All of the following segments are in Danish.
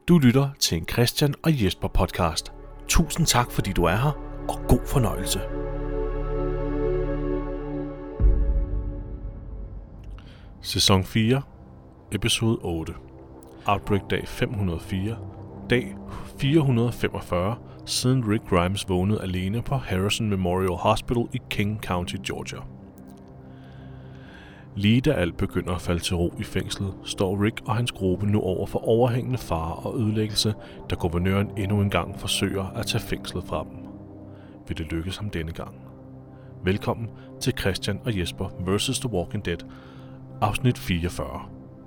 Du lytter til en Christian og Jesper podcast. Tusind tak, fordi du er her, og god fornøjelse. Sæson 4, episode 8. Outbreak dag 504, dag 445, siden Rick Grimes vågnede alene på Harrison Memorial Hospital i King County, Georgia. Lige da alt begynder at falde til ro i fængslet, står Rick og hans gruppe nu over for overhængende fare og ødelæggelse, da guvernøren endnu en gang forsøger at tage fængslet fra dem. Vil det lykkes ham denne gang? Velkommen til Christian og Jesper vs. The Walking Dead, afsnit 44.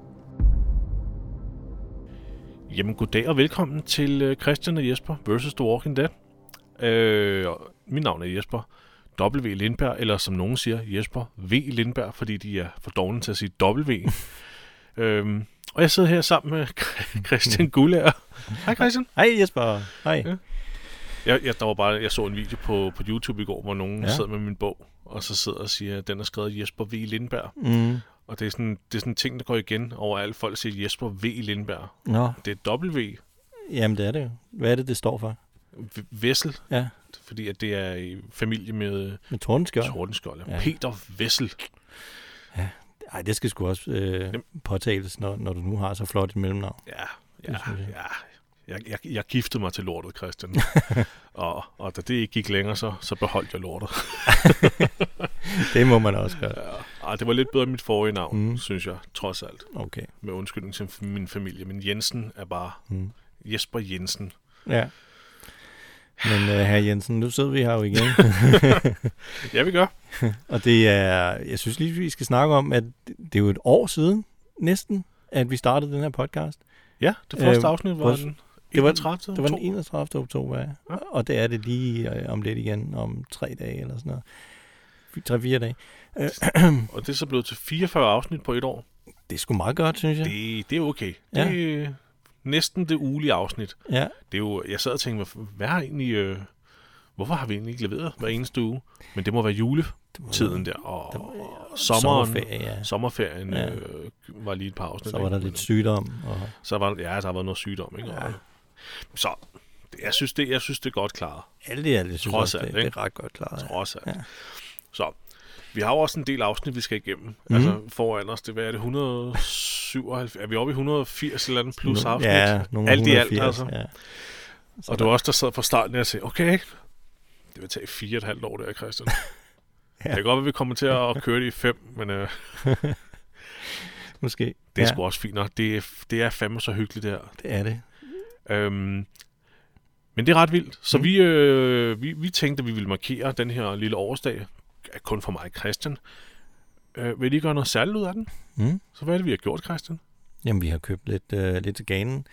Jamen goddag og velkommen til Christian og Jesper vs. The Walking Dead. Mit navn er Jesper W. Lindberg, eller som nogen siger, Jesper V. Lindberg, fordi de er for dårlige til at sige W. Og jeg sidder her sammen med Christian Guldager. Hej Christian. Hej Jesper. Hej. Ja. Jeg så en video på YouTube i går, hvor nogen sidder med min bog, og så sidder og siger, at den er skrevet Jesper V. Lindberg. Mm. Og det er sådan en ting, der går igen overalt. Folk siger Jesper V. Lindberg. Nå. Det er W. Jamen det er det jo. Hvad er det står for? Vessel. Ja. Fordi at det er i familie med Tordenskjold. Ja. Peter Vessel. Ja. Ej, det skal sgu også påtales, når du nu har så flot et mellemnavn. Jeg giftede mig til lortet, Christian. og da det ikke gik længere, så beholdt jeg lortet. Det må man også gøre. Ja. Det var lidt bedre end mit forrige navn, synes jeg, trods alt. Okay. Med undskyldning til min familie. Men Jensen er bare Jesper Jensen. Ja. Men herr Jensen, nu sidder vi her jo igen. Ja, vi gør. Og det er, jeg synes lige, vi skal snakke om, at det er jo et år siden næsten, at vi startede den her podcast. Ja, det første afsnit var den 31. Det var den 31. oktober, ja. Og det er det lige om lidt igen, om 3 dage eller sådan noget. 3-4 dage. Og det er så blevet til 44 afsnit på et år. Det er sgu meget godt, synes jeg. Det er okay. Det er næsten det ugelige afsnit. Ja. Det er jo, jeg sad og tænkte, hvad har egentlig, hvorfor har vi egentlig ikke leveret hver eneste uge? Men det må være juletiden der, og sommerferien var lige et par afsnit. Så var der lidt sygdom. Og så var der har været noget sygdom, ikke? Ja. Så jeg synes det er godt klaret. Alt i alt, jeg synes også, det er ret godt klaret. Trods alt. Ja. Så vi har jo også en del afsnit, vi skal igennem. Altså foran os, hvad er det, 177? Er vi oppe i 180 eller andet plus afsnit? Ja, alt i alt, altså. Ja. Og det var også der sad fra starten og sagde, okay, det vil tage 4,5 år der, Christian. Det kan godt være, vi kommer til at køre det i 5, men måske. Det er sgu også fint nok. Det er fandme så hyggeligt der. Det er det. Men det er ret vildt. Så vi tænkte, at vi ville markere den her lille årsdag. Kun for mig, Christian. Vil I gøre noget særligt ud af den? Så hvad er det, vi har gjort, Christian? Jamen, vi har købt lidt til ganen.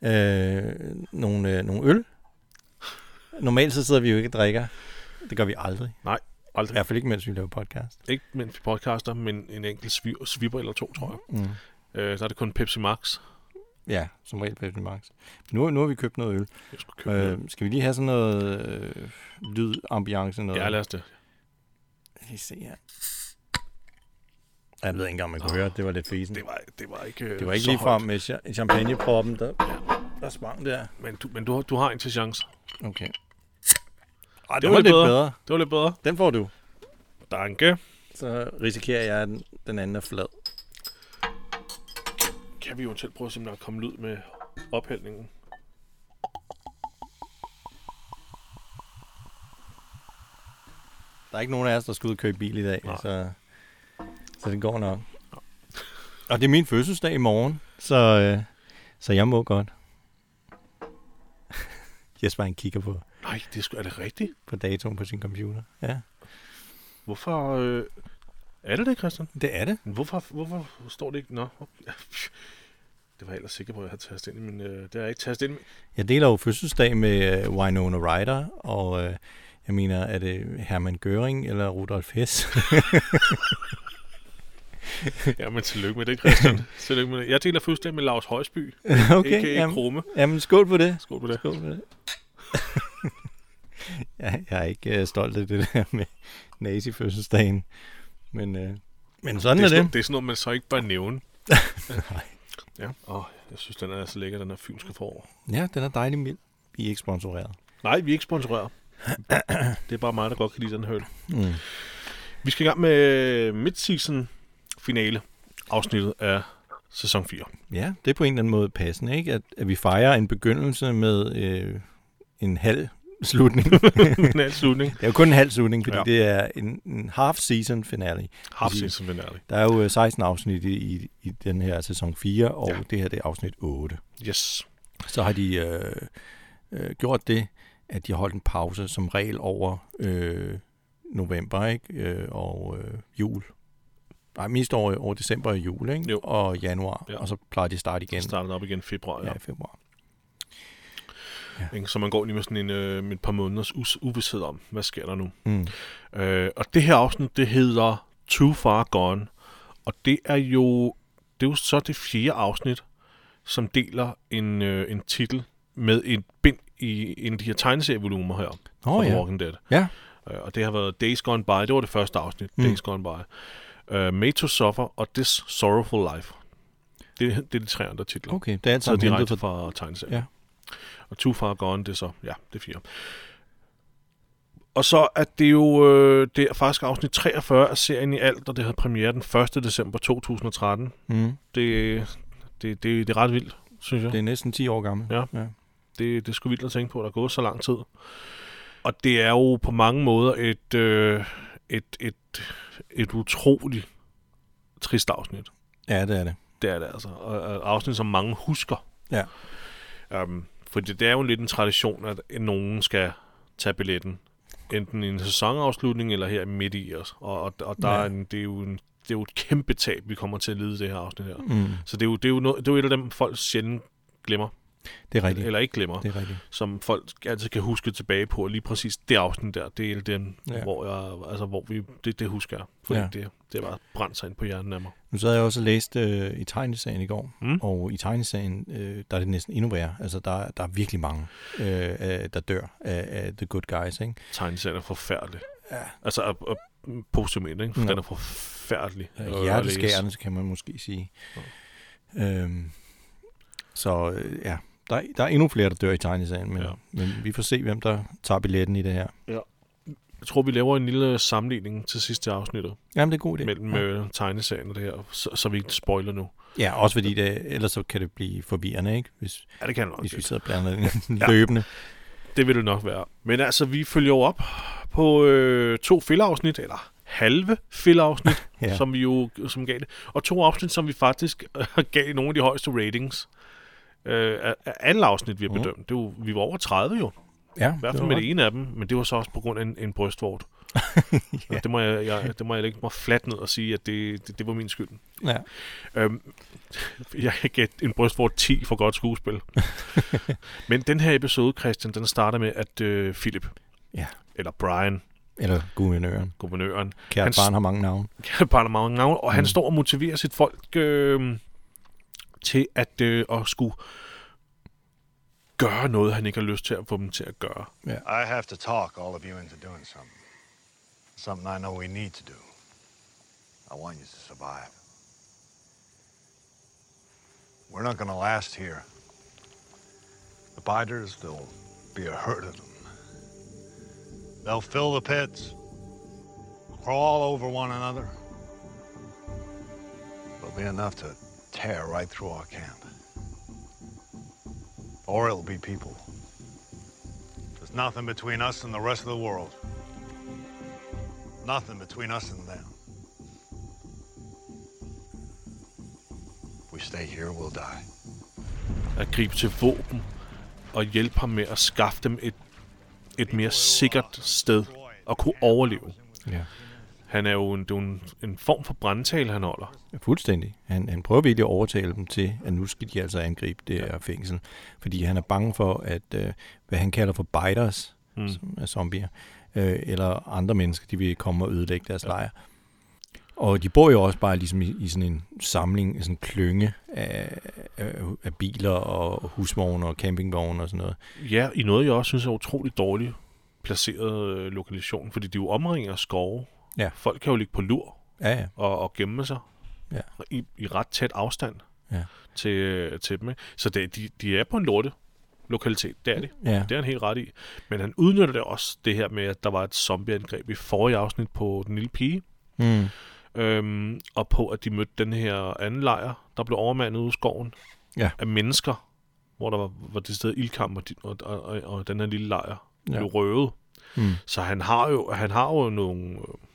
Nogle øl. Normalt så sidder vi jo ikke og drikker. Det gør vi aldrig. Nej, aldrig. I hvert fald ikke, mens vi laver podcast. Ikke mens vi podcaster, men en enkelt svipper eller 2, tror jeg. Så er det kun Pepsi Max. Ja, som regel Pepsi Max. Nu har vi købt noget øl. Skal vi lige have sådan noget lydambiance? Noget? Ja, lad os det. Lad os se her. Jeg ved ikke engang, man kunne høre, det var lidt fesen. Det var ikke lige frem med champagneproppen, der sprang der. Men du har en til chance. Okay. Det var lidt bedre. Det var lidt bedre. Den får du. Danke. Så risikerer jeg, at den anden er flad. Kan vi jo selv prøve simpelthen at komme ud med ophældningen. Der er ikke nogen af os, der skal ud og købe bil i dag, så det går nok. Og det er min fødselsdag i morgen, så jeg må godt. Jesper, han kigger på. Nej, er det rigtigt? På datoen på sin computer, ja. Hvorfor er det, Christian? Det er det. Hvorfor står det ikke? Nå, det var jeg ellers sikker på, at jeg havde tastet ind, men det har jeg ikke tastet ind. Jeg deler jo fødselsdag med Winona Ryder, og jeg mener, er det Hermann Göring eller Rudolf Hess? Ja, men tillykke med det, Christian. Tillykke med det. Jeg deler fødselsdag med Lars Højsby. Okay, a.k.a. Krumme. Jamen, skål på det. Skål på det. Jeg er ikke stolt af det der med nazi-fødselsdagen. Men sådan er det. Det er sådan noget, man så ikke bare nævne. Nej. Ja. Jeg synes, den er så lækker, den her fynske forår. Ja, den er dejlig mild. Vi er ikke sponsoreret. Nej, vi er ikke sponsoreret. Det er bare mig, der godt kan lide den høl. Vi skal i gang med mid-season finale afsnittet af sæson 4. Ja, det er på en eller anden måde passende, ikke? At vi fejrer en begyndelse med en halv slutning. En halv slutning. Det er jo kun en halv slutning, fordi det er en half-season finale. Half-season finale. Der er jo 16 afsnit i den her sæson 4, og det her det er afsnit 8. Yes. Så har de gjort det, at de har holdt en pause som regel over november, ikke? Og jul. Nej, mest over december og jul, ikke? Jo. Og januar, og så plejer de at starte igen. Startet op igen februar, ja. Februar. Ja. Så man går lige med sådan et par måneders uvidshed om, hvad sker der nu. Og det her afsnit, det hedder Too Far Gone, og det er jo så det 4. afsnit, som deler en titel med et bind i en af de her tegneserievolumer her fra The Walking Dead. Ja. Og det har været Days Gone By, det var det første afsnit, Days Gone By. Made to Suffer og This Sorrowful Life. Det er de 3 andre titler. Okay, det er altså direkte fra tegneserien. Ja. Og Too Far Gone, det er så, det er 4. Og så er det jo, det er faktisk afsnit 43 af serien i alt, og det havde premiere den 1. december 2013. Det er ret vildt, synes jeg. Det er næsten 10 år gammel. Ja. Det er sgu vildt at tænke på, at der er gået så lang tid. Og det er jo på mange måder et utroligt trist afsnit. Ja, det er det. Det er det altså. Og afsnit, som mange husker. Ja. Fordi det er jo lidt en tradition, at nogen skal tage billetten. Enten i en sæsonafslutning, eller her midt i os. Og der det er jo et kæmpe tab, vi kommer til at lide det her afsnit her. Så det er jo et af dem, folk sjældent glemmer. Det er rigtigt. Eller ikke glemmer. Det er rigtigt. Som folk altid kan huske tilbage på. Og lige præcis det afsnit der, det er den, det husker jeg. Fordi det var brændt sig ind på hjernen af mig. Nu sad jeg også og læste i tegneserien i går, og i tegneserien, der er det næsten endnu værre. Altså, der er virkelig mange, der dør af The Good Guys, ikke? Tegneserien er forfærdelig. Ja. Altså, positivt, ikke? For den er forfærdelig. Hjerteskærende, kan man måske sige. Ja. Der er endnu flere, der dør i tegneserien, men vi får se, hvem der tager billetten i det her. Ja. Jeg tror, vi laver en lille sammenligning til sidste afsnittet. Jamen, det er god idé. Mellem tegneserien og det her, så vi ikke spoiler nu. Ja, også fordi ellers så kan det blive forvirrende, ikke? Hvis det kan nok. Hvis vi sidder og blander løbende. Det vil det nok være. Men altså, vi følger jo op på 2 filler-afsnit, eller halve filler-afsnit, som gav det. Og 2 afsnit, som vi faktisk gav nogle af de højeste ratings af alle afsnit, vi har bedømt. Vi var over 30 jo. Ja, i hvert fald med det ene af dem, men det var så også på grund af en brystvort. Det må jeg lægge mig fladt ned og sige, at det var min skyld. Ja. Jeg kan gætte en brystvort 10 for godt skuespil. Men den her episode, Christian, den starter med, at Philip, eller Brian, eller guvernøren. Kært barn har mange navne. Og han står og motiverer sit folk til at skulle gøre noget, han ikke har lyst til at få dem til at gøre. Yeah. I have to talk all of you into doing something. Something I know we need to do. I want you to survive. We're not going to last here. The biters, there'll be a herd of them. They'll fill the pits, crawl over one another. There'll be enough to tear right through our camp. Or it'll be people. There's nothing between us and the rest of the world. Nothing between us and them. If we stay here, we'll die. At gribe til våben og hjælpe ham med at skaffe dem et mere sikkert sted at kunne overleve. Ja. Han er jo en form for brandtale, han holder. Fuldstændig. Han prøver virkelig at overtale dem til, at nu skal de altså angribe det her fængsel. Fordi han er bange for, at hvad han kalder for biters, som er zombier, eller andre mennesker, de vil komme og ødelægge deres lejr. Og de bor jo også bare ligesom i sådan en samling, sådan en klynge af biler og husvogne og campingvogne og sådan noget. Ja, i noget, jeg også synes er utroligt dårligt placeret lokation, fordi de jo omringer skove. Ja. Folk kan jo ligge på lur og gemme sig i ret tæt afstand. til dem. Ikke? Så de er på en lorte lokalitet, det er det. Ja. Det er han helt ret i. Men han udnytter det også, det her med, at der var et zombieangreb i forrige afsnit på den lille pige. Og på, at de mødte den her anden lejr, der blev overmandet ude i skoven af mennesker, hvor der var det sted ildkamp, og den her lille lejr blev røvet. Så han har jo nogle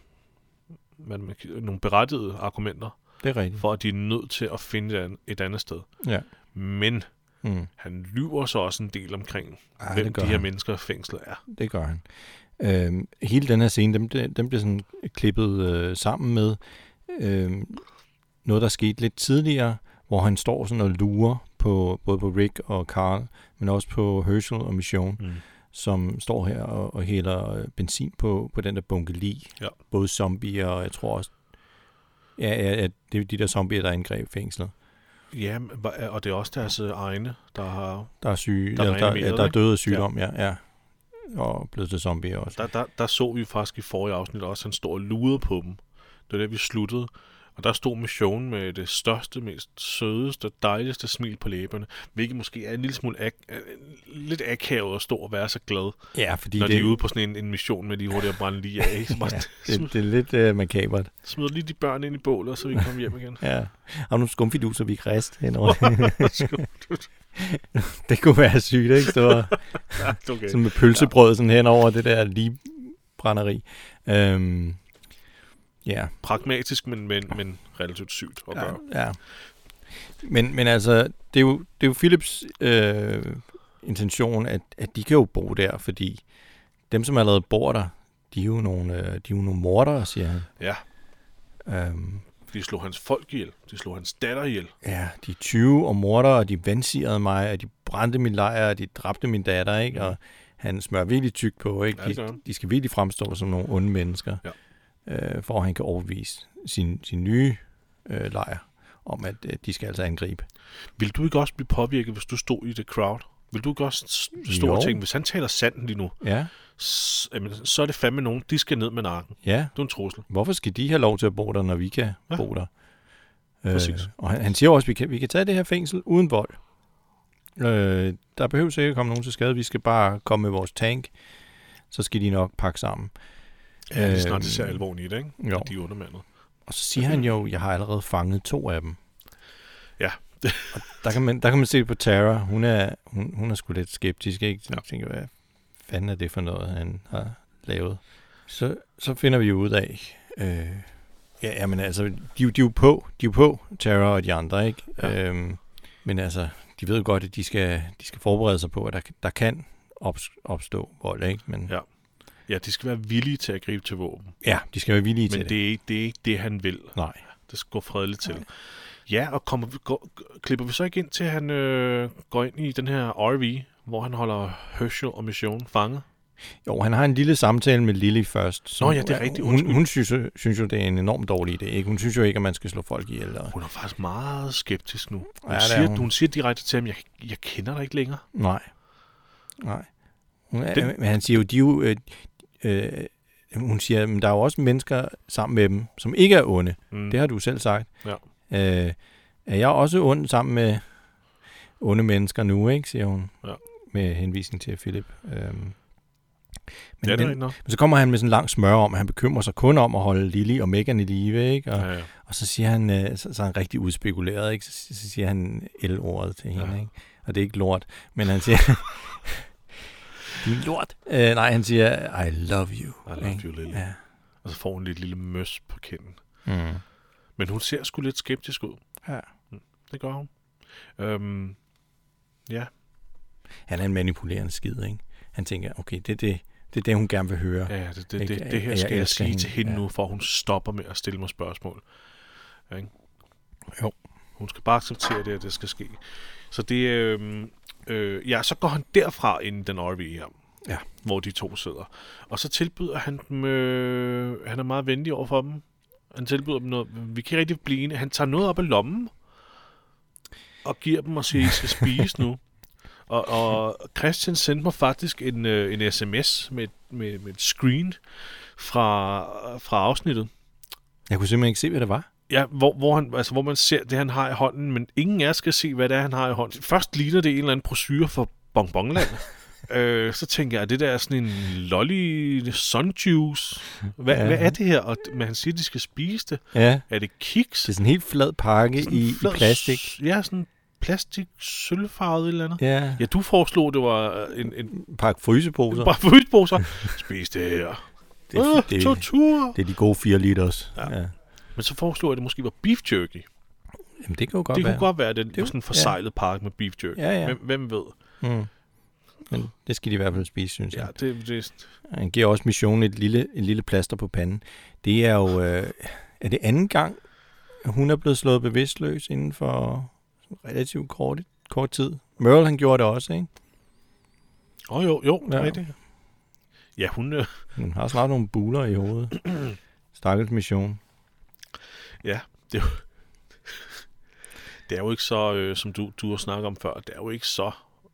berettigede argumenter, det er rigtigt, for at de er nødt til at finde et andet sted. Ja. Men han lyver så også en del omkring, hvem de her mennesker i fængslet er. Det gør han. Hele den her scene, den bliver sådan klippet sammen med noget, der skete lidt tidligere, hvor han står sådan og lurer på både på Rick og Carl, men også på Herschel og Michonne, som står her og hælder benzin på den der bunke lig. Ja. Både zombier og jeg tror også, det er de der zombier, der angreb fængslet. Ja, og det er også deres egne, der er syge, der er døde af sygdom, ja. Og blevet til zombier også. Der så vi faktisk i forrige afsnit også, han stod og lurede på dem. Det var det, vi sluttede. Og der stod Michonne med det største, mest sødeste, dejligste smil på læberne, hvilket måske er en lille smule lidt akavet at stå og være så glad, fordi når de er ude på sådan en mission med de hurtigt at brænde lige af. Det er lidt makabert. Smider lige de børn ind i bålet, så vi kan komme hjem igen. Ja. Har nogle skumfiduser, vi kan riste henover. Det kunne være sygt, ikke? Stå okay. Sådan med pølsebrød sådan henover det der lige brænderi. Ja. Pragmatisk, men relativt sygt at gøre. Ja. Men altså, det er jo Philips intention, at de kan jo bo der, fordi dem, som allerede bor der, de er jo nogle mordere, siger han. Ja. De slog hans folk ihjel. De slog hans datter ihjel. Ja, de er 20 og mordere, og de vandsirede mig, og de brændte min lejr, og de dræbte min datter, ikke? Og han smører virkelig tyk på, ikke? De skal virkelig fremstå som nogle onde mennesker. Ja. For at han kan overbevise sin nye lejr om, at de skal altså angribe. Vil du ikke også blive påvirket, hvis du stod i the crowd? Vil du ikke også stå og tænke, hvis han taler sandt lige nu, så er det fandme nogen, de skal ned med nakken. Ja. Det er en trussel. Hvorfor skal de have lov til at bo der, når vi kan bo der? Præcis. Og han siger også, at vi kan tage det her fængsel uden vold. Der behøver sikkert at komme nogen til skade. Vi skal bare komme med vores tank, så skal de nok pakke sammen. Ja, det er snart, det ser alvorligt, ikke? Jo. De er undermandet. Og så siger han jo, jeg har allerede fanget 2 af dem. Ja. Og der kan man se på Tara. Hun er sgu lidt skeptisk, ikke? Så jeg tænker, hvad fanden er det for noget, han har lavet? Så finder vi jo ud af, men altså, de er jo på, Tara og de andre, ikke? Ja. Men altså, de ved jo godt, at de skal forberede sig på, at der kan opstå vold, ikke? Men ja, de skal være villige til at gribe til våben. Ja, de skal være villige til det. Men det er ikke det, han vil. Nej. Det skal gå fredeligt til. Ja, og klipper vi så ikke ind til, at han går ind i den her RV, hvor han holder Herschel og Michonne fanget? Jo, han har en lille samtale med Lily først. Nå ja, det er rigtigt. Hun synes jo, det er en enormt dårlig idé. Ikke? Hun synes jo ikke, at man skal slå folk ihjel. Hun er faktisk meget skeptisk nu. Hun siger direkte til ham, jeg kender dig ikke længere. Nej. Men han siger jo, hun siger, at der er jo også mennesker sammen med dem, som ikke er onde. Det har du selv sagt. Ja. Er jeg også ond sammen med onde mennesker nu, ikke, siger hun, med henvisning til Philip. Men så kommer han med sådan en lang smør om, at han bekymrer sig kun om at holde Lily og Megan i live, ikke? Og så siger han, så er han rigtig udspekuleret, ikke? Så siger han L-ordet til hende, ikke? Og det er ikke lort, men han siger, din lort. Nej, han siger, I love you. I love you, Lily. Ja. Og så får hun lidt lille møs på kinden. Men hun ser sgu lidt skeptisk ud. Ja. Det gør hun. Ja. Han er en manipulerende skid, ikke? Han tænker, okay, det er det, hun gerne vil høre. Ja, det her skal jeg sige til hende nu, for hun stopper med at stille mig spørgsmål. Ja, ikke? Jo. Hun skal bare acceptere det, at det skal ske. Så det, så går han derfra ind i den RV her, hvor de 2 sidder. Og så tilbyder han dem, han er meget venlig over for dem. Han tilbyder dem noget, vi kan ikke rigtig blive enige. Han tager noget op af lommen, og giver dem og siger, I skal spise nu. Og Christian sendte mig faktisk en sms med et screen fra afsnittet. Jeg kunne simpelthen ikke se, hvad det var. Ja, hvor man ser det, han har i hånden, men ingen af os skal se, hvad det er, han har i hånden. Først ligner det en eller anden brochure for Bonbonland. Så tænker jeg, det der er sådan en lolly sunjuice. Hvad er det her? Og men han siger, de skal spise det. Ja. Er det kiks? Det er sådan en helt flad pakke i plastik. Ja, sådan plastik, sølvfarvet eller andet. Ja. Ja, du foreslog, det var en pakke fryseposer. Bare frysposer. Spis det her. Tortur. Det er de gode 4 liters. Ja. Men så foreslog jeg, at det måske var beef jerky. Jamen, det kan jo godt være. være. Det kunne godt være, at det var sådan en forsejlet pakke med beef jerky. Ja. Hvem ved? Men det skal de i hvert fald spise, synes jeg. Ja, det... Han giver også missionen et lille plaster på panden. Det er jo... er det anden gang, hun er blevet slået bevidstløs inden for relativt kort tid? Merle, han gjorde det også, ikke? Jo, rigtigt. Ja, hun har snart nogle buler i hovedet. Stakkels mission. Ja, det er jo ikke så, som du har snakket om før, det er jo ikke så,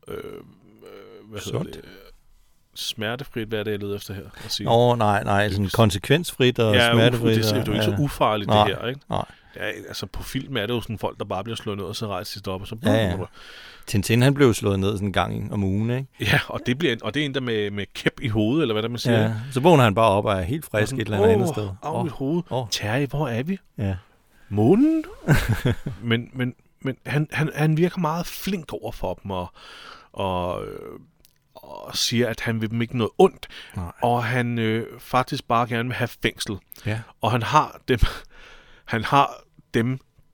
smertefrit, hvad er det, jeg leder efter her? Nej, sådan konsekvensfrit og smertefrit. Det er jo ikke så ufarligt, det her, ikke? Nej. Ja, altså på film er det jo sådan folk, der bare bliver slået ned, og så rejser de op, og så... Ja. Tintin, han blev slået ned sådan en gang om ugen, ikke? Ja, og det er en der med kæp i hovedet, eller hvad der man siger. Ja, så vågner han bare op og er helt frisk et eller andet sted. Mit hoved. Terje, hvor er vi? Ja. Månen? men han virker meget flink over for dem, og siger, at han vil dem ikke noget ondt. Nej. Og han faktisk bare gerne vil have fængsel. Ja. Og han har dem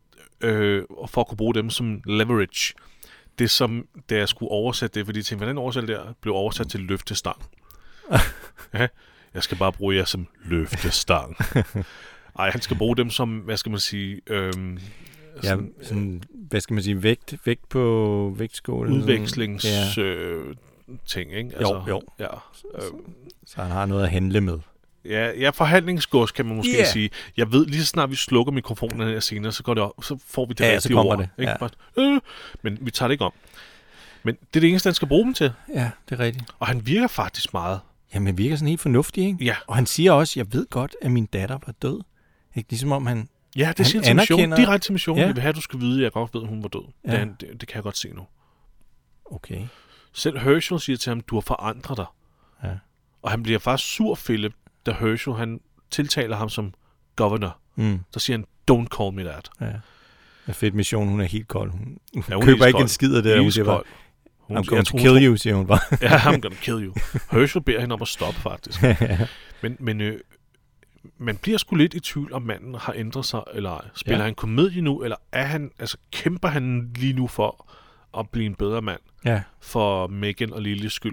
for at kunne bruge dem som leverage. Det som, da jeg skulle oversætte det, fordi jeg tænkte, hvordan oversætte det der, blev oversat til løftestang. Ja, jeg skal bare bruge jer som løftestang. Ej, han skal bruge dem som, hvad skal man sige... sådan, hvad skal man sige, vægt på vægtskålen. Udvekslings... ting, ikke? Altså, jo. Ja. Så han har noget at handle med. Ja, forhandlingsgods kan man måske sige. Jeg ved, lige så snart vi slukker mikrofonen her senere, så går det op, så får vi det rigtige så kommer ord. Det. Ikke? Ja. Bare, men vi tager det ikke om. Men det er det eneste, han skal bruge dem til. Ja, det er rigtigt. Og han virker faktisk meget. Jamen, han virker sådan helt fornuftig, ikke? Ja. Og han siger også, jeg ved godt, at min datter var død. Ikke? Ligesom om han... Ja, det siger til mission. Direkte til mission. Jeg vil have, at du skal vide, at jeg godt ved, at hun var død. Ja. Det kan jeg godt se nu. Okay. Selv Herschel siger til ham, du har forandret dig. Ja. Og han bliver faktisk sur, Philip, da Herschel, han tiltaler ham som governor. Så siger han, don't call me that. Ja. Det er fedt mission, hun er helt kold. Hun køber ikke en skid af det. Hun siger bare, I'm going to kill you, siger hun bare. Ja, I'm going to kill you. Herschel beder hende om at stoppe, faktisk. Men man bliver sgu lidt i tvivl, om manden har ændret sig, eller ej. Spiller han komedie nu, eller kæmper han lige nu for at blive en bedre mand? Ja. For Megan og Lillys skyld.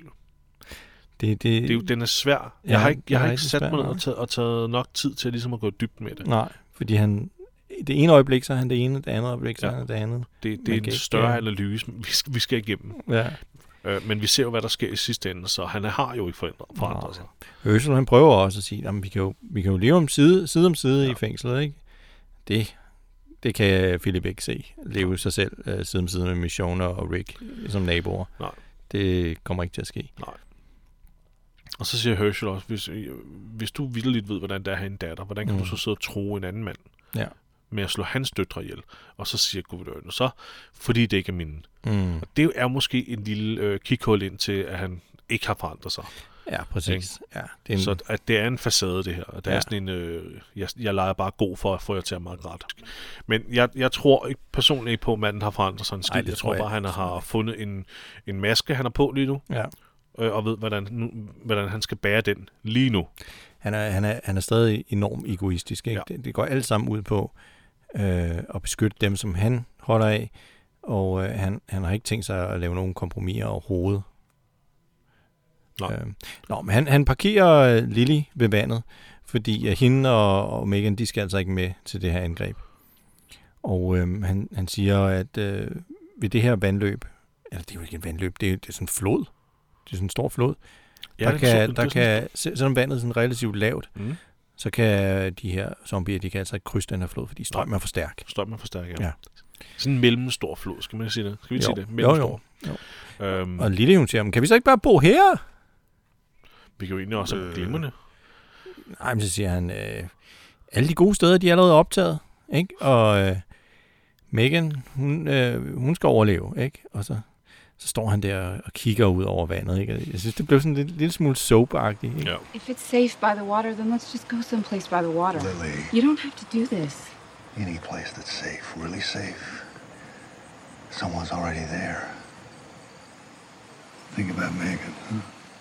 Den er svær. Ja, jeg har ikke sat mig ned og taget nok tid til ligesom at gå dybt med det. Nej, fordi det ene øjeblik, så er han det ene, det andet øjeblik, så er han det andet. Det er en større analyse, vi skal igennem. Ja. Men vi ser jo, hvad der sker i sidste ende, så han har jo ikke forandret sig. Herschel, han prøver også at sige, at vi kan jo leve side om side i fængslet, ikke? Det kan Philip ikke se. Leve sig selv side om side med Mission og Rick som naboer. Nej. Det kommer ikke til at ske. Nej. Og så siger Herschel også, hvis du vitterligt ved, hvordan det er at have en datter, hvordan kan du så sidde og tro en anden mand med at slå hans døtre ihjel? Og så siger guvernøren så, fordi det ikke er mine. Og det er måske en lille kikhul ind til, at han ikke har forandret sig. Ja, præcis. Ja, så at det er en facade, det her. Og det er sådan en, jeg leger bare god for at få jer til at meget ret. Men jeg tror ikke personligt på, at manden har forandret sig en skid. Jeg tror bare, han har fundet en maske, han har på lige nu. Ja. Og ved, hvordan han skal bære den lige nu. Han er stadig enormt egoistisk. Ikke? Ja. Det går alt sammen ud på at beskytte dem, som han holder af. Og han har ikke tænkt sig at lave nogen kompromiser overhovedet. Men han parkerer Lily ved vandet, fordi hende og Megan, de skal altså ikke med til det her angreb. Og han siger, at ved det her vandløb, eller det er jo ikke et vandløb, det er sådan en flod. Det er sådan en stor flod. Ja, selvom vandet er sådan relativt lavt, så kan de her zombier, de kan altså ikke krydse den her flod, fordi strømmen er for stærk. Strømmen er for stærk, ja. Sådan en mellemstor flod, skal man sige det? Skal vi sige det? Jo. Og Lille, hun siger, kan vi så ikke bare bo her? Vi kan jo egentlig også have glimrende. Nej, men så siger han, alle de gode steder, de er allerede optaget. ikke? Og Megan, hun skal overleve, ikke? Og så står han der og kigger ud over vandet, ikke? Jeg synes, det blev sådan en lille smule soap-agtigt, ikke? Ja. If it's safe by the water, then let's just go someplace by the water. Lily. You don't have to do this. Any place that's safe, really safe. Someone's already there. Think about Megan, huh?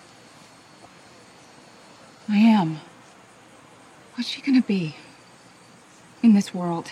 I am. What's she gonna be in this world?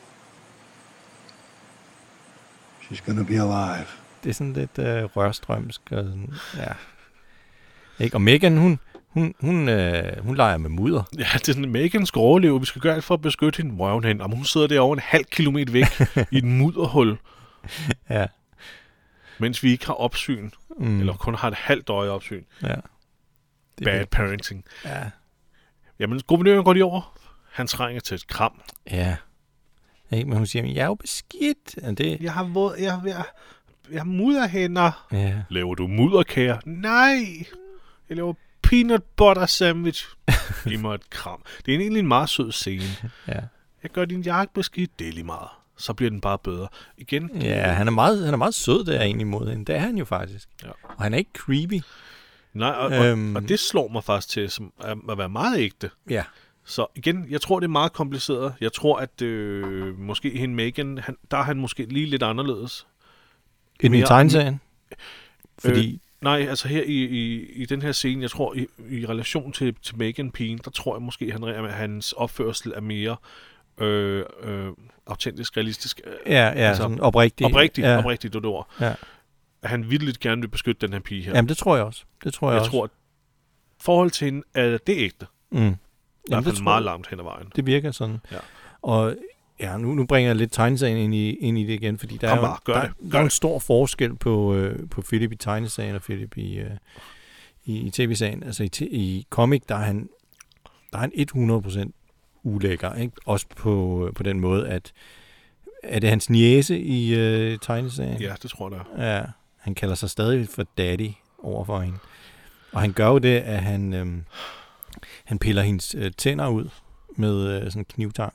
She's gonna be alive. Det er sådan lidt rørstrømsk. Og sådan, ja. Ikke? Og Megan, hun leger med mudder. Ja, det er sådan, Megan skal overleve. Vi skal gøre alt for at beskytte hende. Røven hen. Og hun sidder derovre 0,5 kilometer væk i et mudderhul. Ja. Mens vi ikke har opsyn. Eller kun har et halvt øje opsyn. Ja. Bad parenting. Ja. Jamen, guvernøren går lige over. Han trænger til et kram. Ja. Ikke? Men hun siger, jeg er jo beskidt. Er det? Jeg har mudderhænder. Ja. Laver du mudderkager? Nej! Jeg laver peanut butter sandwich. Giv mig et kram. Det er egentlig en meget sød scene. Ja. Jeg gør din jakke beskidt. Det er lige meget. Så bliver den bare bedre. Igen. Ja, han er meget sød der egentlig mod hende. Det er han jo faktisk. Ja. Og han er ikke creepy. Nej, og det slår mig faktisk til som at være meget ægte. Ja. Så igen, jeg tror, det er meget kompliceret. Jeg tror, at måske hende Megan, der er han måske lige lidt anderledes. End i tegneserien? Fordi... Nej, altså her i den her scene, jeg tror, i relation til Megan-pigen, der tror jeg måske, at hans opførsel er mere autentisk, realistisk. Ja, altså, sådan oprigtig. Oprigtig, det ord. Ja. At han virkelig gerne vil beskytte den her pige her. Jamen, det tror jeg også. Jeg tror, at forhold til hende er det ægte. Mm. I hvert fald meget langt hen ad vejen. Det virker sådan. Ja. Og ja, nu bringer jeg lidt tegneserien ind i det igen, fordi der er en stor forskel på Philip i tegneserien og Philip i tv-serien. Altså i comic, der er han 100% ulækker, ikke? Også på den måde, at er det hans niece i tegneserien? Ja, det tror jeg, det er. Ja, han kalder sig stadig for daddy overfor hende. Og han gør jo det, at han piller hendes tænder ud med sådan en knivtang.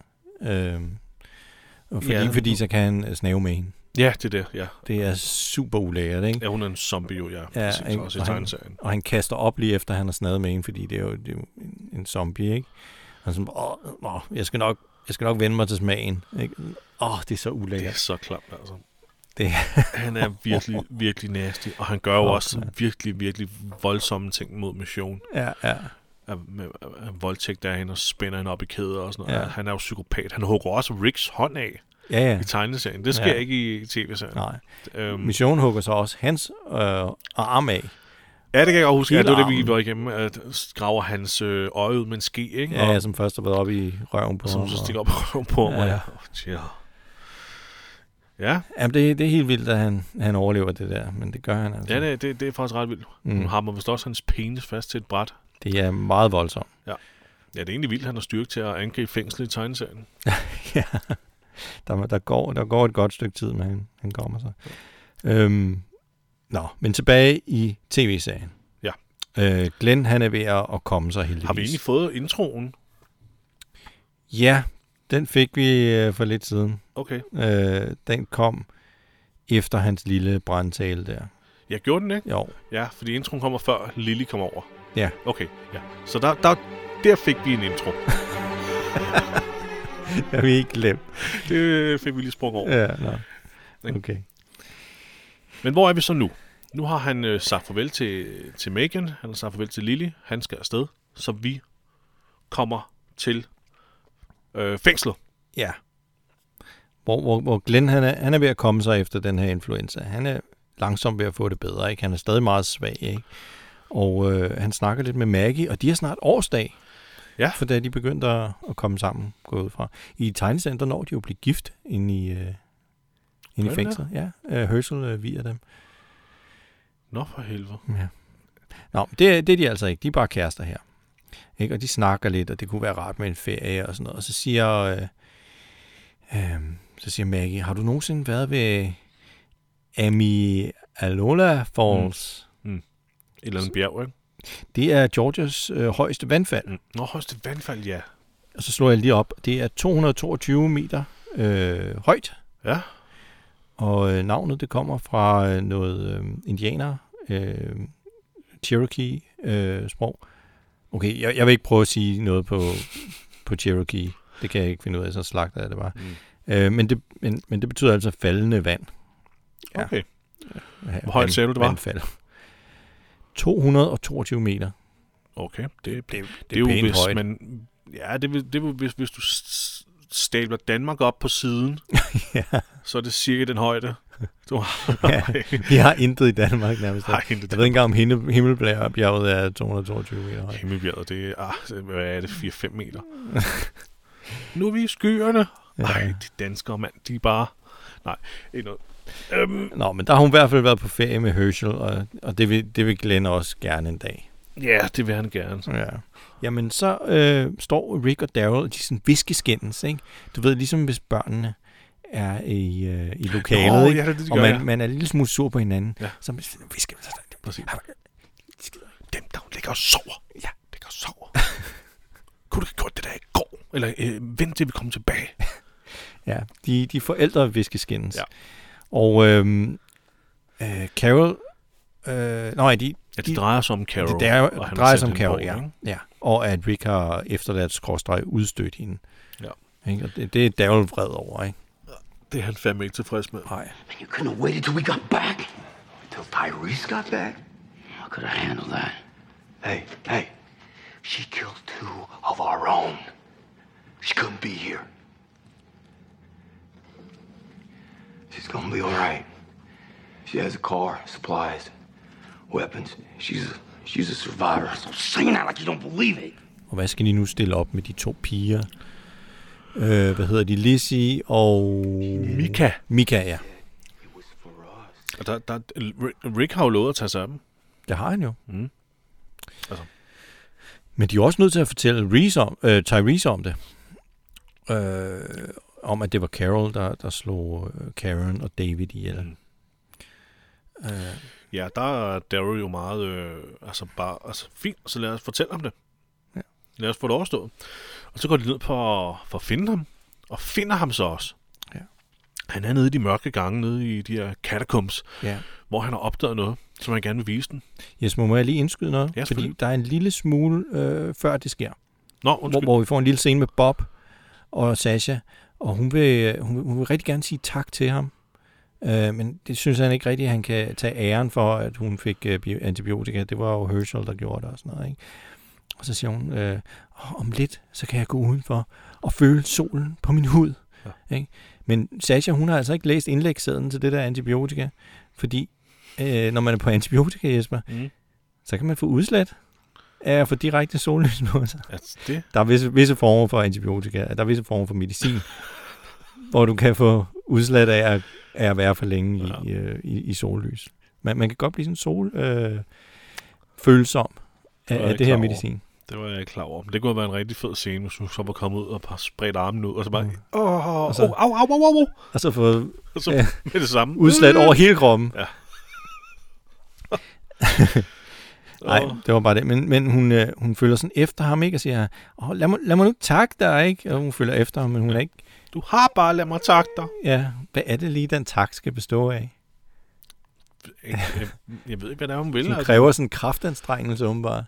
Fordi så kan han snave med hende. Ja, det er det, ja. Det er super ulækkert, ikke? Ja, hun er en zombie jo, ja. Præcis, også i tegneserien. Og han kaster op lige efter, han har snadet med hende, fordi det er jo en zombie, ikke? Og sådan, jeg skal nok vende mig til smagen, ikke? Det er så ulækkert. Det er så klamt, altså. Han er virkelig, virkelig nasty, og han gør jo også virkelig, virkelig voldsomme ting mod Mission. Ja. Med voldtægt der hende og spænder hende op i kæder og sådan noget. Ja. Han er jo psykopat. Han hugger også Ricks hånd af i tegneserien. Det sker ikke i tv-serien. Nej. Mission hugger så også hans arm af. Ja, det kan jeg også huske. Det var det, vi var igennem. At graver hans øje ud med en ske, ikke? Ja, som først har været op i røven på ham. Som så stikker op i røven på ham. Ja. Jamen, det er helt vildt, at han overlever det der, men det gør han altså. Ja, det er faktisk ret vildt. Hun har vist også hans penis fast til et bræt. Det er meget voldsomt. Ja, det er egentlig vildt, at han har styrke til at angribe fængslet i tegneserien. Ja, der går et godt stykke tid, men han kommer så. Men tilbage i tv-serien. Ja. Glenn, han er ved at komme sig heldigvis. Har vi egentlig fået introen? Ja, den fik vi for lidt siden. Okay. Den kom efter hans lille brandtale der. Ja, gjorde den ikke? Jo. Ja, fordi introen kommer før Lily kommer over. Ja. Okay, ja. Så der fik vi en intro. Det har vi ikke glemt. Det fik vi lige sprunget over. Ja, okay. Men hvor er vi så nu? Nu har han sagt farvel til Megan. Han har sagt farvel til Lily. Han skal afsted. Så vi kommer til fængslet. Ja. Hvor Glenn, han er ved at komme sig efter den her influenza. Han er langsomt ved at få det bedre, ikke? Han er stadig meget svag, ikke? Og han snakker lidt med Maggie, og de har snart årsdag. Ja. For da de begyndte at komme sammen, gå ud fra. I tegneserien, der når de jo at blive gift inde i fængslet. Ja, Herschel viger dem. Nå, for helvede. Ja. Nå, det er de altså ikke. De er bare kærester her. Ikke? Og de snakker lidt, og det kunne være rart med en ferie og sådan noget. Og så siger Maggie, har du nogensinde været ved Amialola Falls? Et eller andet bjerg, ikke? Det er Georgias højeste vandfald. Nå, højeste vandfald, ja. Og så slår jeg lige op. Det er 222 meter højt. Ja. Og navnet, det kommer fra noget indianer, Cherokee sprog. Okay, jeg vil ikke prøve at sige noget på Cherokee. Det kan jeg ikke finde ud af, så slagter jeg det bare. Men det betyder altså faldende vand. Ja. Okay. Hvor højt sagde du, det var? Vandfald. 222 meter. Okay, det er jo pænt højt. Men, ja, det vil hvis du stabler Danmark op på siden, ja. så er det cirka den højde. Vi har intet i Danmark nærmest. Jeg ved ikke engang, om Himmelbjerget er 222 meter højt. Himmelbjerget, det er, hvad er det, 4-5 meter. Nu er vi i skyerne. Nej, de danskere, mand, de er bare... Nej, ikke noget. Nå, men der har hun i hvert fald været på ferie med Herschel, og det vil Glenn også gerne en dag. Ja, det vil han gerne. Ja. Jamen, så står Rick og Daryl, de sådan viskeskændes, ikke? Du ved, ligesom hvis børnene er i lokalet, ikke? Ja, det og man er en lille smule sur på hinanden, så visker præcis. Dem, der ligger og sover. Ja, ligger og sover. Kunne du ikke gjort det der i går? Eller vent til vi kommer tilbage. Ja, de forældre viskeskændes. Ja. Og Carol... det drejer sig om Carol. Det drejer sig om Carol, ja. Og at Rick har efterladt / udstødt hende. Ja. Ikke? Og det er Daryl vred over, ikke? Det er han fandme ikke tilfreds med. Nej. You couldn't have waited till we got back. Till Tyrese got back? How could I handle that? Hey. She killed 2 of our own. She couldn't be here. She's gonna be all right. She has a car, supplies, weapons. She's a survivor. Stop saying that like you don't believe it. Og hvad skal de nu stille op med de 2 piger? Hvad hedder de? Lizzie og... Mika, ja. Og Rick har jo lovet at tage sig af dem. Det har han jo. Mm. Altså. Men de er også nødt til at fortælle Tyrese om det. Om at det var Carol, der slog Karen og David ihjel. Ja, der er Daryl jo meget fint, så lad os fortælle ham det. Ja. Lad os få det overstået. Og så går de ned for at finde ham, og finder ham så også. Ja. Han er nede i de mørke gange, nede i de her catacombs, hvor han har opdaget noget, som han gerne vil vise den. Yes, må jeg lige indskyde noget? Ja, fordi der er en lille smule før det sker. Hvor vi får en lille scene med Bob og Sasha, og hun vil rigtig gerne sige tak til ham. Men det synes han ikke rigtigt, at han kan tage æren for, at hun fik antibiotika. Det var jo Herschel, der gjorde det og sådan noget, ikke? Og så siger hun, om lidt, så kan jeg gå udenfor og føle solen på min hud. Ja. Ikke? Men Sasha, hun har altså ikke læst indlægssedlen til det der antibiotika, fordi når man er på antibiotika, Jesper, så kan man få udslæt af at få direkte sollys på sig. Det? Der er visse former for antibiotika, der er visse former for medicin, hvor du kan få udslæt af at være for længe i sollys. Man kan godt blive sådan følsom af det her medicin. Det var jeg ikke klar over. Men det kunne være en rigtig fed scene, hvis du så var kommet ud og bare spredt armen ud, og så bare, au. Og så få med det samme. Udslæt over hele kroppen. Ja. Nej, det var bare det. Men hun følger sådan efter ham, ikke? Og siger, lad mig nu takke dig, ikke? Og hun følger efter ham, men hun er ikke... Du har bare lad mig takke dig. Ja, hvad er det lige, den tak skal bestå af? Jeg ved ikke, hvad det er, hun vil. Hun kræver sådan en kraftanstrengelse, åbenbart.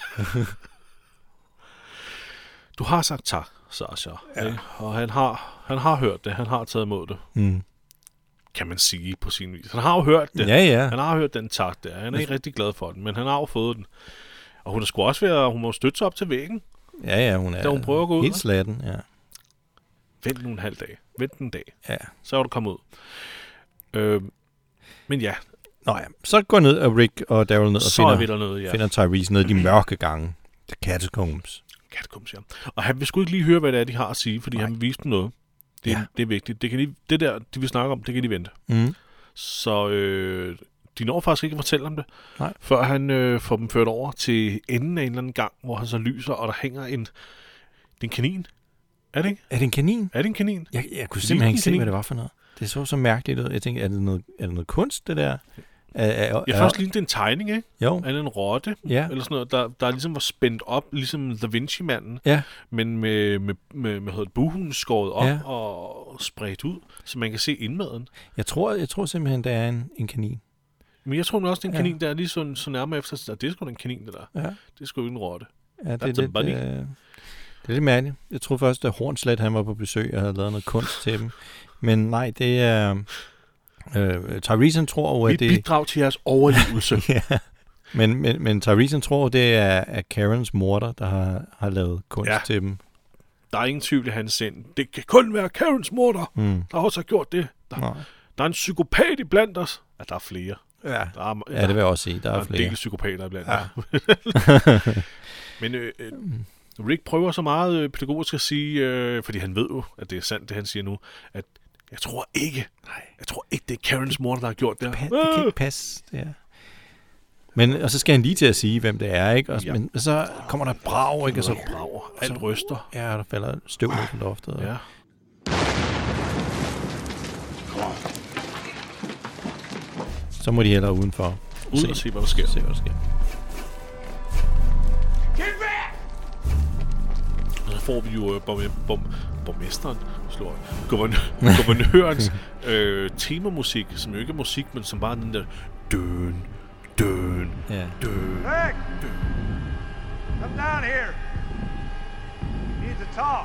Du har sagt tak, Sasha. Ja. Og han har hørt det. Han har taget imod det. Kan man sige på sin vis. Han har jo hørt det. Ja. Han har hørt den tak der. Han er ikke rigtig glad for den, men han har jo fået den. Og hun er sgu også hun må støtte sig op til væggen. Ja, hun er da hun prøver at gå ud. Helt slatten, ja. Vent nu en halv dag. Vent en dag. Ja. Så er du kommet ud. Men ja. Nå ja, så går ned og Rick og Daryl ned og finder Tyrese ned i de mørke gange. The Catacombs. Ja. Og han vil sgu ikke lige høre, hvad det er, de har at sige, fordi han vil vise dem noget. Det er vigtigt. Det der, de vil snakke om, det kan de vente. Så de når faktisk ikke at fortælle om det, før han får dem ført over til enden af en eller anden gang, hvor han så lyser, og der hænger en kanin. Er det ikke? Er det en kanin? Er det en kanin? Jeg kunne simpelthen ikke se, hvad det var for noget. Det så mærkeligt ud. Jeg tænkte, er det noget kunst, det der? Jeg først lignede en tegning, ikke? Jo. Af en rotte, Ja. eller sådan noget, der ligesom var spændt op, ligesom Da Vinci-manden, Ja. men med bugen skåret op Ja. og spredt ud, så man kan se indmaden. Jeg tror simpelthen, det er en kanin. Men jeg tror nu også, det er en Ja. kanin, der er lige så nærmere efter, at det er sgu da en kanin, det der. Ja. Det er sgu ikke en rotte. Ja, det That's er a bunny. det er lidt mærkeligt. Jeg troede først, at Hornslet han var på besøg og havde lavet noget kunst til dem. Men nej, det er... Tyrese tror jo, at Mit det... bidrag til jeres overlevelse. Ja. Men Tyrese tror, det er Karens morter, der har lavet kunst til dem. Der er ingen tvivl i hans sind. Det kan kun være Karens morter, der også har gjort det. Der er en psykopat i blandt os. Ja, der er flere. Ja, det vil jeg også sige. Der er en flere. del psykopater blandt os. Men Rick prøver så meget pædagogisk at sige, fordi han ved jo, at det er sandt, det han siger nu, at jeg tror ikke, det er Karens morter, der har gjort det. Det kan ikke passe, det er. Men, og så skal han lige til at sige, hvem det er, ikke? Og, men så kommer der brag, ikke? Og så brager. Alt ryster. Ja, der falder støv ned på loftet. Ja. Så må de hellere udenfor. Ud og se, hvad der sker. Og så får vi jo borgmesteren, guvernørens temamusik, som jo ikke er musik, men som bare den der døn. Rick! Come down here. Need to talk.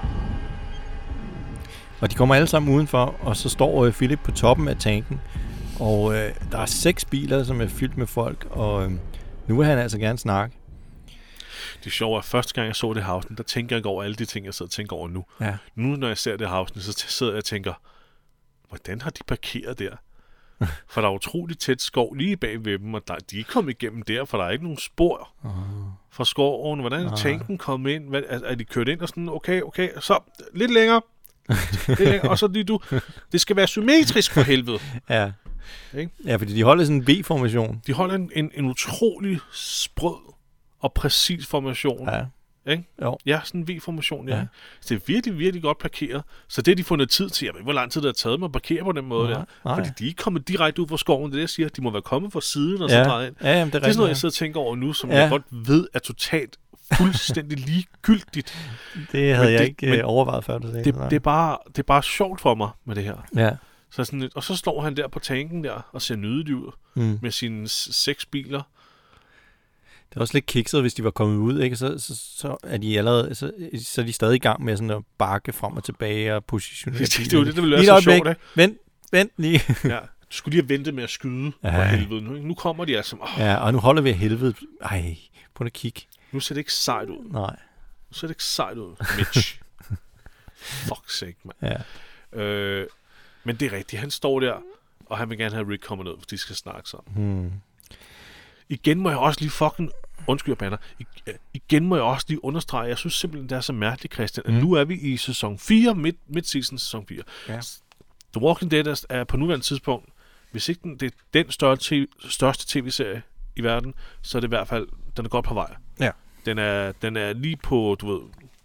Og de kommer alle sammen udenfor, og så står Philip på toppen af tanken. Og der er 6 biler, som er fyldt med folk, og nu vil han altså gerne snakke. Det er sjovt, at første gang jeg så det havsen, der tænker jeg ikke over alle de ting, jeg sidder og tænker over nu. Ja. Nu, når jeg ser det havsen, så sidder jeg og tænker, hvordan har de parkeret der? For der er utroligt tæt skov lige bag ved dem, og de er ikke kommet igennem der, for der er ikke nogen spor fra skoven. Hvordan er tanken kommet ind? Er de kørt ind og sådan, okay, så lidt længere. Og så lige du. Det skal være symmetrisk for helvede. Ja. Ikke? Ja, fordi de holder sådan en V-formation. De holder en utrolig sprød og præcis formation. Ja. Ikke? Jo. Ja, sådan en V-formation, ja. Så det er virkelig, virkelig godt parkeret. Så det har de fundet tid til. Jeg ved ikke, hvor lang tid det har taget med at parkere på den måde der. Fordi de er ikke kommet direkte ud fra skoven. Det jeg siger, de må være kommet fra siden og så drejet ind. Ja, jamen, det er sådan noget, jeg sidder og tænker over nu, som jeg godt ved er totalt fuldstændig ligegyldigt. Det havde jeg ikke overvejet før, du sagde det. Det er bare sjovt for mig med det her. Ja. Så sådan, og så står han der på tanken der og ser nydeligt ud med sine 6 biler. Det er også lidt kikset, hvis de var kommet ud, ikke? Så er de allerede, så er de stadig i gang med sådan at bakke frem og tilbage og positionere. Det er jo det, der vil være så sjovt, ikke? Vent lige. Ja, du skulle lige have ventet med at skyde for helvede. Nu kommer de altså. Ja, og nu holder vi af helvede. Ej, prøv at kigge. Nu ser det ikke sejt ud. Nej. Nu ser det ikke sejt ud, Mitch. Fuck sake, mand. Ja. Men det er rigtigt. Han står der, og han vil gerne have Rick kommet ned, for de skal snakke sammen. Igen må jeg også lige undskyld, jeg bander. Igen må jeg også lige understrege, jeg synes simpelthen, det er så mærkeligt, Christian, at nu er vi i sæson 4, mid-season sæson 4. Ja. The Walking Dead er på nuværende tidspunkt, hvis ikke det er den største tv-serie i verden, så er det i hvert fald, den er godt på vej. Ja. Den er lige på, du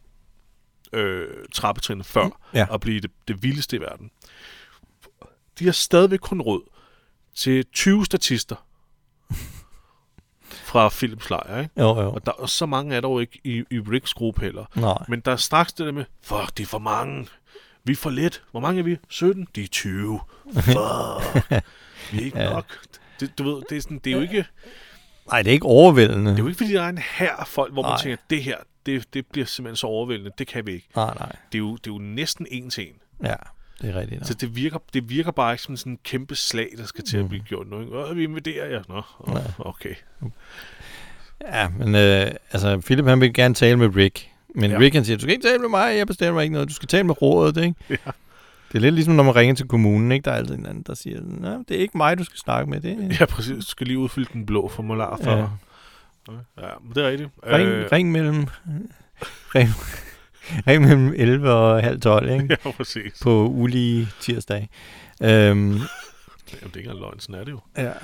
ved, trappetrinnet før at blive det vildeste i verden. De har stadigvæk kun råd til 20 statister fra Philips lejr, ikke? Jo. Og så mange er der jo ikke i Ricks gruppe heller. Nej. Men der er straks det der med, fuck, det er for mange. Vi er for lidt. Hvor mange er vi? 17? De er 20. Fuck. Vi er ikke nok. Du ved, det er sådan, det er jo ikke... Nej, det er ikke overvældende. Det er jo ikke, fordi der er en hær af folk, hvor man tænker, det her, det bliver simpelthen så overvældende. Det kan vi ikke. Nej. Det er jo næsten en til en. Ja, det er rigtigt. Så det virker bare ikke som sådan en kæmpe slag, der skal til at blive gjort noget. Vi invaderer jer. Nå, okay. Ja, men altså, Philip han vil gerne tale med Rick. Men Rick han siger, du skal ikke tale med mig, jeg bestemmer ikke noget. Du skal tale med rådet, ikke? Ja. Det er lidt ligesom, når man ringer til kommunen, ikke? Der er altid en anden, der siger, nej, det er ikke mig, du skal snakke med. Det. Ja, præcis. Du skal lige udfylde den blå formular for... Ja, men det er rigtigt. Ring mellem 11 og halv 12, ikke? Ja, præcis. På ulige tirsdag. Jamen, det er ikke engang løgn, sådan er det jo. Ja.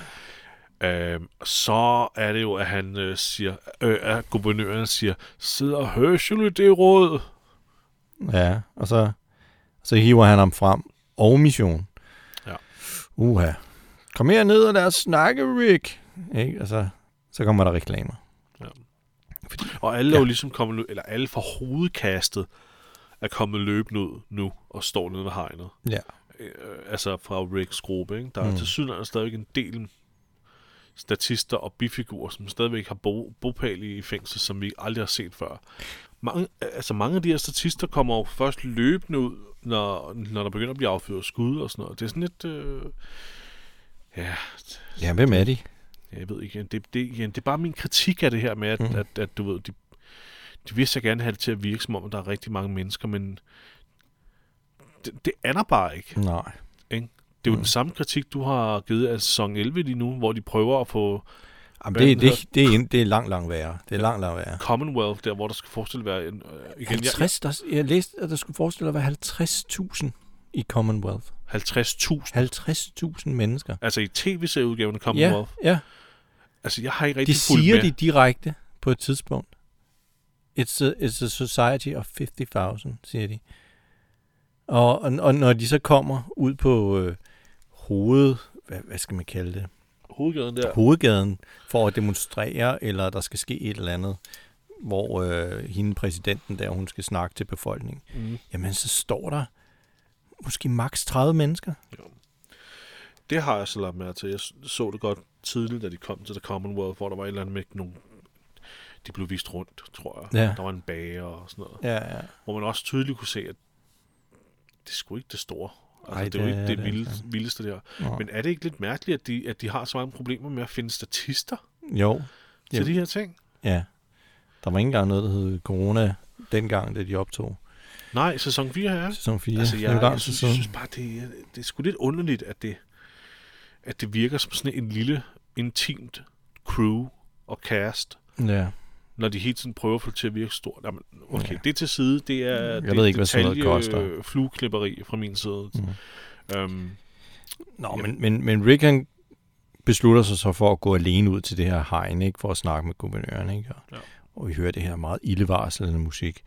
Så er det jo, at han siger, at guvernøren siger, sidder Herschel i det råd? Ja, og så hiver han ham frem. Og mission. Ja. kom her ned og lad os snakke, Rick. Ikke? Og så kommer der reklamer. Ja. Og alle er jo ligesom kommet, eller alle fra hovedkastet er kommet løbende ud nu, og står nede ved hegnet. Ja. Altså fra Ricks gruppe, ikke? Der er til synligheden stadigvæk en del statister og bifigurer, som stadigvæk har bopæl i fængsel, som vi aldrig har set før. Mange af de her statister kommer jo først løbende ud, når der begynder at blive affyret skud og sådan noget. Det er sådan lidt... Ja, hvem er de? Jeg ved ikke. Det er bare min kritik af det her med, at du ved, de vil så gerne have det til at virke, som om der er rigtig mange mennesker, men det er der bare ikke. Nej. Ikke? Det er jo den samme kritik, du har givet af sæson 11 lige nu, hvor de prøver at få... Jamen, det er langt værre. Det er langt værre. Commonwealth, der hvor der skal forestille være... Jeg læste, at der skulle forestille at være 50.000 i Commonwealth. 50.000? 50.000 mennesker. Altså i tv-serieudgaven af Commonwealth? Ja. Altså, jeg har ikke rigtig fulgt med. De siger direkte på et tidspunkt. It's a society of 50.000, siger de. Og når de så kommer ud på hvad skal man kalde det? Hovedgaden for at demonstrere, eller der skal ske et eller andet, hvor hende præsidenten der, hun skal snakke til befolkningen. Jamen, så står der måske maks 30 mennesker. Jo. Det har jeg så lagt mærke til. Jeg så det godt tidligt, da de kom til The Commonwealth, hvor der var et eller andet med nogle... De blev vist rundt, tror jeg. Ja. Der var en bager og sådan noget. Ja. Hvor man også tydeligt kunne se, at det skulle ikke det store. Altså, det er jo ikke det vildeste der. Ja. Men er det ikke lidt mærkeligt, at de har så mange problemer med at finde statister? Jo. Til de her ting? Ja. Der var ikke engang noget, der hed corona dengang, da de optog. Nej, sæson 4 her. Sæson 4. Altså, jeg synes bare, det er sgu lidt underligt, at det virker som sådan en lille, intimt crew og cast. Ja. Når de hele tiden prøver at få det til at virke stort. Jamen, okay, det til side, det er jeg ved ikke, hvad sådan noget koster. Flueklipperi fra min side. Men Rick, han beslutter sig så for at gå alene ud til det her hegn, ikke, for at snakke med guvernøren, ikke? Og vi hører det her meget ildevarslende musik.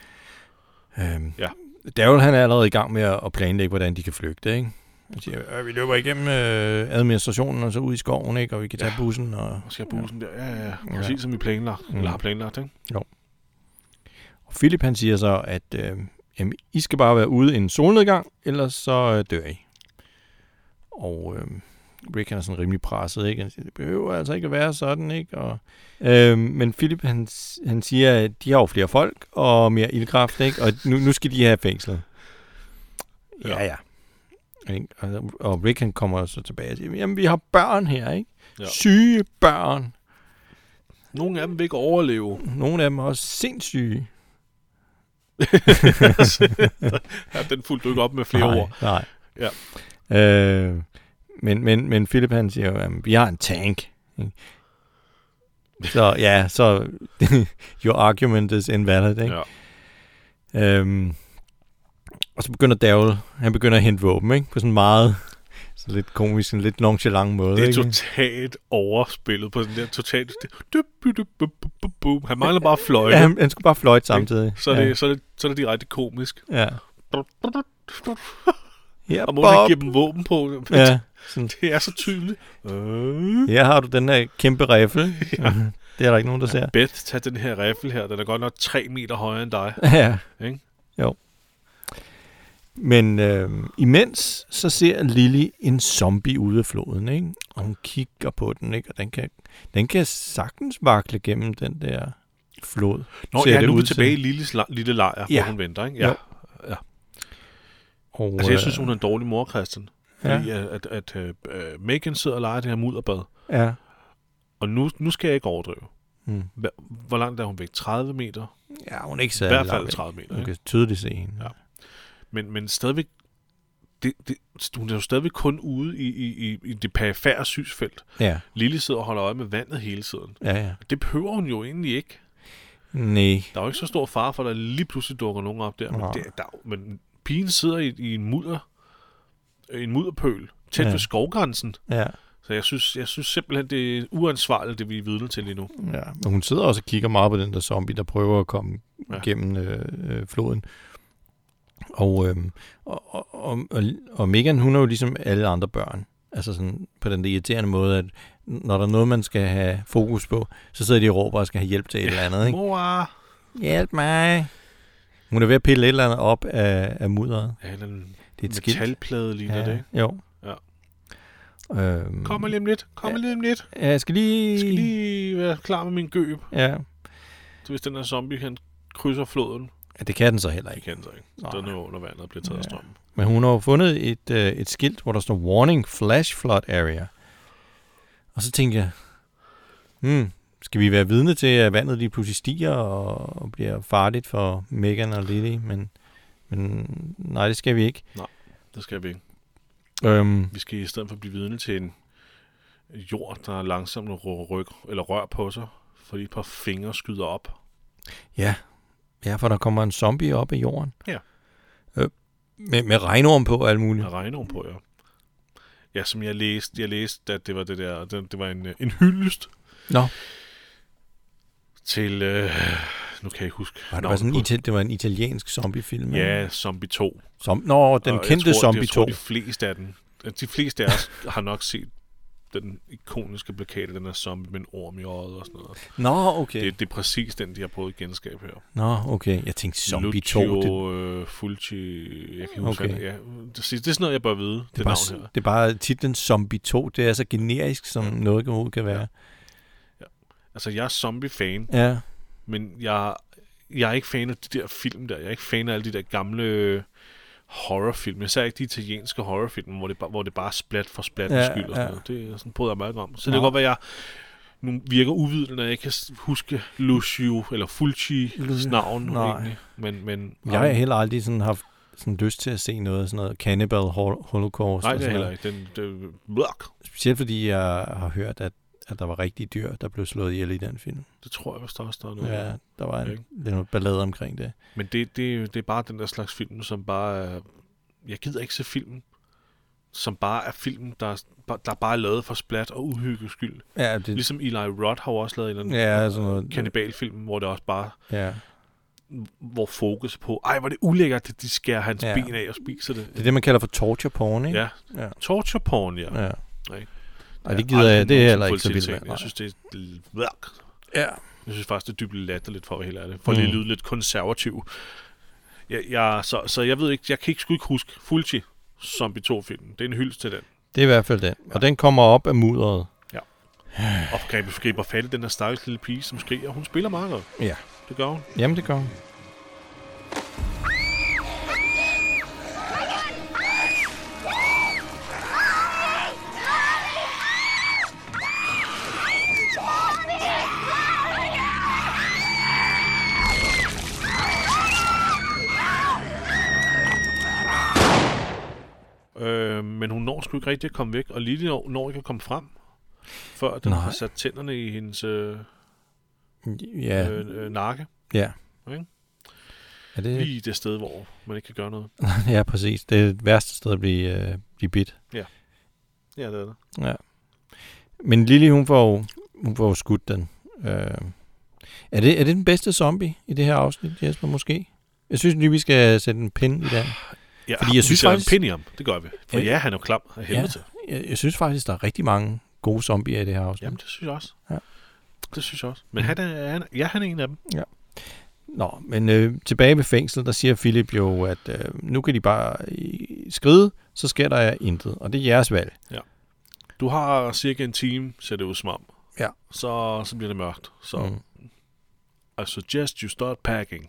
Daryl, han er allerede i gang med at planlægge, hvordan de kan flygte, ikke? Han siger, vi løber igennem administrationen og så ud i skoven, ikke? Og vi kan tage bussen. Og skal bussen der. Ja. Præcis som vi planlagt. Eller har planlagt, ikke? Jo. Og Philip, han siger så, at I skal bare være ude i en solnedgang, ellers så dør I. Og Rick, han er sådan rimelig presset, ikke? Han siger, det behøver altså ikke at være sådan, ikke? Og, men Philip, han siger, at de har jo flere folk og mere ildkraft, ikke? Og nu skal de have fængslet. Ja. Og Rick, han kommer så tilbage og siger, jamen, vi har børn her, ikke? Ja. Syge børn. Nogle af dem vil ikke overleve. Nogle af dem er også sindssyge. Ja, den fulgte du ikke op med flere ord. Nej. Ja. Men Philip, han siger jo, at vi har en tank. Ikke? Så your argument is invalid, ikke? Ja. Og så begynder Daryl, han begynder at hente våben, ikke? På sådan meget, så lidt komisk, en lidt nonchalant måde. Det er ikke? Totalt overspillet på den der totalt... Han mangler bare fløjte. Ja, han skulle bare fløjte samtidig. Så er det direkte komisk. Ja. Og måden giver dem våben på. Ja. Det er så tydeligt. Her har du den her kæmpe riffel. Ja. Det er der ikke nogen, der ser. Beth, tag den her riffel her. Den er godt nok 3 meter højere end dig. Ja. Ikke? Jo. Men imens så ser Lily en zombie ude af floden, ikke? Og hun kigger på den, ikke? Og den kan sagtens vakle gennem den der flod. Nu er vi tilbage i Lillys lille lejr, hvor hun venter, ikke? Ja. Og, altså, jeg synes, hun er en dårlig mor, Christian. Fordi at Megan sidder og leger det her mudderbad. Ja. Og nu skal jeg ikke overdrive. Hvor langt er hun væk? 30 meter? Ja, hun er ikke særlig i hvert fald 30 meter. Du kan tydeligt se hende. Ja. Men stadigvæk, hun er jo stadigvæk kun ude i det perifære synsfelt. Ja. Lille sidder og holder øje med vandet hele tiden. Ja. Det behøver hun jo egentlig ikke. Nej. Der er jo ikke så stor fare for, at der lige pludselig dukker nogen op der. Men pigen sidder i en mudderpøl tæt ved skovgrænsen. Ja. Så jeg synes simpelthen, det er uansvarligt, det vi er vidne til lige nu. Ja, men hun sidder også og kigger meget på den der zombie, der prøver at komme gennem floden. Og Megan, hun er jo ligesom alle andre børn. Altså sådan på den irriterende måde, at når der er noget, man skal have fokus på, så sidder de og råber og skal have hjælp til et eller andet, ikke? Mor! Hjælp mig! Hun er ved at pille et eller andet op af mudderet. Ja, en Det er et skilt. metalplade ligner Ja, det, ikke? jo. Ja. Kommer lige om lidt. Lige om lidt. Ja, jeg skal lige være klar med min gøb. Ja. Så hvis den her zombie, han krydser floden. Ja, det kan den så heller Det ikke. kan den så ikke. Så den er under vandet og bliver taget af strømmen. Men hun har jo fundet et skilt, hvor der står Warning Flash Flood Area. Og så tænker jeg, skal vi være vidne til, at vandet lige pludselig stiger og bliver farligt for Megan og Lily? Men nej, det skal vi ikke. Nej, det skal vi ikke. Vi skal i stedet for blive vidne til en jord, der langsomt rør på sig, fordi et par fingre skyder op. Ja, for der kommer en zombie op i jorden. Ja. Med regnorm på og alt muligt. Med regnorm på, ja. Ja, som jeg læste, at det var det der, det var en hyldest. Nå. Til, nu kan jeg ikke huske. Det var en italiensk zombiefilm. Ja, Zombie 2. Den kendte Zombie 2. Jeg tror, de fleste af os har nok set den ikoniske plakat af den her zombie med en orm i øjet og sådan noget. Nå, okay. Det er præcis den, de har prøvet at genskabe her. Nå, okay. Jeg tænkte Zombie 2. Lucio, Fulci, jeg kan huske, okay. Det er sådan noget, jeg bør vide, det navn her. Det er bare titlen Zombie 2. Det er så generisk, som noget overhovedet kan være. Ja. Altså, jeg er zombie-fan, men jeg er ikke fan af de der film der. Jeg er ikke fan af alle de der gamle horrorfilm. Jeg ser ikke de italienske horrorfilm, hvor det bare er splat for skyld og sådan noget. Det er sådan bryder jeg meget om. Så det kan godt være, at jeg nu virker uvidende, når jeg ikke kan huske Lucio eller Fulcis navn. Egentlig. Men jeg har heller aldrig sådan haft sådan lyst til at se noget sådan noget Cannibal Holocaust. Nej, det er heller ikke. Specielt fordi jeg har hørt, at der var rigtige dyr, der blev slået ihjel i den film. Det tror jeg vist også, der er noget. Ja, der var noget ballade omkring det. Men det er bare den der slags film, som bare er... Jeg gider ikke se filmen, som bare er film, der bare er lavet for splat og uhygge skyld. Ja, ligesom Eli Roth har også lavet en eller anden kannibalfilm, hvor det også bare... Ja. Hvor fokus på, hvor det ulækkert, at de skærer hans ben af og spiser det. Det er det, man kalder for torture porn, ikke? Ja. Torture porn, ja. Nej, det gider jeg, det er heller ikke så vildt. Jeg synes, det er... Ja. Jeg synes faktisk, det er dybt latterligt, for at være helt ærligt. For lige at lyde lidt konservativ. Så jeg ved ikke, jeg kan sgu ikke huske Fulci Zombie 2-filmen. Det er en hyldest til den. Det er i hvert fald den. Og den kommer op af mudderet. Ja. Og griber fat i den der stakkels lille pige, som skriger. Hun spiller meget godt. Ja. Det gør hun. Jamen, det gør hun. Men hun når sgu ikke rigtig at komme væk, og Lily når ikke at komme frem, før den har sat tænderne i hendes nakke. Ja. Okay? Er det... Lige det sted, hvor man ikke kan gøre noget. Ja, præcis. Det er det værste sted at blive bidt. Ja. Ja, det er det. Ja. Men Lily, hun får skudt den. Er det den bedste zombie i det her afsnit, Jesper, måske? Jeg synes lige, vi skal sætte en pind i den. Ja, fordi jeg synes faktisk... en pind i ham. Det gør vi. For han er jo klam af helvede til. Jeg synes faktisk, der er rigtig mange gode zombier i det her afsnit. Jamen, det synes jeg også. Ja. Det synes jeg også. Men han er en af dem. Ja. Nå, men tilbage ved fængslet, der siger Philip jo, at nu kan de bare skride, så sker der intet. Og det er jeres valg. Ja. Du har cirka en time, ser det ud som om. Ja. Så bliver det mørkt. Så I suggest you start packing.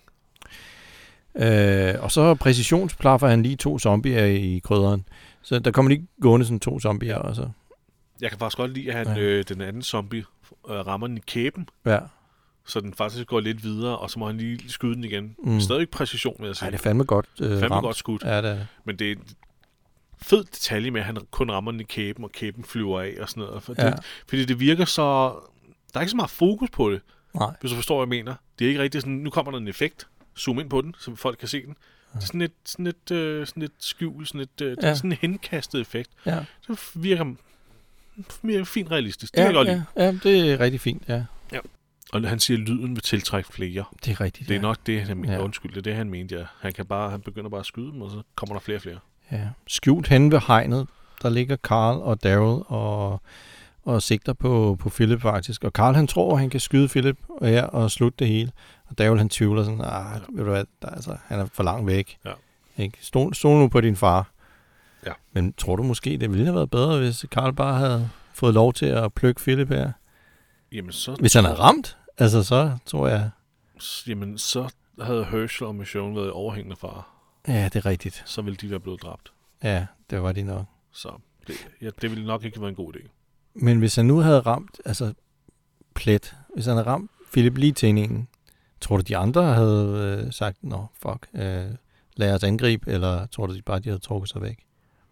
Og så præcisionsplaffer han lige 2 zombier i krydderen. Så der kommer lige gående sådan 2 zombier. Og så. Jeg kan faktisk godt lide, at han, den anden zombie rammer den i kæben. Ja. Så den faktisk går lidt videre, og så må han lige skyde den igen. Stadig ikke præcision, vil jeg sige. Nej, det er fandme godt godt skudt. Ja, det er. Men det er fed detalje med, at han kun rammer den i kæben, og kæben flyver af og sådan noget. Fordi det virker så... Der er ikke så meget fokus på det. Nej. Hvis du forstår, hvad jeg mener. Det er ikke rigtig sådan, nu kommer der en effekt. Zoom ind på den, så folk kan se den. Det er sådan et skjul, sådan en henkastet effekt. Ja. Det virker fint realistisk. Det kan jeg godt lide. Ja, det er rigtig fint, ja. Og han siger, at lyden vil tiltrække flere. Det er rigtigt, det er nok det, han mener. Undskyld, det er det, han mente, ja. Han begynder bare at skyde dem, og så kommer der flere og flere. Ja. Skjult henne ved hegnet, der ligger Carl og Daryl og sigter på Philip faktisk. Og Carl, han tror, han kan skyde Philip og slutte det hele. Og Daryl, han tvivler sådan, ved du hvad, han er for langt væk. Ja. Ikke? Stol nu på din far. Ja. Men tror du måske, det ville have været bedre, hvis Carl bare havde fået lov til at plukke Philip her? Jamen, så hvis han havde ramt, altså så tror jeg... Jamen, så havde Herschel og Michonne været overhængende far. Ja, det er rigtigt. Så ville de være blevet dræbt. Ja, det var de nok. Så det ville nok ikke have været en god idé. Men hvis han nu havde ramt, altså plet, hvis han havde ramt Philip lige tændingen, tror du, de andre havde sagt, fuck, lad os angribe, eller tror du, de havde trukket sig væk?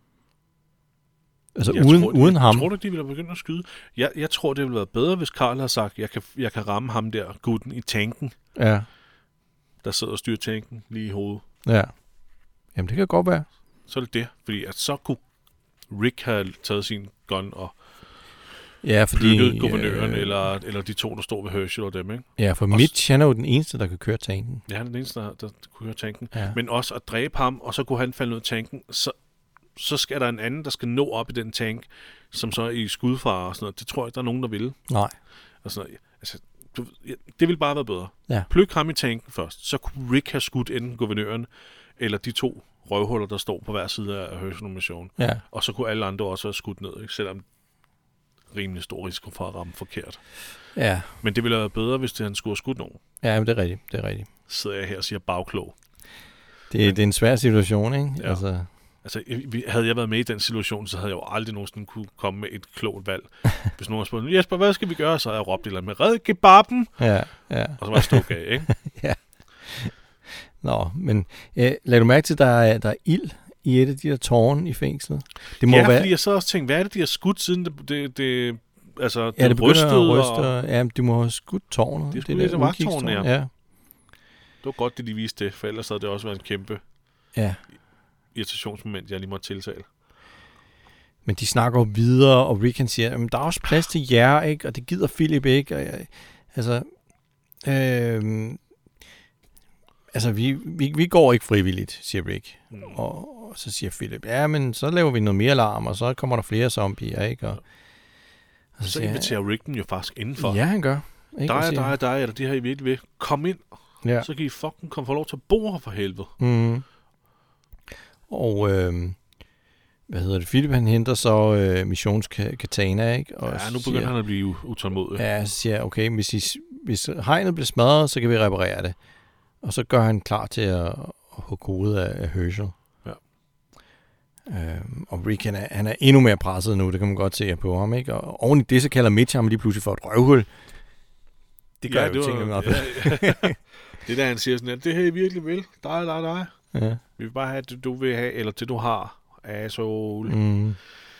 Altså uden ham. Tror du, de ville have begyndt at skyde? Jeg tror, det ville være bedre, hvis Carl havde sagt, jeg kan ramme ham der, gutten i tanken. Ja. Der sidder og styrer tanken lige i hovedet. Ja. Jamen, det kan godt være. Så er det. Fordi at så kunne Rick have taget sin gun og plukket guvernøren, eller de to, der stod ved Herschel og dem, ikke? Ja, for Mitch, han er jo den eneste, der kan køre tanken. Ja, han er den eneste, der kunne køre tanken. Ja. Men også at dræbe ham, og så kunne han falde ned i tanken, så skal der en anden, der skal nå op i den tank, som så er i skudfare og sådan noget. Det tror jeg, der er nogen, der vil. Nej. Altså, det ville bare være bedre. Ja. Pluk ham i tanken først. Så kunne Rick have skudt enten guvernøren, eller de to røvhuller, der står på hver side af Herschel og Mission. Ja. Og så kunne alle andre også have skudt ned, ikke? Selvom rimelig stor risiko for at ramme forkert. Ja. Men det ville have været bedre, hvis han skulle have skudt nogen. Ja, men det er rigtigt. Sidder jeg her og siger bagklog. Det er en svær situation, ikke? Ja. Altså, havde jeg været med i den situation, så havde jeg jo aldrig nogensinde kunne komme med et klogt valg. Hvis nogen spurgte, Jesper, hvad skal vi gøre? Så havde jeg råbt et eller andet med, red kebaben! Ja. Og så var jeg stuk af, ikke? Ja. Nå, men lad du mærke til, der er ild i et af de der tårne i fængslet? Det må være... fordi jeg så også tænkte, hvad er det, de har skudt siden det det rystede? Ja, de må have skudt tårnet. Det er sgu lidt af vagtårnet, ja. Ja. Det var godt, det de viste det, for ellers havde det også været en kæmpe irritationsmoment, jeg lige måtte tiltale. Men de snakker jo videre, og Rick han siger, der er også plads til jer, ikke? Og det gider Philip ikke. Og vi går ikke frivilligt, siger Rick. Og så siger Philip, ja, men så laver vi noget mere alarm, og så kommer der flere zombier, ikke? Og så inviterer Rick dem jo faktisk indenfor. Ja, han gør. Ikke? Dig, eller de her I virkelig ved. Kom ind, så kan I fucking komme for lov til at bo her for helvede. Mm. Og, Philip han henter så Missions katana, ikke? Og nu begynder han at blive utålmodig. Ja, så siger okay, hvis hegnet bliver smadret, så kan vi reparere det. Og så gør han klar til at hugge hovedet af Herschel. Ja. Og Rick, han er endnu mere presset nu, det kan man godt se på ham, ikke? Og oven i det, så kalder Mitch ham lige pludselig for et røvhul. Det gør jo tingene meget fedt. Det der, han siger sådan, at det her I virkelig vil. Dig. Ja. Vi vil bare have det, du vil have, eller det, du har. Asshole. Mm.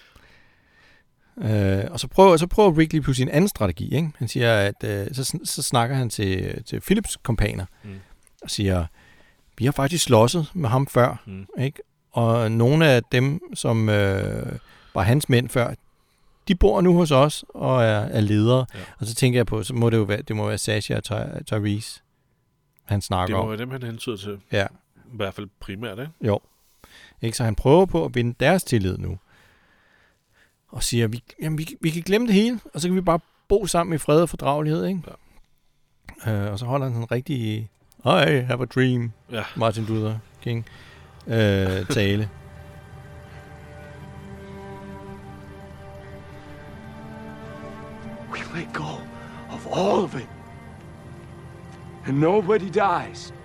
Og så prøver Rick lige pludselig en anden strategi, ikke? Han siger, at så snakker han til Philips kompaner og siger, vi har faktisk slåsset med ham før, ikke? Og nogle af dem, som var hans mænd før, de bor nu hos os og er ledere. Ja. Og så tænker jeg på, så må det må være Sasha og Tyrese, han snakker om. Det må være dem, han hentyder til. Ja. I hvert fald primært, ikke? Jo. Ikke? Så han prøver på at vinde deres tillid nu. Og siger, vi kan glemme det hele, og så kan vi bare bo sammen i fred og fordragelighed, ikke? Ja. Og så holder han sådan en rigtig I have a dream, Martin Luther King tale. We let go of all of it, and nobody dies.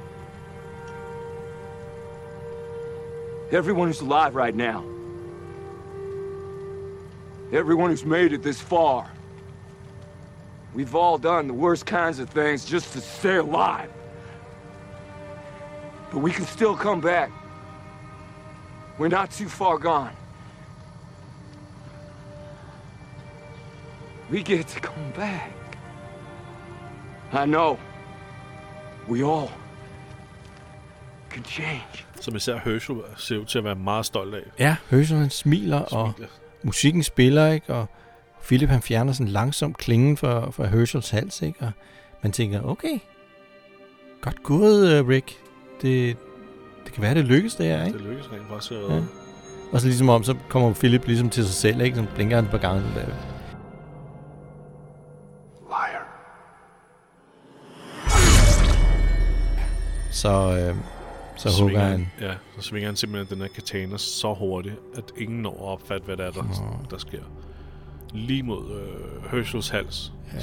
Everyone who's alive right now. Everyone who's made it this far. We've all done the worst kinds of things just to stay alive. But we can still come back. We're not too far gone. We get to come back. I know. We all can change. Som især Herschel ser ud til at være meget stolt af. Ja, Herschel han smiler, og musikken spiller, ikke? Og Philip han fjerner sådan langsomt klingen for Herschels hals, ikke? Og man tænker, okay, godt gået, Rick. Det kan være, det lykkes det her, ikke? Det lykkes rent faktisk. Ja. Og så ligesom om, så kommer Philip ligesom til sig selv, ikke? Så blinker han et par gange. Der. Liar. Så hugger han. Ja, så svinger han simpelthen den her katana så hurtigt, at ingen når at opfatte, hvad der sker. Lige mod Herschels hals. Ja.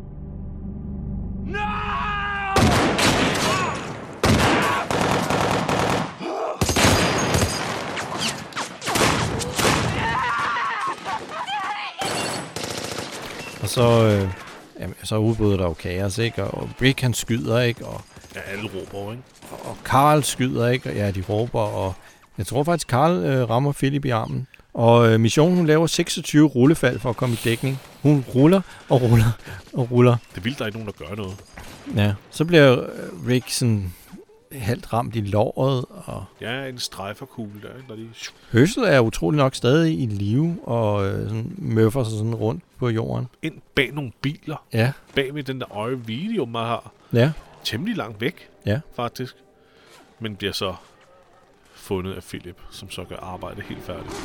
Og så udbryder der jo kaos, ikke? Og Rick, han skyder, ikke? Og ja, alle råber, ikke? Og Carl skyder, ikke? Og ja, de råber, og jeg tror faktisk, Carl rammer Philip i armen. Og Mission, hun laver 26 rullefald for at komme i dækning. Hun ruller og ruller og ruller. Det er vildt, der er ikke nogen, der gør noget. Ja, så bliver Rick sådan halvt ramt i låret. Og ja, en strejferkugle der, når de... Herschel er utrolig nok stadig i live og sådan møffer sig sådan rundt på jorden. Ind bag nogle biler. Ja. Bag ved den der øje-video, man har. Ja. Temmelig langt væk, ja, faktisk. Men bliver så fundet af Philip, som så gør arbejdet helt færdigt.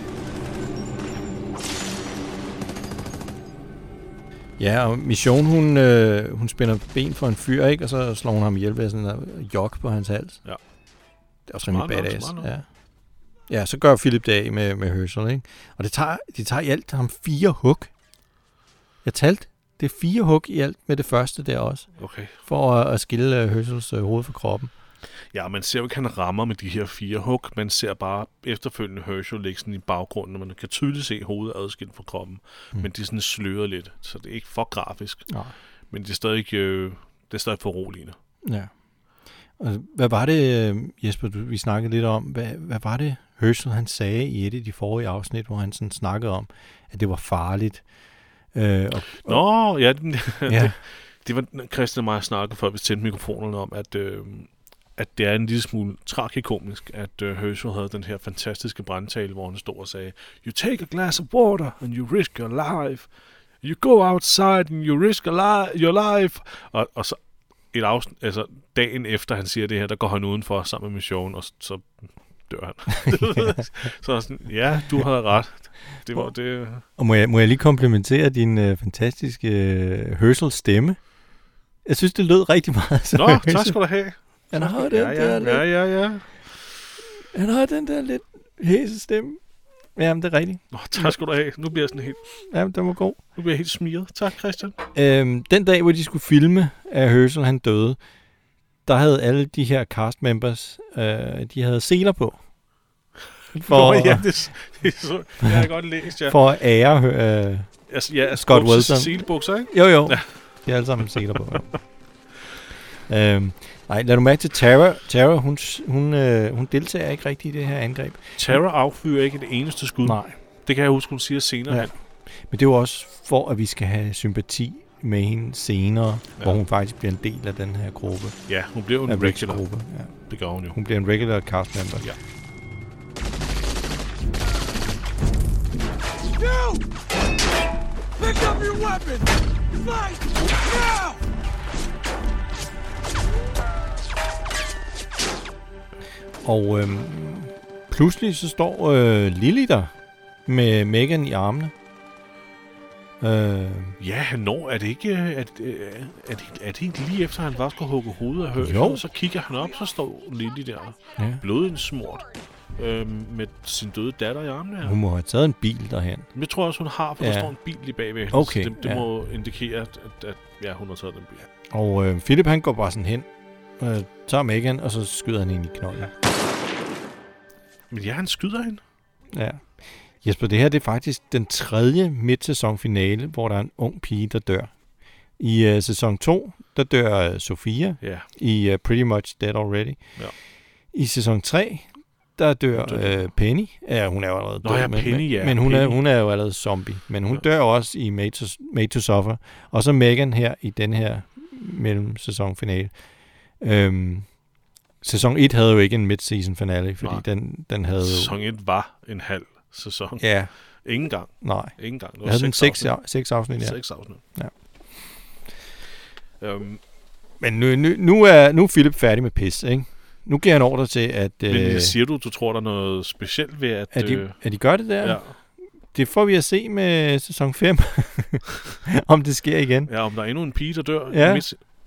Ja, og Mission, hun spænder ben for en fyr, ikke? Og så slår hun ham ihjel ved sådan en jok på hans hals. Ja. Det er også rimelig badass. Ja. Ja, så gør Philip det af med Herschel, ikke? Og de tager i alt ham 4 hug. Jeg talte. Det er 4 hug i alt med det første der også. Okay. For at skille Herschels hoved fra kroppen. Ja, man ser jo ikke, han rammer med de her 4 hug. Man ser bare efterfølgende Herschel ligge sådan i baggrunden, og man kan tydeligt se hovedet adskilt fra kroppen. Men det er sådan sløret lidt, så det er ikke for grafisk. Nej. Men det er stadig foruroligende. Ja. Og hvad var det, Jesper, vi snakkede lidt om, hvad var det, Herschel han sagde i et af de forrige afsnit, hvor han sådan snakkede om, at det var farligt? Ja, det var Christian og mig snakkede før vi tændte mikrofonerne om, at det er en lille smule tragikomisk, at Herschel havde den her fantastiske brandtale, hvor han stod og sagde, "You take a glass of water and you risk your life. You go outside and you risk your life." Og så dagen efter han siger det her, der går han udenfor sammen med Mission, og så dør han. Så sådan, ja, du havde ret. Det var det. Og må jeg lige komplimentere din fantastiske Herschel stemme? Jeg synes, det lød rigtig meget. Nå, tak skal du have. Han har den der Han har den der lidt hæse stemme. Jamen, det er rigtigt. Nå, tak skal du have. Nu bliver jeg sådan helt... Jamen, den var god. Nu bliver jeg helt smiret. Tak, Christian. Den dag, hvor de skulle filme, at Herschel han døde, der havde alle de her cast members, de havde seler på. Ja, det har jeg godt læst, ja. For at ære Scott Wilson. Selebukser, ikke? Jo. Ja. De har alle sammen seler på. Nej, lad du mærke til Tara. Tara, hun deltager ikke rigtig i det her angreb. Tara affyrer ikke det eneste skud. Nej. Det kan jeg huske, hun siger senere. Ja. Men det er jo også for, at vi skal have sympati med hende senere, hvor hun faktisk bliver en del af den her gruppe. Ja, hun bliver jo en regular gruppe. Ja. Det gør hun jo. Hun bliver en regular cast member. Ja. You! Pick up your weapon! Fight! Now! Og pludselig så står Lily der med Megan i armene. Ja, er det ikke lige efter, han var skulle hugge hovedet af Herschel? Jo. Så kigger han op, så står Lily der. Ja. Blodsmurt. Med sin døde datter i armene her. Hun må have taget en bil derhen. Men jeg tror også, hun har, for der står en bil lige bagved. Okay, det må indikere, at hun har taget den bil. Og Philip han går bare sådan hen, tager Megan, og så skyder han hende i knolden. Ja. Men ja, han skyder hende. Ja. Jesper, det her det er faktisk den 3. midtsæsonfinale, hvor der er en ung pige, der dør. I sæson 2, der dør Sofia. Ja. I Pretty Much Dead Already. Ja. I sæson 3, der dør Penny. Ja, hun er jo allerede død. Men hun er jo allerede zombie. Men hun dør også i Made to Suffer. Og så Megan her i den her mellemsæsonfinale. Sæson 1 havde jo ikke en mid-season finale, fordi den havde... Sæson 1 var en halv sæson. Ja. Ingen gang. Nej. Ingen gang. Det havde 6 afsnit, ja. 6 afsnit. Ja. Men nu er Philip færdig med pis, ikke? nu giver han ordre til, at... Men siger du tror, der er noget specielt ved, at... At de gør det der? Ja. Det får vi at se med sæson 5. Om det sker igen. Ja, om der er endnu en pige, der dør. Ja.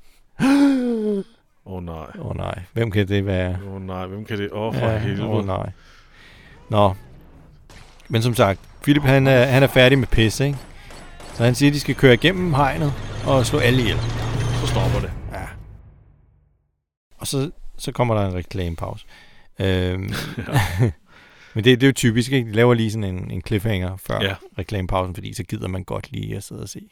Nej. Nej. Hvem kan det være? Nej, hvem kan det? For helvede. Nej. Nå. Men som sagt, Philip han er færdig med pisse, ikke? Så han siger, at de skal køre igennem hegnet og slå alle ihjel. Så stopper det. Ja. Og så kommer der en reklamepause. Men det er jo typisk, ikke? De laver lige sådan en cliffhanger før reklamepausen, fordi så gider man godt lige at sidde og se.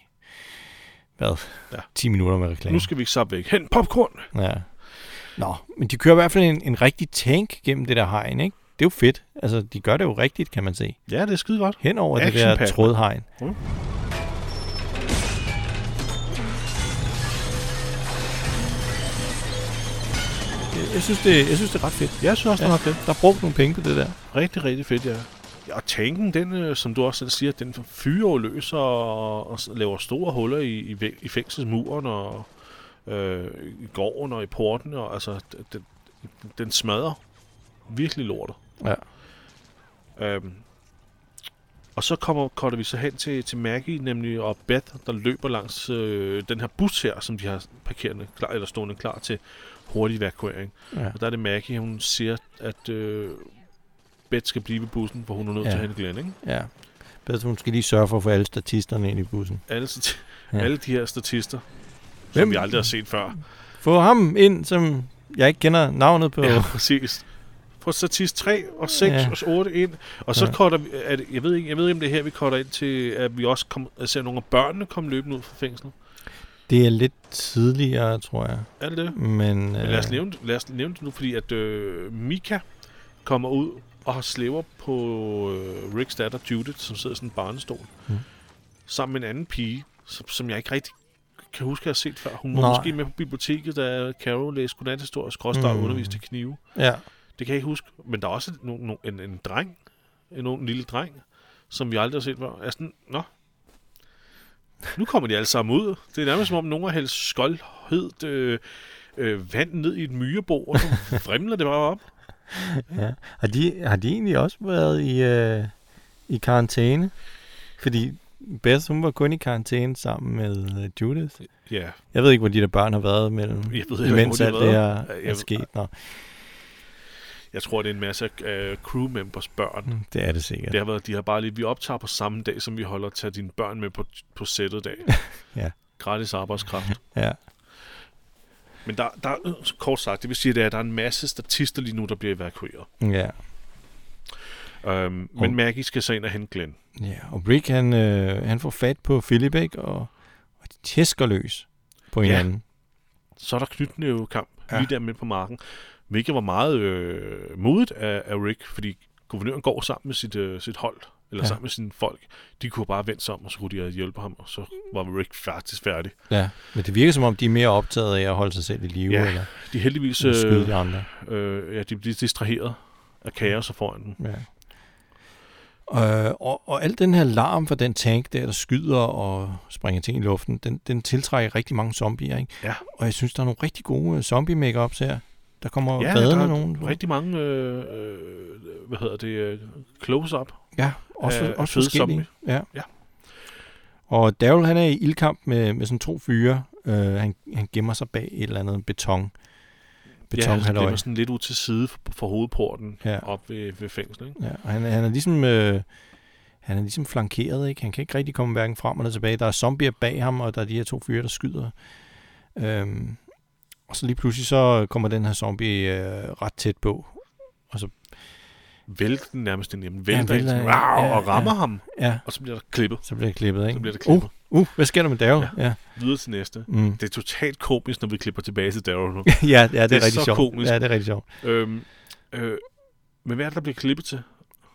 10 minutter med reklame. Nu skal vi ikke sappe væk. Hen popcorn! Ja. Nå, men de kører i hvert fald en rigtig tank gennem det der hegn, ikke? Det er jo fedt. Altså, de gør det jo rigtigt, kan man se. Ja, det er skide godt. Hen over det der trådhegn. Jeg synes, det er ret fedt. Jeg synes også, det er ret fedt. Der er brugt nogle penge på det der. Rigtig, rigtig fedt, ja. Ja, og tanken, den, som du også selv siger, den fyrer og løser og laver store huller i fængselsmuren og i gården og i porten. Og, altså, den smadrer virkelig lortet. Ja. Og så kommer vi så hen til Maggie, nemlig og Beth, der løber langs den her bus her, som de har parkeret klar, eller stående klar til hurtig evakuering. Ja. Og der er det Maggie, hun siger, at Beth skal blive ved bussen, for hun er nødt til at hente Glenn, ikke? Ja. Beth, hun skal lige sørge for at få alle statisterne ind i bussen. Alle de her statister, som vi aldrig har set før. Få ham ind, som jeg ikke kender navnet på. Ja, præcis. Få statist 3 og 6 og 8 ind. Og så cutter vi, jeg ved ikke om det her, vi cutter ind til, at vi også ser nogle af børnene komme løbende ud fra fængslet. Det er lidt tidligere, tror jeg. Er det det? Men lad os nævne det nu, fordi at Mika kommer ud og har slæver på Ricks datter Judith, som sidder i sådan en barnestol. Sammen med en anden pige, som jeg ikke rigtig kan huske, at jeg har set før. Hun var måske med på biblioteket, da Carol læste godnathistorie, skråstreg underviste til knive. Ja. Det kan jeg ikke huske. Men der er også en dreng, en lille dreng, som vi aldrig har set før. Jeg er sådan, nu kommer de alle sammen ud. Det er nærmest som om nogen har hældt skoldhed vand ned i et myrebo, og så fremler det bare op. Ja. Har de egentlig også været i karantæne? Fordi Beth, hun var kun i karantæne sammen med Judith. Ja. Jeg ved ikke, hvor de der børn har været mellem, mens alt det her er sket. Jeg tror, det er en masse crew members børn. Det er det sikkert. Det har været, de har bare lige, vi optager på samme dag, som vi holder tage dine børn med på sættet dag. Ja. Gratis arbejdskraft. Ja. Men der kort sagt, det vil sige, at der er en masse statister lige nu, der bliver evakueret. Ja. Men Maggie skal så ind og hente Glenn. Ja, og Rick, han får fat på Philip, ikke? Og de tæsker løs på hinanden. Så er der knytnævekamp lige der midt på marken. Hvilket var meget modigt af Rick, fordi guvernøren går sammen med sit hold, eller sammen med sine folk. De kunne bare vende sig om, og så kunne de hjælpe ham, og så var Rick faktisk færdig. Ja, men det virker som om, de er mere optaget af at holde sig selv i live. Ja, eller de heldigvis skyde de andre. De bliver distraheret af kaos foran dem. Ja. Og al den her larm fra den tank der skyder og springer ting i luften, den tiltrækker rigtig mange zombier, ikke? Ja. Og jeg synes, der er nogle rigtig gode zombie-make-ups her. Der kommer badende nogen. Rigtig mange, close-up. Ja, også forskellige. Zombie. Ja. Og Daryl, han er i ildkamp med sådan 2 fyre. Han gemmer sig bag et eller andet beton. Han gemmer sådan lidt ud til side for hovedporten op ved fængslet. Ikke? Ja, og han er ligesom flankeret, ikke? Han kan ikke rigtig komme hverken frem eller tilbage. Der er zombier bag ham, og der er de her 2 fyre, der skyder. Og så lige pludselig så kommer den her zombie ret tæt på. Og så vælter den nærmest ind hjemme. Og rammer ham. Ja. Og så bliver der klippet. Så bliver det klippet, ikke? Hvad sker der med Daryl? Ja. Videre til næste. Det er totalt komisk, når vi klipper tilbage til Daryl nu. Det er rigtig sjovt. Komisk. Ja, det er rigtig sjovt. Men hvad er det, der bliver klippet til?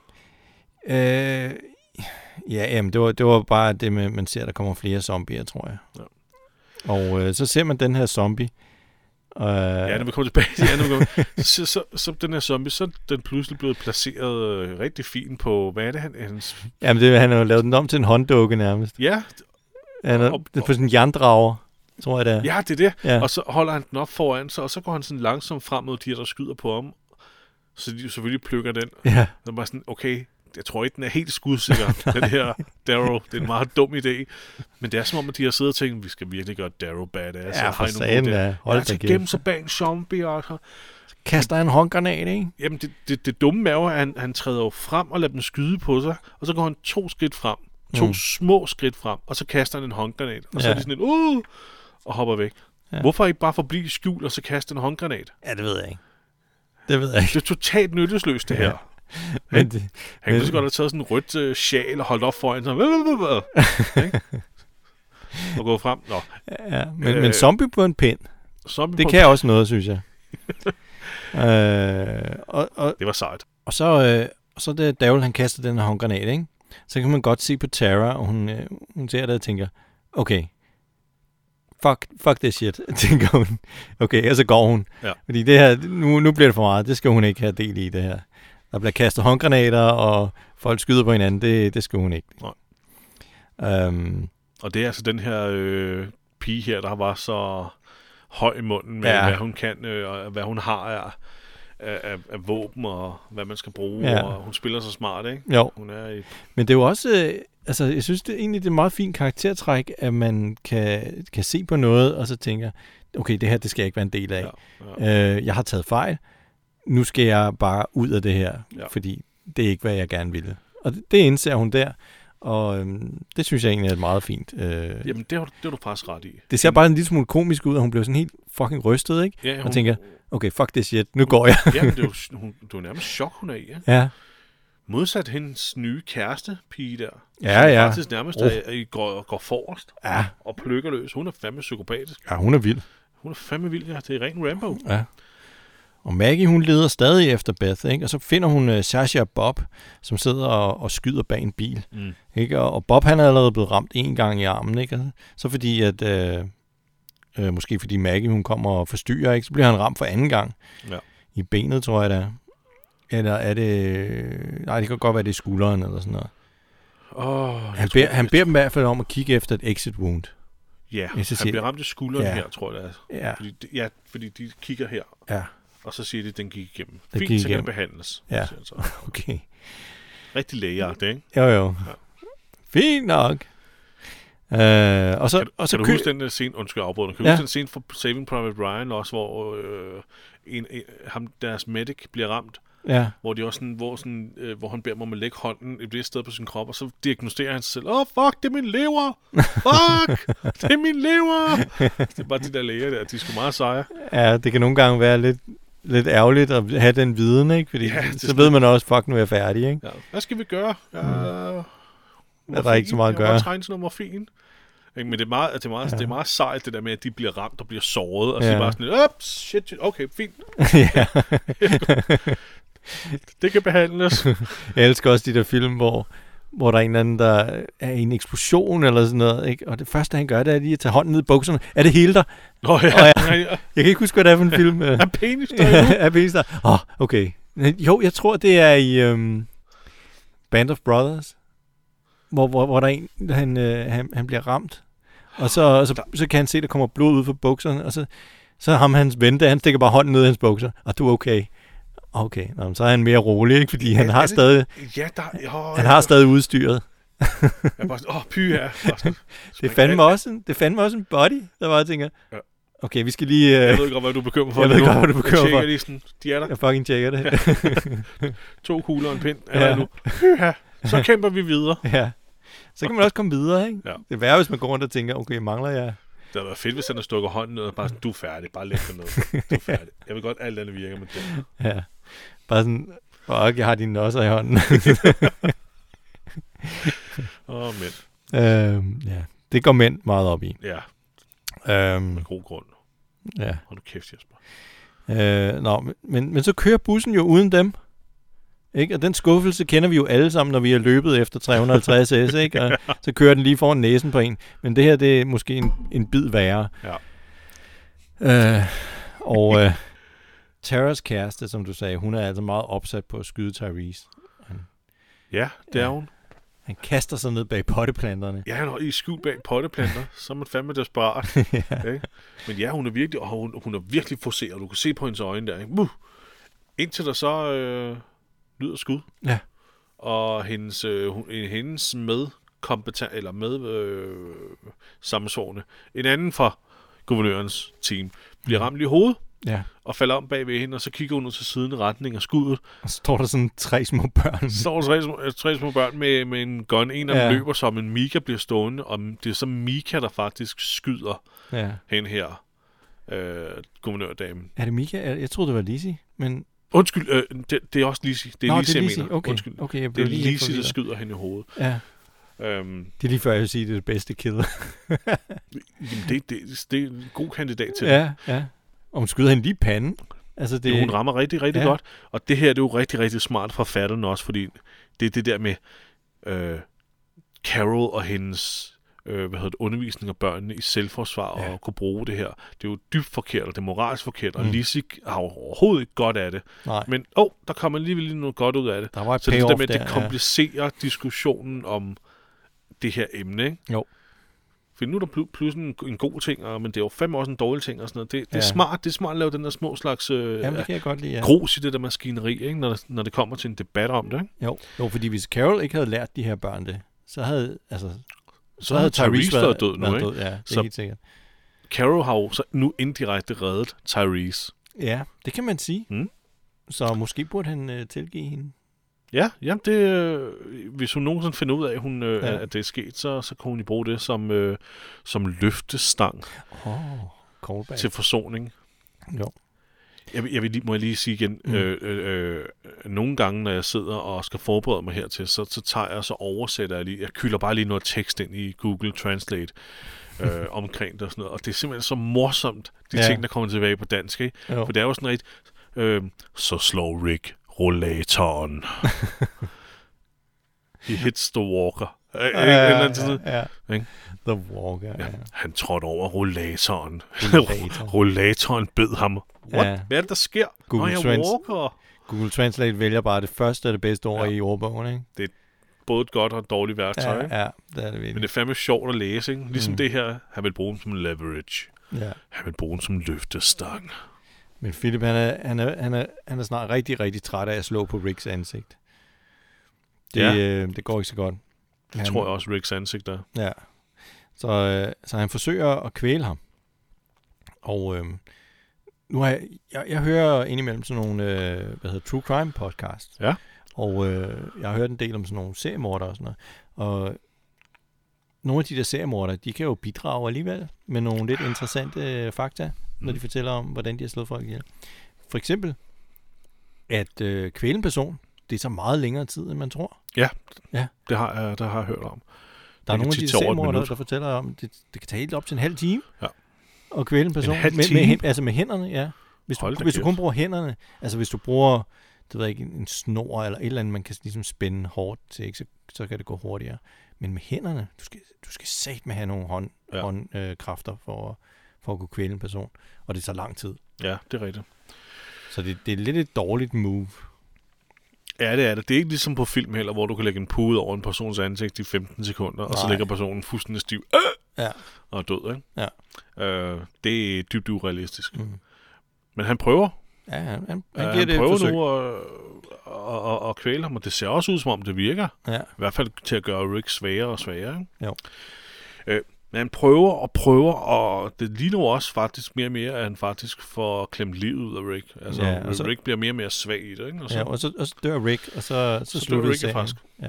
Jamen, det var bare det med, man ser, der kommer flere zombier, tror jeg. Ja. Og så ser man den her zombie. Når vi kommer tilbage til så den her zombie, så er den pludselig blevet placeret rigtig fint på, hvad er det hans... Jamen, han har jo lavet den om til en hånddukke nærmest. Ja. Han er på sådan en jerndrager. tror jeg det er. Ja, det er det. Ja. Og så holder han den op foran sig, og så går han sådan langsomt frem mod de her, der skyder på ham. Så de jo selvfølgelig plukker den. Ja. Så bare sådan, okay, jeg tror ikke, den er helt skudsikker, den her Darrow. Det er en meget dum idé. Men det er som om, at de har siddet og tænkt, vi skal virkelig gøre Darrow badass. Ja, for sagen da. Hold da kæft. Gemme sig bag en zombie, og kaster en håndgranat, ikke? Jamen, det dumme er jo, at han træder jo frem og lader dem skyde på sig, og så går han 2 skridt frem. 2 små skridt frem, og så kaster han en håndgranat. Og så er de sådan en, og hopper væk. Ja. Hvorfor ikke bare forblive skjult, og så kaste en håndgranat? Ja, det ved jeg ikke. Det er totalt nytteløst, det her. Han kunne så godt have taget sådan en rødt sjal og holdt op foran sig. Og gået frem. Nå. Ja, men zombie på en pind. Det kan også noget, synes jeg. Det var sejt. Og så det Daryl, han kaster den her håndgranat, ikke? Så kan man godt se på Tara, og hun ser det og tænker, okay, fuck this shit, tænker hun. Okay, og så går hun. Ja. Fordi det her, nu bliver det for meget, det skal hun ikke have del i, det her. Der bliver kastet håndgranater, og folk skyder på hinanden, det skal hun ikke. Og det er altså den her pige her, der var så høj i munden med, hvad hun kan, og hvad hun har af våben, og hvad man skal bruge, og hun spiller så smart, ikke? Jo. Hun er Men det er jo også, altså jeg synes det er egentlig et meget fint karaktertræk, at man kan se på noget, og så tænker, okay, det her, det skal jeg ikke være en del af. Ja. Jeg har taget fejl, nu skal jeg bare ud af det her, fordi det er ikke, hvad jeg gerne ville. Og det indser hun der, og det synes jeg egentlig er meget fint. Jamen, det har du faktisk ret i. Det ser bare en lille smule komisk ud, og hun bliver sådan helt fucking rystet, ikke? Ja, og tænker, okay, fuck this shit, nu går jeg. Jamen, det er jo nærmest chok, hun er i. Ja. Modsat hendes nye kæreste, pige der. Ja. Faktisk nærmest går forrest og plukker løs. Hun er fandme psykopatisk. Ja, hun er vild. Hun er fandme vild, ja. Det er ren Rambo. Ja. Og Maggie, hun leder stadig efter Beth, ikke? Og så finder hun Sasha og Bob, som sidder og skyder bag en bil. Ikke? Og Bob, han er allerede blevet ramt 1 gang i armen, ikke? Så fordi at... måske fordi Maggie, hun kommer og forstyrrer, ikke? Så bliver han ramt for 2. gang. Ja. I benet, tror jeg, det er. Eller er det... Nej, det kan godt være, det er skulderen eller sådan noget. Han beder dem i hvert fald om at kigge efter et exit wound. Ja, han bliver ramt i skulderen her, tror jeg, det er. Ja. Fordi de kigger her. Ja. Og så siger de, at den gik igennem. Fint, så kan den behandles. Ja, okay. Rigtig lægeagtigt, ikke? Jo. Ja. Fint nok. Og så kan du huske den scene, afbryder, kan du huske den scene for Saving Private Ryan også, hvor deres medic bliver ramt? Ja. Hvor de også hvor han beder mig om at lægge hånden et vist sted på sin krop, og så diagnostiserer han sig selv. Fuck, det er min lever! Fuck, det er min lever! Det er bare de der læger der, de er sgu meget seje. Ja, det kan nogle gange være lidt ærgerligt at have den viden, ikke? Fordi så ved man også, fuck, nu er jeg færdig, ikke? Ja. Hvad skal vi gøre? Er der ikke så meget at gøre? Jeg må træne sådan noget morfin. Men det er meget sejt, det der med, at de bliver ramt og bliver såret, og så bare sådan, shit, okay, fint. Ja. Det kan behandles. Jeg elsker også de der film, hvor der er en eller anden, der er i en eksplosion eller sådan noget, ikke? Og det første, han gør, det er lige at tage hånden ned i bukserne. Er det hele der? Jeg kan ikke huske, hvad det er for en film. Er penis der nu? Er penis der? Okay. Jo, jeg tror, det er i Band of Brothers, hvor der er en, han bliver ramt. Og så kan han se, der kommer blod ud fra bukserne, og så ham hans ven, han stikker bare hånden ned i hans bukser, og du er okay. Okay, så er han mere rolig, ikke? Fordi han har stadig... Ja, han har stadig udstyret. Jeg bare py her. Det er fandme også en body, der bare tænker, okay, vi skal lige... Jeg ved godt, hvad du er bekymret for. Jeg ved godt, hvad du er bekymret for. Lige sådan, de er der. Jeg fucking tjekker det. 2 kugler og en pind. Nu. Så kæmper vi videre. Ja. Så kan man også komme videre, ikke? Ja. Det er værre, hvis man går rundt og tænker, okay, mangler jeg... Det havde været fedt, hvis han havde stukket hånden ned og bare sådan, du er færdig, bare læg dig ned. Du er færdig. Jeg vil godt, alt andet virker med det. Ja. Bare sådan, fuck, jeg har dine nosser i hånden. Mænd. Ja, det går mænd meget op i. Ja. Med god grund. Ja. Hold du kæft, Jesper. Men så kører bussen jo uden dem. Ikke? Og den skuffelse kender vi jo alle sammen, når vi har løbet efter 350 s, ikke? Og så kører den lige foran næsen på en. Men det her, det er måske en bid værre. Ja. Taras kæreste, som du sagde, hun er altså meget opsat på at skyde Tyrese. Ja, det er hun. Han kaster sig ned bag potteplanterne. Ja, han er i skjul bag potteplanter, så er man fandme desperat. Okay? Men ja, hun er virkelig forceret. Du kan se på hendes øjne der. Ikke? Indtil der så lyder skud. Ja. Og hendes sammensvorne, en anden fra guvernørens team, bliver ramt i hovedet. Ja. Og falder om bag ved hende, og så kigger hun ud til siden i retning af skuddet. Og så står der sådan 3 små børn. Så står der 3 små børn med en gun. En af dem løber, som en Mika bliver stående, og det er så Mika, der faktisk skyder hende her, guvernørdamen. Er det Mika? Jeg troede, det var Lizzie, men... Undskyld, det er også Lizzie. Det er Lizzie, jeg mener. Okay. Undskyld. Okay, det er Lizzie, der skyder hende i hovedet. Ja. Det er lige før, jeg vil sige, det er det bedste killer. det er en god kandidat til det. Ja. Og hun skyder hende lige i panden. Altså det... Hun rammer rigtig, rigtig godt. Og det her, det er jo rigtig, rigtig smart fra forfatteren også, fordi det er det der med Carol og hendes undervisning af børnene i selvforsvar og at kunne bruge det her. Det er jo dybt forkert, og det er moralsk forkert, og Lizzie har overhovedet ikke godt af det. Nej. Men der kommer alligevel lige noget godt ud af det. Der var et så det der med, det komplicerer diskussionen om det her emne, ikke? Jo. For nu er der pludselig en god ting, men det er jo fandme også en dårlig ting og sådan noget. Det er smart. Det er smart at lave den der små slags det kan jeg godt lide, grus i det der maskineri, ikke? Når det kommer til en debat om det, ikke? Jo, fordi hvis Carol ikke havde lært de her børn det, så havde Tyrese været død nu, ikke? Ja, det er helt sikkert. Carol har jo så nu indirekte reddet Tyrese. Ja, det kan man sige. Så måske burde han tilgive hende. Ja, hvis hun nogensinde finder ud af, at det er sket, så kan hun jo bruge det som løftestang til forsoning. Jo. Må jeg lige sige igen, nogle gange, når jeg sidder og skal forberede mig hertil, så tager jeg så oversætter jeg lige, jeg kylder bare lige noget tekst ind i Google Translate omkring det og sådan noget, og det er simpelthen så morsomt, de ting, der kommer tilbage på dansk, ikke? For det er jo sådan rigtig, så slår Rick rollatoren. He hits the walker. The walker, Han trådte over rollatoren. Rollatoren bed ham. What? Hvad er det, der sker? Google Translate vælger bare det første og det bedste ord i ordbogen, ikke? Det er både et godt og et dårligt værktøj, ikke? Ja, det er det virkelig. Men det er fandme sjovt at læse, ikke? Ligesom det her, han vil bruge dem som leverage. Ja. Han vil bruge dem som løftestang. Men Philip, han er snart rigtig, rigtig træt af at slå på Ricks ansigt. Det går ikke så godt. Det tror jeg også, Ricks ansigt er. Ja. Så han forsøger at kvæle ham. Og nu har jeg hører indimellem sådan nogle, True Crime podcast. Ja. Og jeg har hørt en del om sådan nogle seriemordere og sådan noget. Og nogle af de der seriemordere, de kan jo bidrage alligevel med nogle lidt interessante fakta, når de fortæller om, hvordan de har slået folk ihjel. For eksempel, at kvæle en person, det tager meget længere tid, end man tror. Ja. Det har jeg hørt om. Der er nogle af de seriemordere, der fortæller om, det kan tage helt op til en halv time. Ja. Og kvæle en person. Altså med hænderne, ja. Hvis du kun bruger hænderne, altså hvis du bruger, det ved jeg ikke, en snor eller et eller andet, man kan ligesom spænde hårdt til, ikke? Så kan det gå hurtigere. Men med hænderne, du skal satme have nogle håndkræfter for at kunne kvæle en person. Og det tager lang tid. Ja, det er rigtigt. Så det er lidt et dårligt move. Ja, det er det. Det er ikke ligesom på film heller, hvor du kan lægge en pude over en persons ansigt i 15 sekunder, og så ligger personen fuldstændig stiv og er død, ikke? Ja. Det er dybt urealistisk. Men han prøver. Ja, han prøver nu at kvæle ham, og det ser også ud, som om det virker. Ja. I hvert fald til at gøre Rick svagere og svagere. Ikke? Jo. Men han prøver, og det ligner også faktisk mere og mere, at han faktisk får klemt livet ud af Rick. Altså, Rick bliver mere og mere svag i det, ikke? Og så dør Rick, og så slutter Rick faktisk. Ja.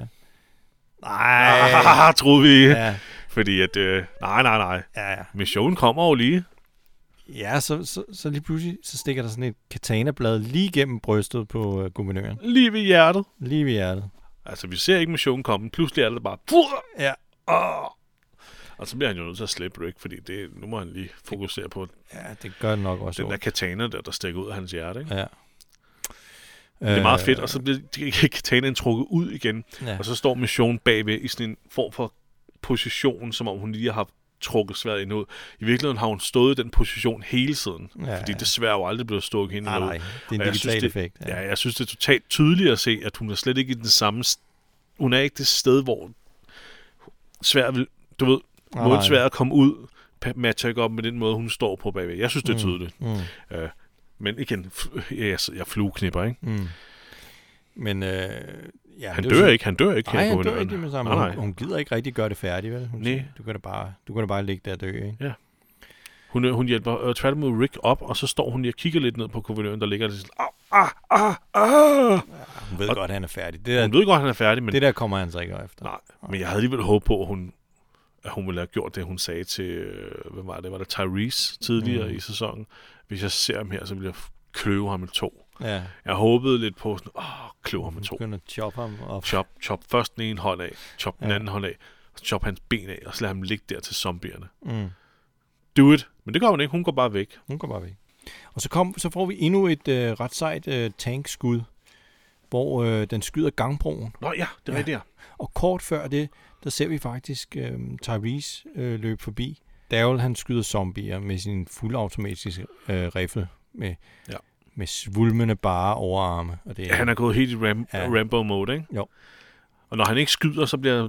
Nej, troede vi. Ja. Fordi at, nej. Ja. Missionen kommer jo lige. Ja, så lige pludselig, så stikker der sådan et katanablad lige gennem brystet på guvernøren. Lige ved hjertet. Lige ved hjertet. Altså, vi ser ikke missionen komme. Pludselig er det bare... Ja. Og så bliver han jo nødt til at slippe Rick, fordi nu må han lige fokusere på... Ja, det gør det nok også. Den der katana der stikker ud af hans hjerte, ikke? Ja. Det er meget fedt, og så bliver katanaen trukket ud igen, og så står missionen bagved i sådan en form for position, som om hun lige har trukket sværet ind ud. I virkeligheden har hun stået i den position hele tiden, fordi det sværd jo aldrig blevet stukket hende ud. Nej, det er en digital effekt. Ja, jeg synes, det er totalt tydeligt at se, at hun er slet ikke i den samme... Hun er ikke det sted, hvor svært, du ved, måden svært at komme ud, matcher ikke op med den måde, hun står på bagved. Jeg synes, det er tydeligt. Men igen, jeg flueknipper, ikke? Men han dør ikke. Nej, han dør ikke med sammen. Hun gider ikke rigtig gøre det færdigt, vel? Nej. Du kan da bare ligge der og dø, ikke? Ja. Hun hjælper tværtimod Rick op, og så står hun lige og kigger lidt ned på guvernøren, der ligger der sådan, Hun ved godt, at han er færdig. Hun ved godt, at han er færdig, men... Det der kommer han så ikke efter. Nej, men jeg havde alligevel håbet på, at hun ville have gjort det, hun sagde til... Hvem var det? Var det Tyrese tidligere i sæsonen? Hvis jeg ser ham her, så vil jeg kløve ham med 2. Ja. Jeg håbede lidt på sådan, kløve ham med 2. Begynder at choppe ham op. Chop først den ene hånd af, chop den anden hånd af, og chop hans ben af, og så lade ham ligge der til zombierne. Do it. Men det gør hun ikke. Hun går bare væk. Og så får vi endnu et ret sejt tankskud, hvor den skyder gangbroen. Nå ja, det er rigtigt. Og kort før det, der ser vi faktisk Tyrese løbe forbi. Daryl, han skyder zombier med sin fuldautomatiske riffel med svulmende bare overarme. Og det, han er gået helt i Rambo-mode, ikke? Jo. Og når han ikke skyder, så bliver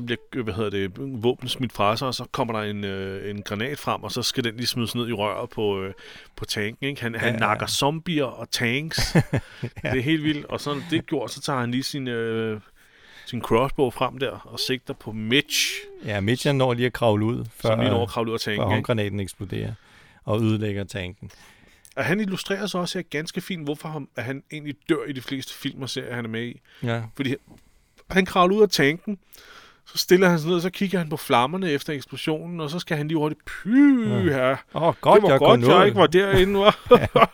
våben smidt fra sig, og så kommer der en granat frem, og så skal den lige smides ned i røret på tanken, ikke? Han nakker zombier og tanks. Det er helt vildt. Og så når det er gjort, så tager han lige sin crossbow frem der og sigter på Mitch. Ja, Mitch han når lige at kravle ud, før håndgranaten eksploderer og ødelægger tanken. Og han illustrerer så også ganske fint, hvorfor han egentlig dør i de fleste film og serier, han er med i. Ja. Fordi han kravler ud af tanken, så stiller han sig ned, og så kigger han på flammerne efter eksplosionen, og så skal han lige hurtigt her. Godt, det var godt, jeg ikke var derinde, var.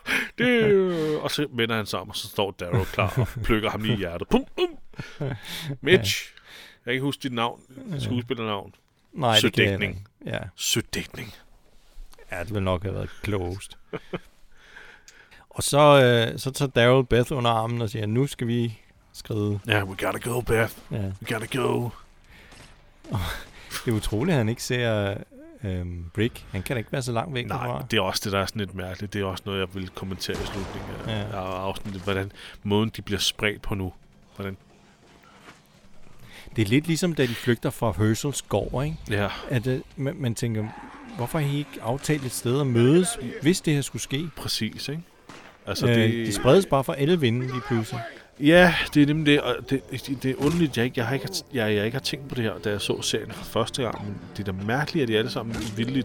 Og så vender han sig om, og så står Daryl klar og plukker ham lige i hjertet. Mitch. Jeg kan ikke huske dit navn, skuespillernavn. Nej, Søddækning. Ja. Søddækning. Ja, det vil nok have været closed. Og så tager Daryl Beth under armen og siger, nu skal vi skride. Ja, we gotta go, Beth. We gotta go. Det er utroligt, at han ikke ser Rick. Han kan da ikke være så langt væk. Nej, det er også det, der er sådan lidt mærkeligt. Det er også noget, jeg vil kommentere i slutningen af afsnittet. Hvordan måden, de bliver spredt på nu. Hvordan... Det er lidt ligesom, da de flygter fra Herschels gård, ikke? Ja. At man tænker, hvorfor har I ikke aftalt et sted at mødes, hvis det her skulle ske? Præcis, ikke? Altså, de spredes bare fra alle vinde lige pludselig. Ja, det er nemlig det, og det er underligt, jeg ikke har tænkt på det her, da jeg så serien for første gang, men det er da mærkeligt, at de alle sammen vildt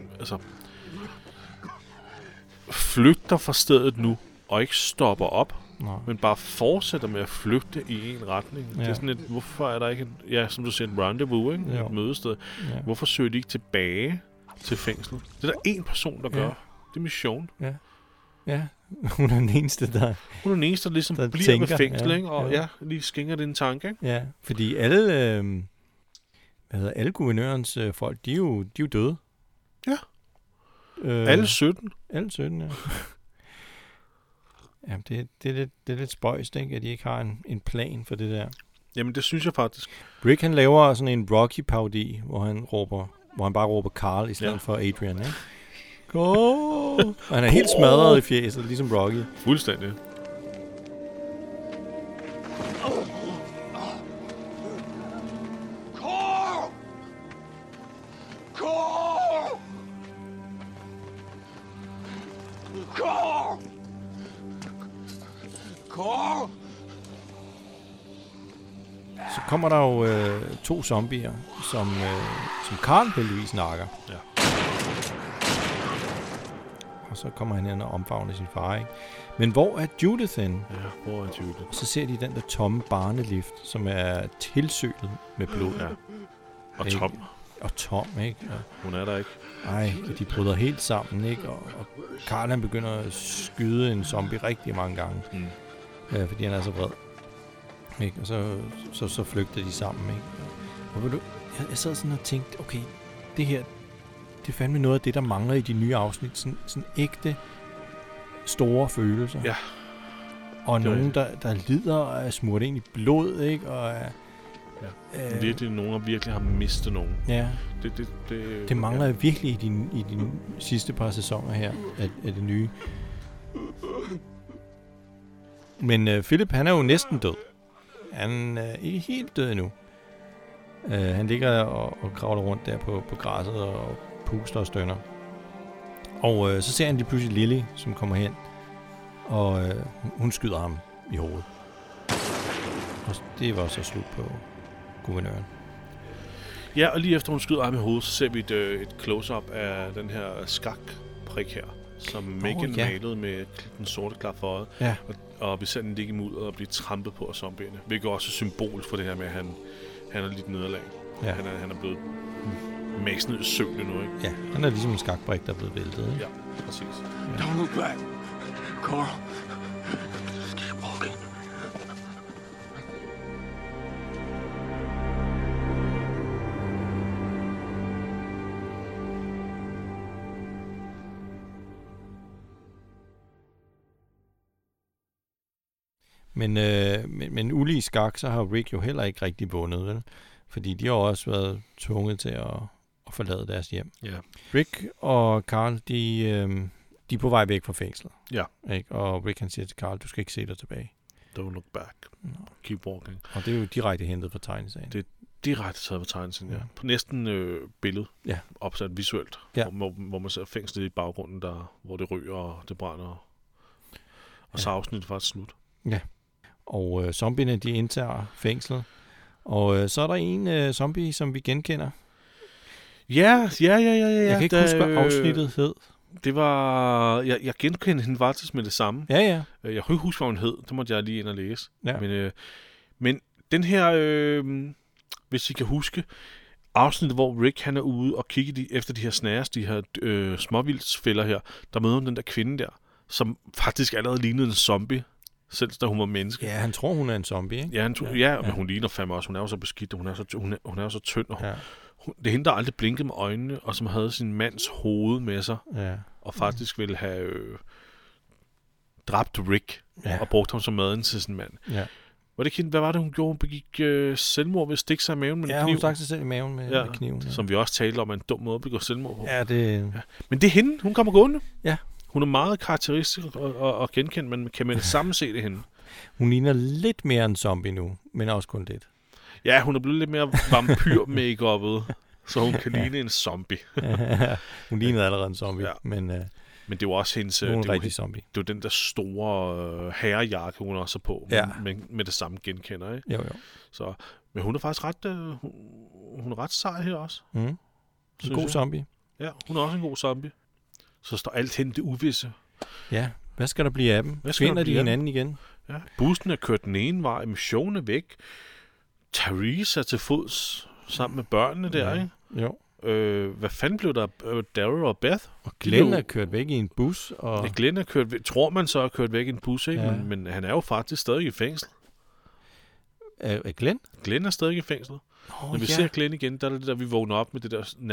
flygter fra stedet nu, og ikke stopper op, men bare fortsætter med at flygte i en retning. Ja. Det er sådan et, hvorfor er der ikke som du siger, et rendezvous, ikke? Et mødested. Ja. Hvorfor søger de ikke tilbage til fængslet? Det er der én person, der gør. Det er mission. Ja, hun er den eneste, der... Hun er den eneste, der ligesom der bliver tænker, ved fængsel, ikke? Og lige skænger den tanke, ikke? Ja, fordi alle, alle guvernørens folk, de er jo døde. Ja. Alle 17. Alle 17, ja. Ja, det er lidt spøjst, ikke? At de ikke har en plan for det der. Jamen, det synes jeg faktisk. Rick, han laver sådan en Rocky-parodi, hvor han bare råber Carl i stedet for Adrian, ikke? Go! Og han er helt smadret i fjeset, ligesom Rocky. Fuldstændig. Carl! Carl! Carl! Carl! Så kommer der jo 2 zombier, som Carl heldigvis nakker. Ja. Og så kommer han ind og omfavner sin far, ikke? Men hvor er Judith henne? Ja, hvor er Judith? Så ser de den der tomme barnelift, som er tilsølet med blod. Ja. Og tom. Og tom, ikke? Og hun er der ikke. Nej, de bryder helt sammen, ikke? Og Carl, han begynder at skyde en zombie rigtig mange gange. Fordi han er så vred. Ikke? Og så flygter de sammen, ikke? Og ved du, jeg sad sådan og tænkte, okay, det her, det er fandme noget af det, der mangler i de nye afsnit. Sådan ægte, store følelser. Ja. Og nogen, der lider og er smurt ind i blod, ikke? Og virkelig nogen, der virkelig har mistet nogen. Ja. Det mangler virkelig i de sidste par sæsoner her af det nye. Men Philip, han er jo næsten død. Han er ikke helt død endnu. Han ligger og kravler rundt der på græsset og puster og stønner. Og så ser han lige pludselig Lily, som kommer hen, og hun skyder ham i hovedet. Og det var så slut på guvernøren. Ja, og lige efter hun skyder ham i hovedet, så ser vi et close-up af den her skakprik her, som Megan malede med den sorte klap for øjet. Ja. Og vi ser den ligge i mudderet og blive trampet på af zombierne, hvilket også er symbol for det her med, at han er lidt nederlag. Ja. Han er blevet mast ned i søvn nu, ikke? Ja, han er ligesom en skakbrik, der er blevet væltet, ikke? Ja, præcis. Yeah. Don't look back. Carl. Just keep walking. Men ulige skak, så har Rick jo heller ikke rigtig vundet, vel? Fordi de har også været tvunget til at forlade deres hjem. Ja. Rick og Carl, de er på vej væk fra fængslet. Ja. Ikke? Og Rick han siger til Carl, du skal ikke se dig tilbage. Don't look back. No. Keep walking. Og det er jo direkte hentet fra tegneserien. Det er direkte taget fra tegneserien, ja. På næsten billede, opsat visuelt, hvor man ser fængslet i baggrunden, hvor det ryger og det brænder. Og så afsnittet faktisk slut. Ja. Og zombierne, de indtager fængslet. Og så er der en zombie, som vi genkender. Ja. Jeg kan ikke huske, hvad afsnittet hed. Det var... Jeg genkendte hende faktisk med det samme. Ja. Jeg kunne ikke huske, hvad hun hed. Det måtte jeg lige ind og læse. Ja. Men den her... hvis I kan huske... Afsnittet, hvor Rick han er ude og kigger efter de her snares, de her småvildsfælder her, der møder hun den der kvinde der, som faktisk allerede lignede en zombie, selv da hun var menneske. Ja, han tror, hun er en zombie, ikke? Ja, men hun ligner fandme også. Hun er jo så beskidt, og hun er jo så tynd. Og det er hende, der aldrig blinkede med øjnene, og som havde sin mands hoved med sig, og faktisk ville have dræbt Rick, og brugt ham som maden til sin mand. Ja. Hvad var det, hun gjorde? Hun begik selvmord ved at stikke sig i maven med en kniv. Ja, hun stak sig selv i maven med kniven. Ja. Som vi også talte om, er en dum måde at begå selvmord på. Ja, det... Ja. Men det er hende, hun kommer gående. Ja. Hun er meget karakteristisk og genkendt, men kan med det samme se det hende. Hun ligner lidt mere en zombie nu, men også kun lidt. Ja, hun er blevet lidt mere vampyr-make-uppet, så hun kan ligne en zombie. Hun lignede allerede en zombie, men det er jo også hendes... Hun er en rigtig zombie. Det er jo den der store herrejakke, hun også er på, med det samme genkender, ikke? Jo. Så, men hun er faktisk ret... hun er ret sej her også. En god zombie. Ja, hun er også en god zombie. Så står alt hen det uvisse. Ja, hvad skal der blive af dem? Finder de hinanden igen? Ja, bussen er kørt den ene vej, missionen er væk. Therese er til fods sammen med børnene der, ikke? Jo. Hvad fanden blev der af Daryl og Beth? Og Glenn er kørt væk i en bus. Ja, Glenn er kørt væk. Tror man så er kørt væk i en bus, ikke? Ja. Men han er jo faktisk stadig i fængsel. Er Glenn? Glenn er stadig i fængsel. Når vi ser Glenn igen, der er det der, vi vågner op med det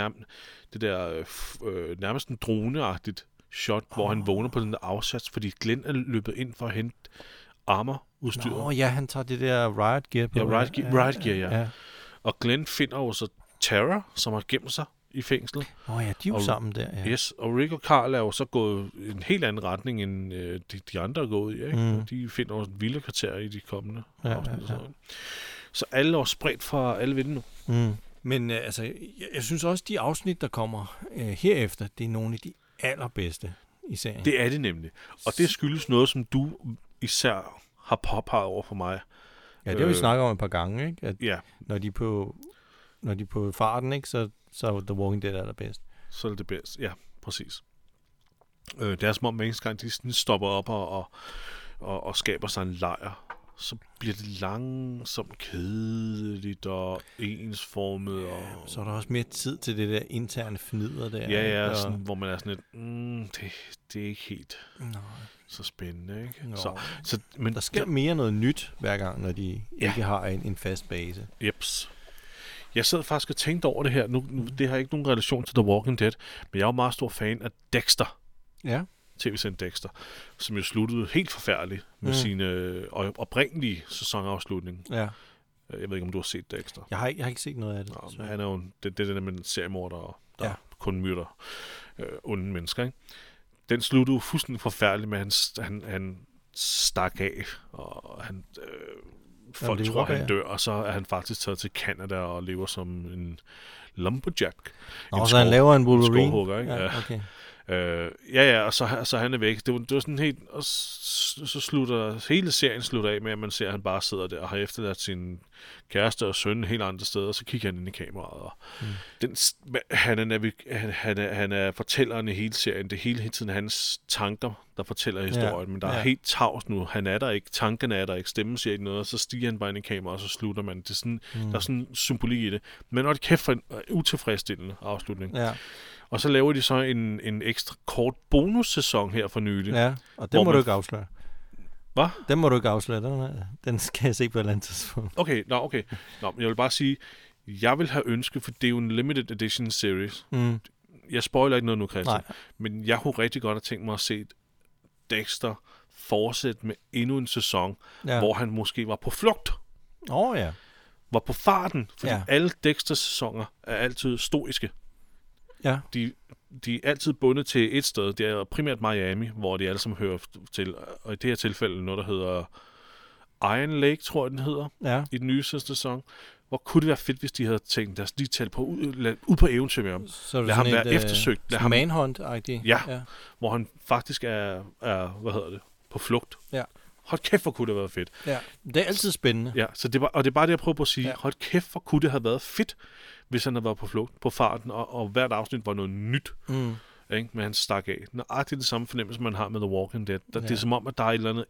der nærmest en droneagtigt shot, hvor han vågner på den der afsats, fordi Glenn er løbet ind for at hente armorudstyret. Ja, han tager det der riot gear på. Ja, riot gear, ja. Og Glenn finder jo så Tara, som har gemt sig i fængslet. Ja, de er jo sammen der, ja. Yes, og Rick og Carl er jo så gået en helt anden retning, end de andre er gået i, ikke? De finder jo et vilde kvarter i de kommende afsnit. Ja. Så alle er spredt fra alle vinder nu. Men jeg synes også, de afsnit, der kommer herefter, det er nogle af de allerbedste i serien. Det er det nemlig. Og det skyldes noget, som du især har påpeget over for mig. Ja, det har vi snakket om et par gange, ikke? At når de er på farten, ikke, så The Walking Dead er bedst. Så er det bedst, ja, præcis. Det er som om, hver eneste gang de stopper op og skaber sig en lejr, så bliver det langsomt kedeligt og ensformet. Og så er der også mere tid til det der interne fnider der. Ja, sådan, hvor man er sådan lidt, det er ikke helt så spændende, ikke? Men der sker mere noget nyt hver gang, når de ikke har en fast base. Jeps. Jeg sad faktisk og tænkte over det her. Nu, det har ikke nogen relation til The Walking Dead, men jeg er jo meget stor fan af Dexter. Ja. TV-serien Dexter, som jo sluttede helt forfærdeligt med sine oprindelige sæsonafslutning. Ja. Jeg ved ikke, om du har set Dexter. Jeg har ikke set noget af det. Nå, han er jo det der med en seriemorder, der kun myrder onde mennesker, ikke? Den sluttede fuldstændig forfærdeligt med, han stak af, og han folk tror, han dør, og så er han faktisk taget til Canada og lever som en lumberjack. Nå, så han laver en Wolverine? Skovhugger, ikke? Ja, okay. Og så han er væk. Det var sådan helt... Og så slutter... Hele serien slutter af med, at man ser, at han bare sidder der og har efterladt sin kæreste og søn helt andre steder, og så kigger han ind i kameraet. Og han er fortælleren i hele serien. Det er hele tiden hans tanker, der fortæller historien. Men der er helt tavs nu. Han er der ikke. Tankerne er der ikke. Stemmen siger ikke noget. Og så stiger han bare ind i kameraet, og så slutter man. Det er sådan, der er sådan en symbolik i det. Men det kæft for en utilfredsstillende afslutning. Ja. Og så laver de så en ekstra kort bonussæson her for nylig. Ja, og den må du ikke afsløre. Hvad? Den må du ikke afsløre. Den skal jeg se på et eller andet tidspunkt. Okay. Nå, men jeg vil bare sige, jeg vil have ønsket, for det er jo en limited edition series. Jeg spoiler ikke noget nu, Christian. Nej. Men jeg kunne rigtig godt have tænkt mig at se Dexter fortsætte med endnu en sæson, hvor han måske var på flugt. Ja. Var på farten, fordi alle Dexters sæsoner er altid stoiske. Ja. De er altid bundet til et sted. Det er primært Miami, hvor de alle sammen hører til. Og i det her tilfælde noget, der hedder Iron Lake, tror jeg, den hedder, i den nye sæson. Hvor kunne det være fedt, hvis de havde tænkt, lad os lige tage på ud på eventyr med ham. Lad ham være eftersøgt. Manhunt-agtigt. Ja, hvor han faktisk er på flugt. Ja. Hold kæft, hvor kunne det have været fedt. Ja, det er altid spændende. Ja, så det er bare det, jeg prøver på at sige. Ja. Hold kæft, hvor kunne det have været fedt, hvis han havde været på flugt, på farten, og hvert afsnit var noget nyt. Ikke? Men han stak af. Nøjagtigt det samme fornemmelse, man har med The Walking Dead. Det er som om, at der er et eller andet...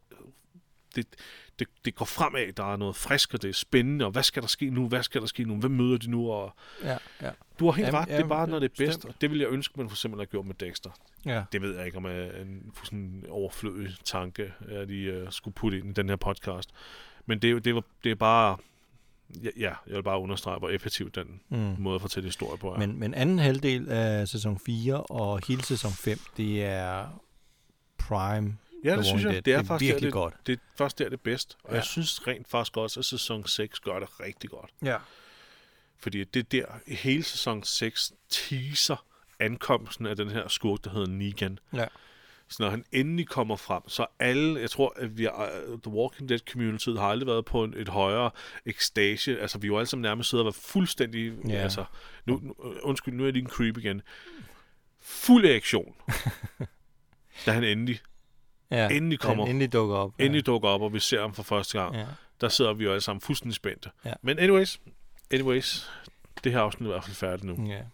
Det går fremad, der er noget frisk, og det er spændende, og hvad skal der ske nu? Hvem møder de nu? Og du har helt ret, det er bare, når det er bedst, og det ville jeg ønske, man for eksempel har gjort med Dexter. Ja. Det ved jeg ikke, om er en sådan overflødig tanke, at de skulle putte ind i den her podcast. Men det er bare... Ja, jeg vil bare understrege, hvor effektivt den måde at fortælle historie på er. Men anden halvdel af sæson 4 og hele sæson 5, det er prime. Ja, det synes jeg. Det er faktisk virkelig godt. Det er først der det bedst. Og jeg synes rent faktisk også, at sæson 6 gør det rigtig godt. Ja. Fordi det der, hele sæson 6 teaser ankomsten af den her skurk, der hedder Negan. Ja. Så når han endelig kommer frem, så alle, jeg tror, at The Walking Dead community har aldrig været på et højere ekstase. Altså, vi er jo alle sammen nærmest sidder og været fuldstændig... Ja. Altså, nu er jeg lige en creep igen. Fuld reaktion. Da han endelig kommer. Endelig dukker op. Endelig dukker op, og vi ser ham for første gang. Ja. Der sidder vi jo alle sammen fuldstændig spændte. Ja. Men anyways, det her afsnit er i hvert fald færdigt nu. Ja.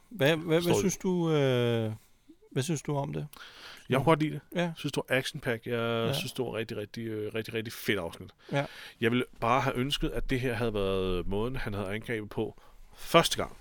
Hvad synes du om det? Jeg kunne godt lide det. Ja. Jeg synes, det var action-pack. Jeg synes, det var rigtig fedt afsnit. Ja. Jeg ville bare have ønsket, at det her havde været måden, han havde angrebet på første gang.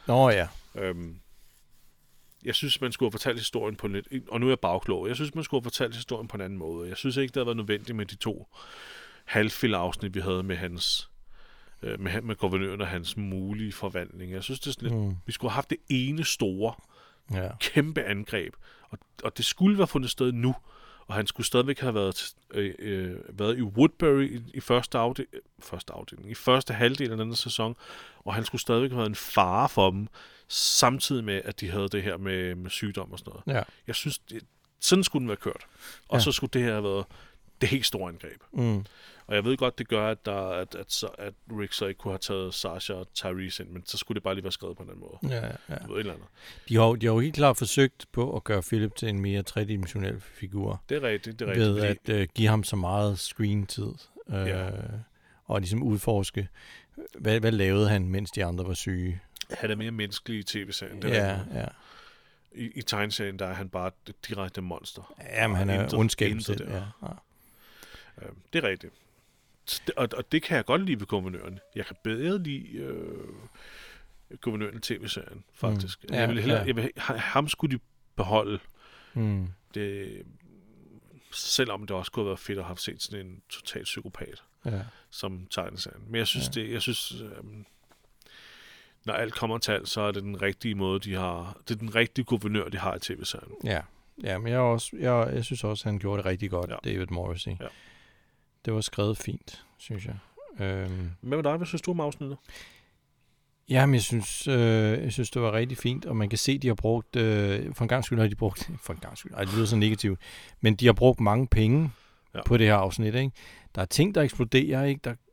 Jeg synes, man skulle have fortalt historien på lidt... Og nu er jeg bagklog. Jeg synes, man skulle have fortalt historien på en anden måde. Jeg synes ikke, det havde været nødvendigt med de 2 halvfilde afsnit, vi havde med hans... med guvernøren og hans mulige forvandling. Jeg synes, det er sådan lidt... Vi skulle have haft det ene store, kæmpe angreb. Og det skulle være fundet sted nu. Og han skulle stadigvæk have været i Woodbury i første afdeling, i første halvdel af denne sæson. Og han skulle stadigvæk have været en fare for dem, samtidig med, at de havde det her med sygdom og sådan noget. Ja. Jeg synes, sådan skulle den være kørt. Og så skulle det her have været det helt store angreb. Og jeg ved godt, det gør, at Rick så ikke kunne have taget Sasha og Tyrese ind, men så skulle det bare lige være skrevet på en anden måde. Ja. Et eller andet. De har jo helt klart forsøgt på at gøre Philip til en mere tredimensionel figur. Det er rigtigt. Ved at give ham så meget screen-tid. Og ligesom udforske, hvad lavede han, mens de andre var syge. Han er mere menneskelig i tv-serien. I tegneserien, der er han bare et direkte monster. Jamen, han er ondskabelig. Det er rigtigt. Og det kan jeg godt lide ved guvernøren. Jeg kan bedre lide guvernøren i tv-serien, faktisk. Ham skulle de beholde. Det, selvom det også kunne have været fedt at have set sådan en total psykopat som tegneserien. Men jeg synes, når alt kommer til alt, så er det den rigtige måde, de har... Det er den rigtige guvernør, de har i tv-serien. Ja, men jeg synes også, han gjorde det rigtig godt, David Morrissey. Ja. Det var skrevet fint, synes jeg. Hvad med dig? Hvad synes du om afsnittet? Jamen, jeg synes, det var rigtig fint, og man kan se, de har brugt... for en gang skyld har de brugt... det lyder så negativt. Men de har brugt mange penge på det her afsnit, ikke? Der er ting, der eksploderer, ikke?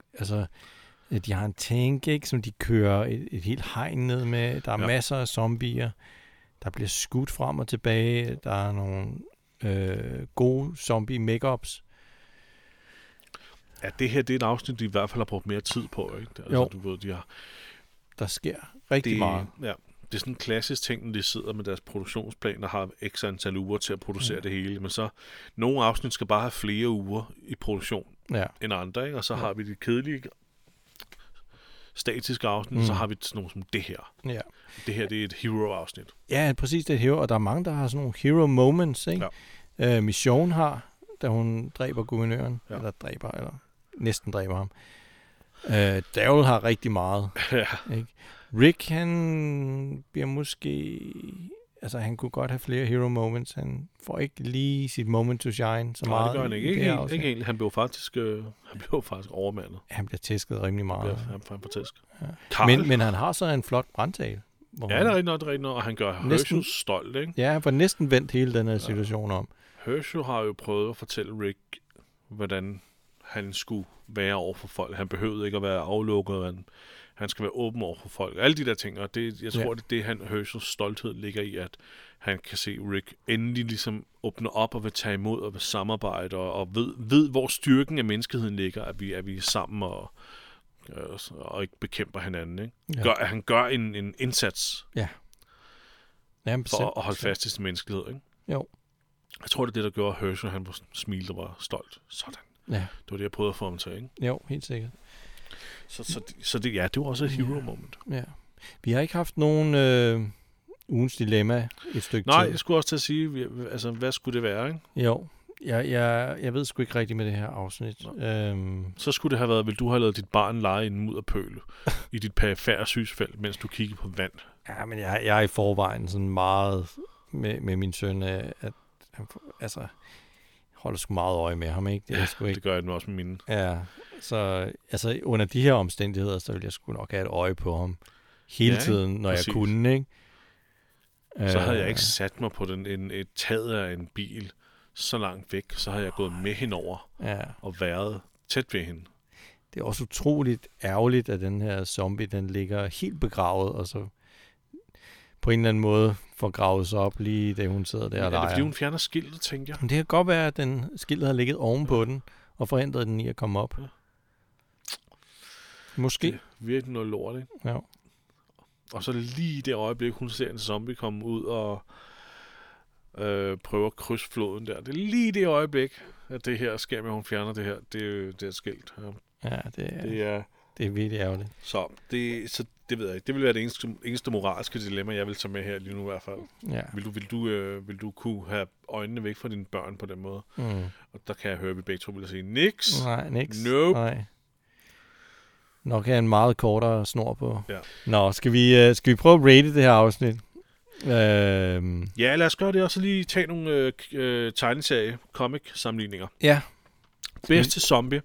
altså, de har en tank, ikke, som de kører et helt hegn ned med. Der er masser af zombier. Der bliver skudt frem og tilbage. Der er nogle gode zombie-makeups. Ja, det her, det er et afsnit, de i hvert fald har brugt mere tid på, ikke? Altså, Jo. du ved, de har... Der sker rigtig meget. Ja, det er sådan en klassisk ting, når de sidder med deres produktionsplan og har x antal uger til at producere det hele. Men så, nogle afsnit skal bare have flere uger i produktion end andre, ikke? Og så har vi de kedelige statiske afsnit, og så har vi sådan nogle som det her. Ja. Det her, det er et hero-afsnit. Ja, præcis, det er et hero, og der er mange, der har sådan nogle hero moments, ikke? Ja. Michonne har, da hun dræber guvernøren, eller næsten dræber ham. Daryl har rigtig meget. Ikke? Rick, han bliver måske... Altså, han kunne godt have flere hero moments. Han får ikke lige sit moment to shine så meget. Det gør han ikke. Ikke helt. Han blev faktisk overmandet. Han bliver tæsket rimelig meget. Han får tæsk. Ja. Men han har så en flot brandtale. Ja, det er rigtig noget, og han gør Herschel stolt, ikke? Ja, han får næsten vendt hele den her situation om. Herschel har jo prøvet at fortælle Rick, hvordan han skulle være over for folk. Han behøvede ikke at være aflukket, han skal være åben over for folk. Alle de der ting, og jeg tror, det er Herschels stolthed ligger i, at han kan se Rick endelig ligesom åbne op og vil tage imod og vil samarbejde, og ved hvor styrken af menneskeheden ligger, at vi er sammen og ikke bekæmper hinanden. Ikke? Ja. Han gør en indsats for at holde fast i sin menneskelighed. Ikke? Jo. Jeg tror, det er det, der gjorde Herschel, han smilte og var stolt. Sådan. Ja. Det var det, jeg prøvede at få ham til. Ikke? Jo, helt sikkert. Så det, det var også et hero moment. Ja. Vi har ikke haft nogen ugens dilemma et stykke tid. Nej, jeg skulle også til at sige, hvad skulle det være, ikke? Jo. Jeg ved sgu ikke rigtigt med det her afsnit. Så skulle det have været, vil du have lavet dit barn lege i en mudderpøl i dit perifære synsfelt, mens du kigger på vand? Ja, men jeg er i forvejen sådan meget med min søn, at han, altså, holder sgu meget øje med ham, ikke? Det gør jeg nu også med mine. Ja, så altså, under de her omstændigheder, så vil jeg sgu nok have et øje på ham hele tiden, når jeg kunne, ikke? Så havde jeg ikke sat mig på et taget af en bil så langt væk, så havde jeg gået med hende over og været tæt ved hende. Det er også utroligt ærgerligt, at den her zombie, den ligger helt begravet, og så på en eller anden måde får gravet sig op, lige da hun sidder der og leger. Er det fordi, hun fjerner skiltet, tænker jeg? Men det kan godt være, at den skiltet har ligget ovenpå den, og forhindret den i at komme op. Ja. Måske. Det er virkelig noget lort, ikke? Ja. Og så lige det øjeblik, hun ser en zombie komme ud og prøver at krydse floden der. Det er lige det øjeblik, at det her sker med, at hun fjerner det her. Det er skilt. Ja, det er virkelig ærgerligt. Så det ved jeg ikke. Det vil være det eneste moralske dilemma, jeg vil tage med her lige nu i hvert fald. Ja. Vil du kunne have øjnene væk fra dine børn på den måde? Og der kan jeg høre, at vi begge to vil sige, niks. Nej, niks. Nope. Nej. Nok er en meget kortere snor på. Ja. Nå, skal vi prøve at rate det her afsnit? Ja, lad os gøre det, og så lige tage nogle tegneserie, comic-sammenligninger. Ja. Bedste zombie.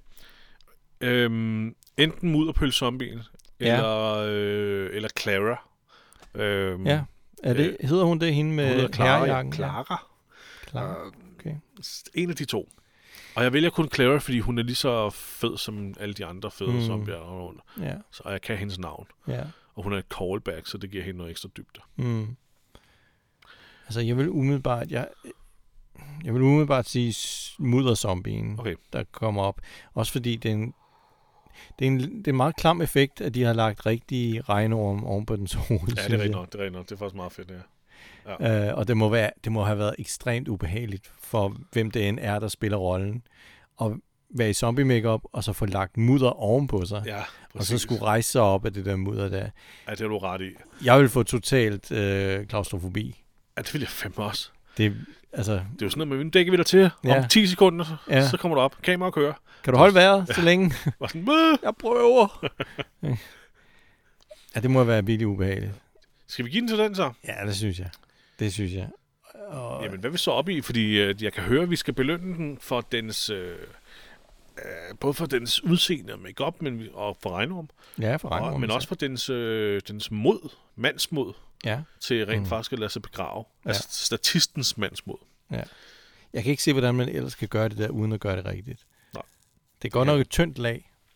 Enten mudderpøl-zombien, eller Clara. Ja. Hedder hun det, hende med herrejakken? Clara. Okay. En af de to. Og jeg vælger kun Clara, fordi hun er lige så fed som alle de andre fede zombier rundt. Ja. Så jeg kan hendes navn. Ja. Og hun er et callback, så det giver hende noget ekstra dybde. Altså, jeg vil umiddelbart sige mudderzombien, der kommer op. Også fordi det er en meget klam effekt, at de har lagt rigtige regnorm oven på den sol. Ja, det er rigtigt nok. Det er faktisk meget fedt, ja. Og det må have været ekstremt ubehageligt for hvem det end er, der spiller rollen. Og være i zombie makeup og så få lagt mudder ovenpå sig. Ja, og så skulle rejse sig op af det der mudder der. Ja, det er du ret i. Jeg vil få totalt klaustrofobi. Ja, det vil jeg fandme også. Det er jo sådan noget med, nu dækker vi dig til. Om 10 sekunder, så kommer du op. Kamera kører. Kan du holde vejret så længe? Jeg prøver. Ja, det må være virkelig ubehageligt. Skal vi give den til den så? Ja, det synes jeg. Jamen, hvad vil så op i? Fordi jeg kan høre, at vi skal belønne den for dens... både for dens udseende og make-up, og for regnorm. Ja, for regnorm. Men også for dens mod, mandsmod, til rent faktisk at lade sig begrave. Ja. Altså statistens mandsmod. Ja. Jeg kan ikke se, hvordan man ellers kan gøre det der, uden at gøre det rigtigt. Nej. Det er godt nok et tyndt lag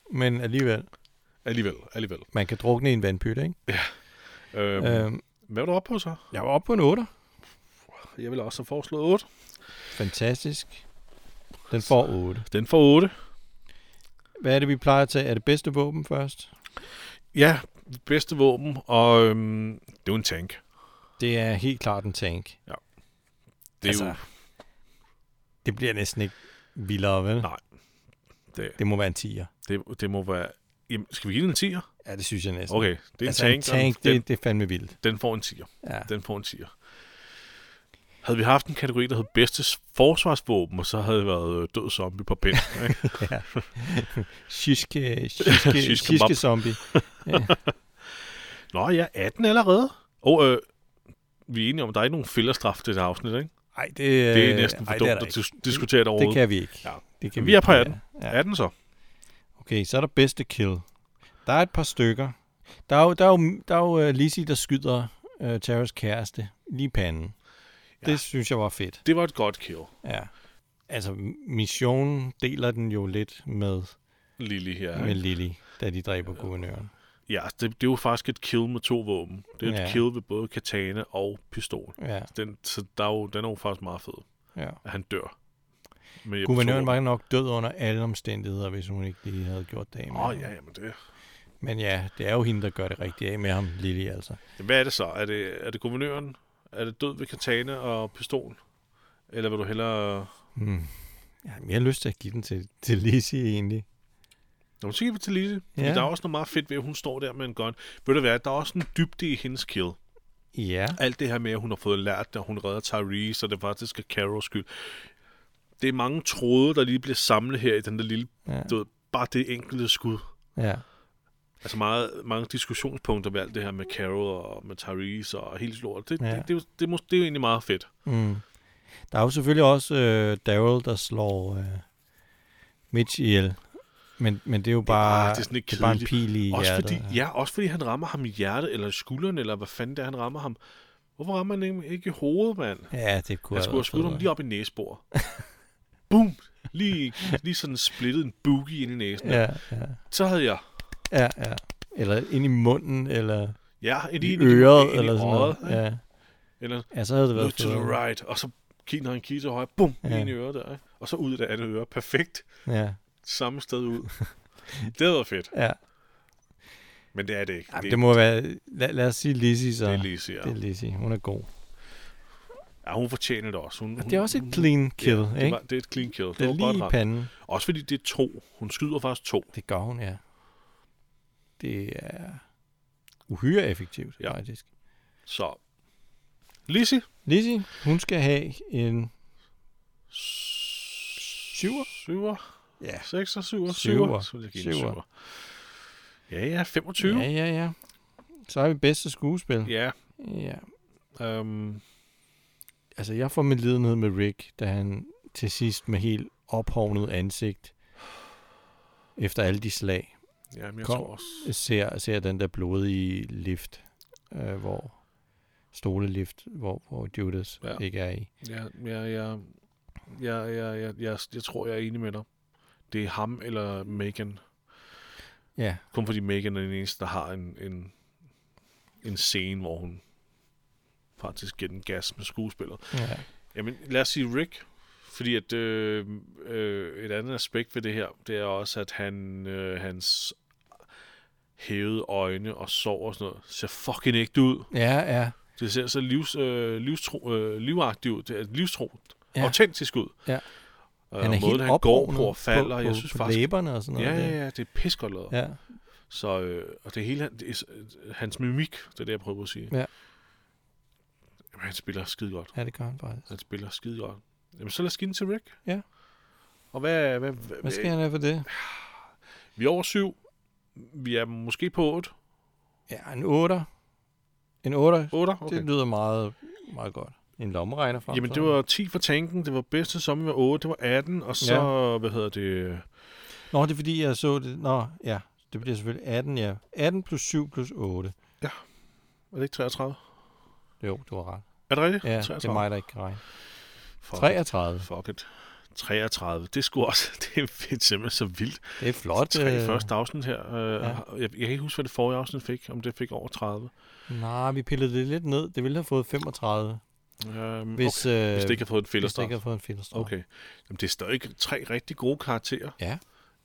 men alligevel. Alligevel. Man kan drukne i en vandpyt, ikke? Ja. Hvad var du oppe på så? Jeg var oppe på en 8. Jeg vil også have foreslået 8. Fantastisk. Den får 8. Den får 8. Hvad er det, vi plejer at tage? Er det bedste våben først? Ja, bedste våben, og det er jo en tank. Det er helt klart en tank. Ja. Det er jo... Det bliver næsten ikke vildere, vel? Nej. Det må være en 10'er. Det må være... Jamen, skal vi give den en 10'er? Ja, det synes jeg næsten. Okay, det er altså, en tank. Det er fandme vildt. Den får en 10'er. Ja. Den får en 10'er. Havde vi haft en kategori, der hed bedste forsvarsvåben, og så havde det været død zombie på pind. Ja. Shiske zombie. Ja. Nå ja, 18 allerede. Og vi er enige om, der er ikke nogen fillerstraf til det afsnit, ikke? Nej, det er næsten for dumt at diskutere det overhovedet. Det kan vi ikke. Ja. Det kan vi er på 18. Ja. 18 så. Okay, så er der bedste kill. Der er et par stykker. Der er jo Lizzie, der skyder Taras kæreste lige i panden. Ja. Det synes jeg var fedt. Det var et godt kill. Ja. Altså, missionen deler den jo lidt med Lily her. Med Lily, da de dræber guvernøren. Ja, det er jo faktisk et kill med 2 våben. Det er et kill ved både katana og pistol. Ja. Den er jo faktisk meget fed. Ja. At han dør. Guvernøren var nok død under alle omstændigheder, hvis hun ikke lige havde gjort det af med. Ja, men det... Men ja, det er jo hende, der gør det rigtigt af med ham, Lily, altså. Hvad er det så? Er det guvernøren? Er det død ved katana og pistol? Eller vil du hellere... Ja, jeg har lyst til at give den til Lizzie, egentlig. Nå, så giver vi til Lizzie. Ja. Der er også noget meget fedt ved, at hun står der med en gun. Ved du hvad, der er også en dybde i hendes kill. Ja. Alt det her med, at hun har fået lært, at hun redder Tyrese, og det faktisk er Carols skyld. Det er mange tråde, der lige bliver samlet her i den der lille... bare det enkelte skud. Ja. Altså mange diskussionspunkter ved alt det her med Carol og med Tyrese og helt lort. Det er jo egentlig meget fedt. Mm. Der er jo selvfølgelig også Daryl, der slår Mitch ihjel. Men det er jo bare, det er bare en pil i hjertet. Også fordi han rammer ham i hjertet, eller i skulderen, eller hvad fanden det er, han rammer ham. Hvorfor rammer han ikke i hovedet, mand? Ja, det kunne jeg skulle have skudt ham lige op i næsebor. Boom! Lige sådan splittet en boogie ind i næsen. Ja. Så havde jeg... Ja. Eller ind i munden, eller i øret, eller sådan noget. Ja. Eller så havde det været look to the right, og så når han kigger til højre, bum, ind i øret der, ikke? Og så ud af det andet øre. Perfekt. Ja. Samme sted ud. Det havde været fedt. Ja. Men det er det ikke. Ja, det må være... Lad os sige Lizzie, så. Det er Lizzie, ja. Det er Lizzie. Hun er god. Ja, hun fortjener det også. Det er også et clean kill, ikke? Det er et clean kill. Det er lige i panden. Også fordi det er 2. Hun skyder faktisk 2. Det gør hun, ja. Det er uhyre effektivt, faktisk. Så. Lizzie, hun skal have en 7'er. 7'er? Ja. 6'er, 7'er? 7'er. Ja, 25. Ja. Så har vi bedste skuespil. Ja. Altså, jeg får medlidenhed med Rick, da han til sidst med helt ophovnet ansigt, efter alle de slag, jeg tror også. Ser den der blodige lift, stolelift, hvor Judas ikke er i. Jeg tror, jeg er enig med dig. Det er ham eller Megan. Ja. Kun fordi Megan er den eneste, der har en scene, hvor hun faktisk giver den gas med skuespillet. Ja. Jamen, lad os sige Rick, fordi at et andet aspekt ved det her, det er også, at hans hævede øjne og sår og sådan noget, ser fucking ægte ud. Ja. Det ser så livagtigt ud. Det er livstro. Autentisk ud. Ja. Han er helt han går på og falder. Jeg synes på faktisk, læberne og sådan noget. Ja, det er pissegodt lavet. Ja. Så, og det hele, hans mimik, det er det, jeg prøver at sige. Ja. Jamen, han spiller skide godt. Ja, det gør han faktisk. Han spiller skide godt. Jamen, så lad os give den til Rick. Ja. Og hvad skal han have for det? Vi er over 7. Vi er måske på 8. Ja, en 8'er. En 8'er? 8'er? Okay. Det lyder meget, meget godt. En lommeregner frem. Jamen, det var 10 for tanken. Det var bedste som var 8. Det var 18. Og så, Nå, det er fordi, jeg så det. Nå, ja. Det bliver selvfølgelig 18, ja. 18 plus 7 plus 8. Ja. Er det ikke 33? Jo, du har ret. Er det rigtigt? Ja, 33. det er mig, der ikke kan regne. 33. Fuck it. 33. Det er sgu også, det er simpelthen så vildt. Det er flot. 3 første afsnit her. Jeg kan ikke huske, hvad det forrige afsnit fik, om det fik over 30. Nej, vi pillede det lidt ned. Det ville have fået 35. Hvis det ikke har fået en fillerstraf. Hvis det ikke har fået en fillerstraf. Okay. Jamen, det er stadig 3 rigtig gode karakterer. Ja.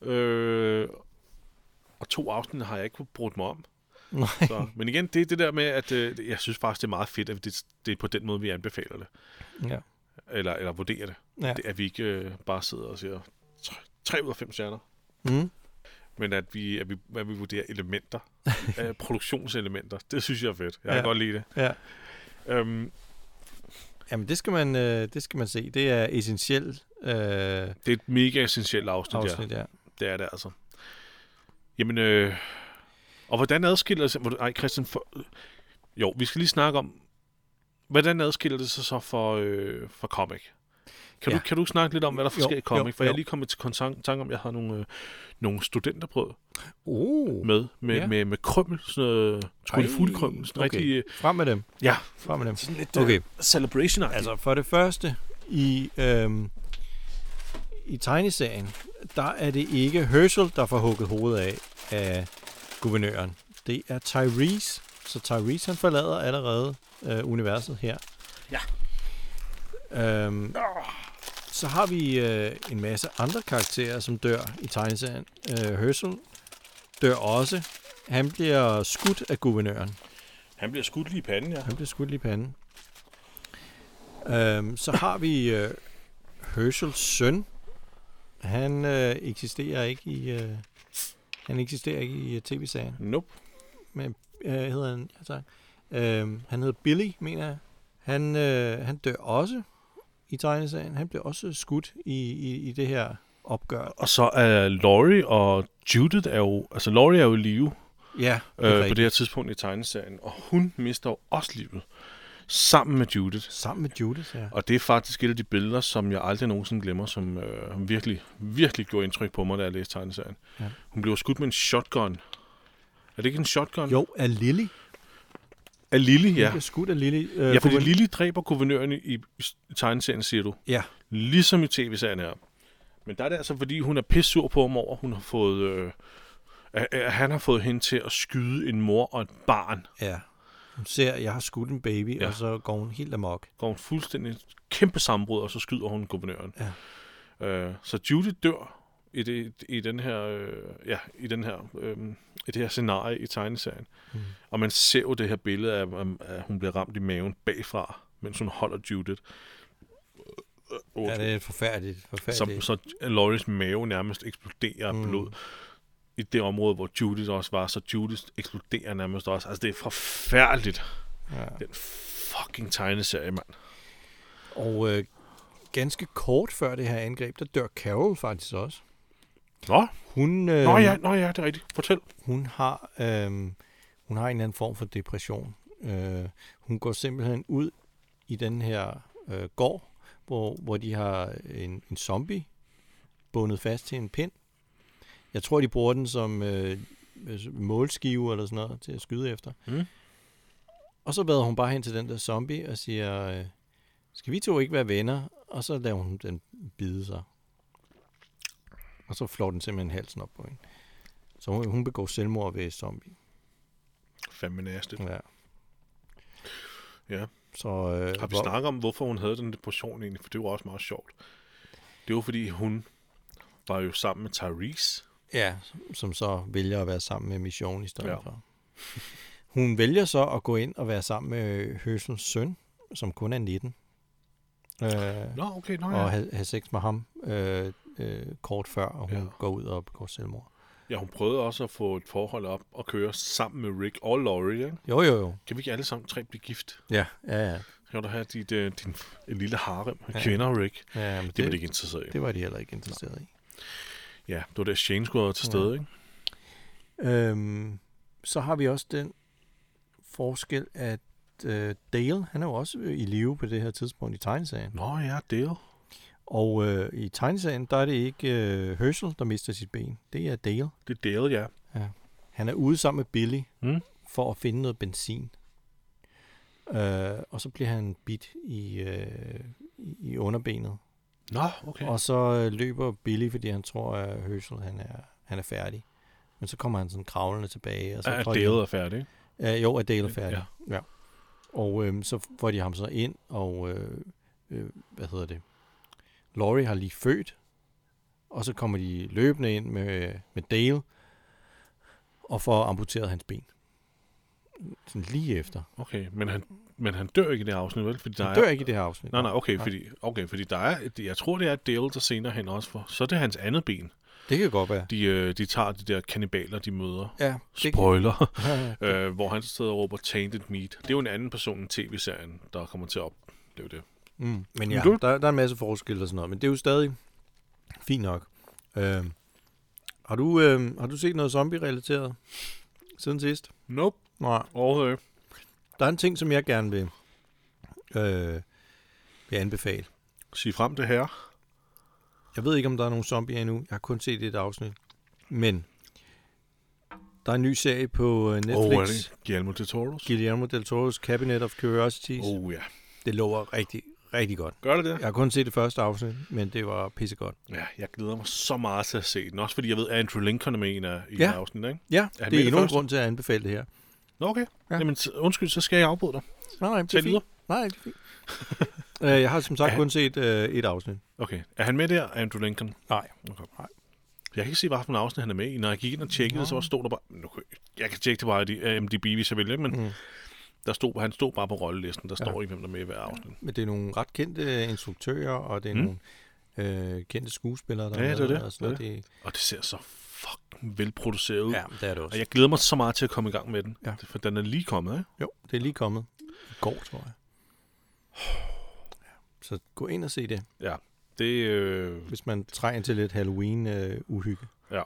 Og 2 afsnit har jeg ikke brugt mig om. Nej. Så, men igen, det er det der med, at jeg synes faktisk, det er meget fedt, at det er på den måde, vi anbefaler det. Ja. Eller vurderer det. Ja. Det. At vi ikke bare sidder og siger 3 ud af 5 stjerner. Mm. Men at vi vurderer elementer. Produktionselementer. Det synes jeg er fedt. Jeg kan godt lide det. Ja. Jamen, det skal man se. Det er essentielt. Det er et mega essentielt afsnit, ja. Det er det altså. Jamen, og hvordan adskiller det sig... Ej, Christian, jo, vi skal lige snakke om, hvordan adskiller det sig så for comic? Kan du snakke lidt om, hvad der er forskellige comic? For jeg er lige kommet til tanke om, jeg har nogle studenterbrød med krømmel, sådan trullefugle-krømmel. Okay, rigtig, frem med dem. Ja. Frem med dem. Sådan lidt okay. Celebration. Altså, for det første, i tegneserien, der er det ikke Herschel, der får hugget hovedet af guvernøren. Det er Tyrese. Så Tyrese, han forlader allerede universet her. Ja. Så har vi en masse andre karakterer, som dør i tegneserien. Herschel dør også. Han bliver skudt af guvernøren. Han bliver skudt lige i panden, ja. Han bliver skudt lige i panden. Så har vi Herschels søn. Han eksisterer ikke i tv-serien. Nope. Men hedder han? Ja, tak. Han hedder Billy, mener jeg. Han dør også i tegneserien. Han bliver også skudt i det her opgør. Og så er Laurie og Judith Laurie er jo i live. Ja. På det her tidspunkt i tegneserien. Og hun mister jo også livet. Sammen med Judith. Sammen med Judith, ja. Og det er faktisk et af de billeder, som jeg aldrig nogensinde glemmer, som virkelig, virkelig gjorde indtryk på mig, da jeg læste tegneserien. Ja. Hun blev skudt med en shotgun. Er det ikke en shotgun? Jo, af Lily. Af Lily, ja. Hun bliver skudt af Lily. Ja, fordi Lily dræber guvernøren i tegneserien, siger du. Ja. Ligesom i tv-serien her. Men der er det altså, fordi hun er pissur på ham over, hun har fået... han har fået hende til at skyde en mor og et barn. Ja. Hun ser, jeg har skudt en baby, og så går hun helt amok. Går hun fuldstændig kæmpe sammenbrud, og så skyder hun guvernøren. Ja. Så Judith dør i det her scenarie i tegneserien. Og man ser jo det her billede af, at hun bliver ramt i maven bagfra, mens hun holder Judith. Ja, det er forfærdeligt. Så Lauries mave nærmest eksploderer af blod. I det område, hvor Judith også var, så Judith eksploderer nærmest også. Altså, det er forfærdeligt. Ja. Den fucking tegneserie, mand. Og ganske kort før det her angreb, der dør Carol faktisk også. Nå? Hun, Nå ja, det er rigtigt. Fortæl. Hun har en eller anden form for depression. Hun går simpelthen ud i den her gård, hvor de har en zombie bundet fast til en pind. Jeg tror, de bruger den som målskive eller sådan noget til at skyde efter. Og så vader hun bare hen til den der zombie og siger, skal vi to ikke være venner? Og så lader hun den bide sig. Og så flår den simpelthen halsen op på hende. Så hun begår selvmord ved zombie. Fandme næste. Ja. Ja. Så, har vi snakket om, hvorfor hun havde den depression egentlig? For det var også meget sjovt. Det var fordi, hun var jo sammen med Tyrese. Ja, som så vælger at være sammen med Mission i stedet for. Hun vælger så at gå ind og være sammen med Herschels søn, som kun er 19. Og have sex med ham kort før, og hun går ud og begår selvmord. Ja, hun prøvede også at få et forhold op og køre sammen med Rick og Laurie, ikke? Jo. Kan vi ikke alle sammen 3 blive gift? Ja. Kan du have din lille harem med kvinder og Rick? Ja, men det var de ikke interesseret i. Det var de heller ikke interesseret i. Ja, det var der Shane skulle være til stede, ikke? Så har vi også den forskel, at Dale, han er jo også i live på det her tidspunkt i tegneserien. Nå ja, Dale. Og i tegneserien, der er det ikke Herschel, der mister sit ben. Det er Dale. Det er Dale, ja. Han er ude sammen med Billy for at finde noget benzin. Og så bliver han bidt i underbenet. Nå, okay. Og så løber Billy, fordi han tror, at Herschel han er færdig. Men så kommer han sådan kravlende tilbage. Og så Er Dale er færdig, ikke? Jo, at Dale er færdig. Ja. Og så får de ham så ind, og Laurie har lige født, og så kommer de løbende ind med Dale, og får amputeret hans ben. Sådan lige efter. Okay, men han dør ikke i det her afsnit, vel? Fordi Han dør ikke i det her afsnit. Nej, fordi der er, jeg tror, det er Dale, der senere hen også for. Så er det hans andet ben. Det kan godt være. De tager de der kannibaler, de møder. Ja. Spoiler. Hvor han sidder og råber Tainted Meat. Det er jo en anden person i tv-serien, der kommer til at opleve det. Men ja, der er en masse forskel og sådan noget, men det er jo stadig fint nok. Har du set noget zombie-relateret siden sidst? Nope. Nej. Overhovedet. Der er en ting, som jeg gerne vil anbefale. Sig frem det her. Jeg ved ikke, om der er nogen zombier endnu. Jeg har kun set et afsnit. Men der er en ny serie på Netflix. Guillermo del Toro's. Guillermo del Toro's Cabinet of Curiosities. Ja. Det lover rigtig, rigtig godt. Gør det? Jeg har kun set det første afsnit, men det var pissegodt. Ja, jeg glæder mig så meget til at se den. Også fordi jeg ved, at Andrew Lincoln er med i det afsnit, ikke? Ja, det er endnu en grund til at anbefale det her. Nå, okay. Ja. Jamen, undskyld, så skal jeg afbryde dig. Nej, det er fint. Nej, det er fint. Jeg har som sagt kun set et afsnit. Okay. Er han med der, Andrew Lincoln? Nej. Okay. Jeg kan ikke se, hvad for en afsnit han er med i. Når jeg gik ind og tjekkede, så stod der bare... Jeg kan tjekke det bare i MDB, hvis jeg vil, ikke? Men han stod bare på rollelisten. Der står ikke, hvem der er med i hver afsnit. Men det er nogle ret kendte instruktører, og det er nogle kendte skuespillere, der er med. Og det. Og det ser så fucking velproduceret ud. Ja, det er det også. Og jeg glæder mig så meget til at komme i gang med den. Ja. For den er lige kommet, ikke? Jo, det er lige kommet. I går, tror jeg. Så gå ind og se det. Ja. Det, hvis man trænger til lidt Halloween-uhygge. Ja.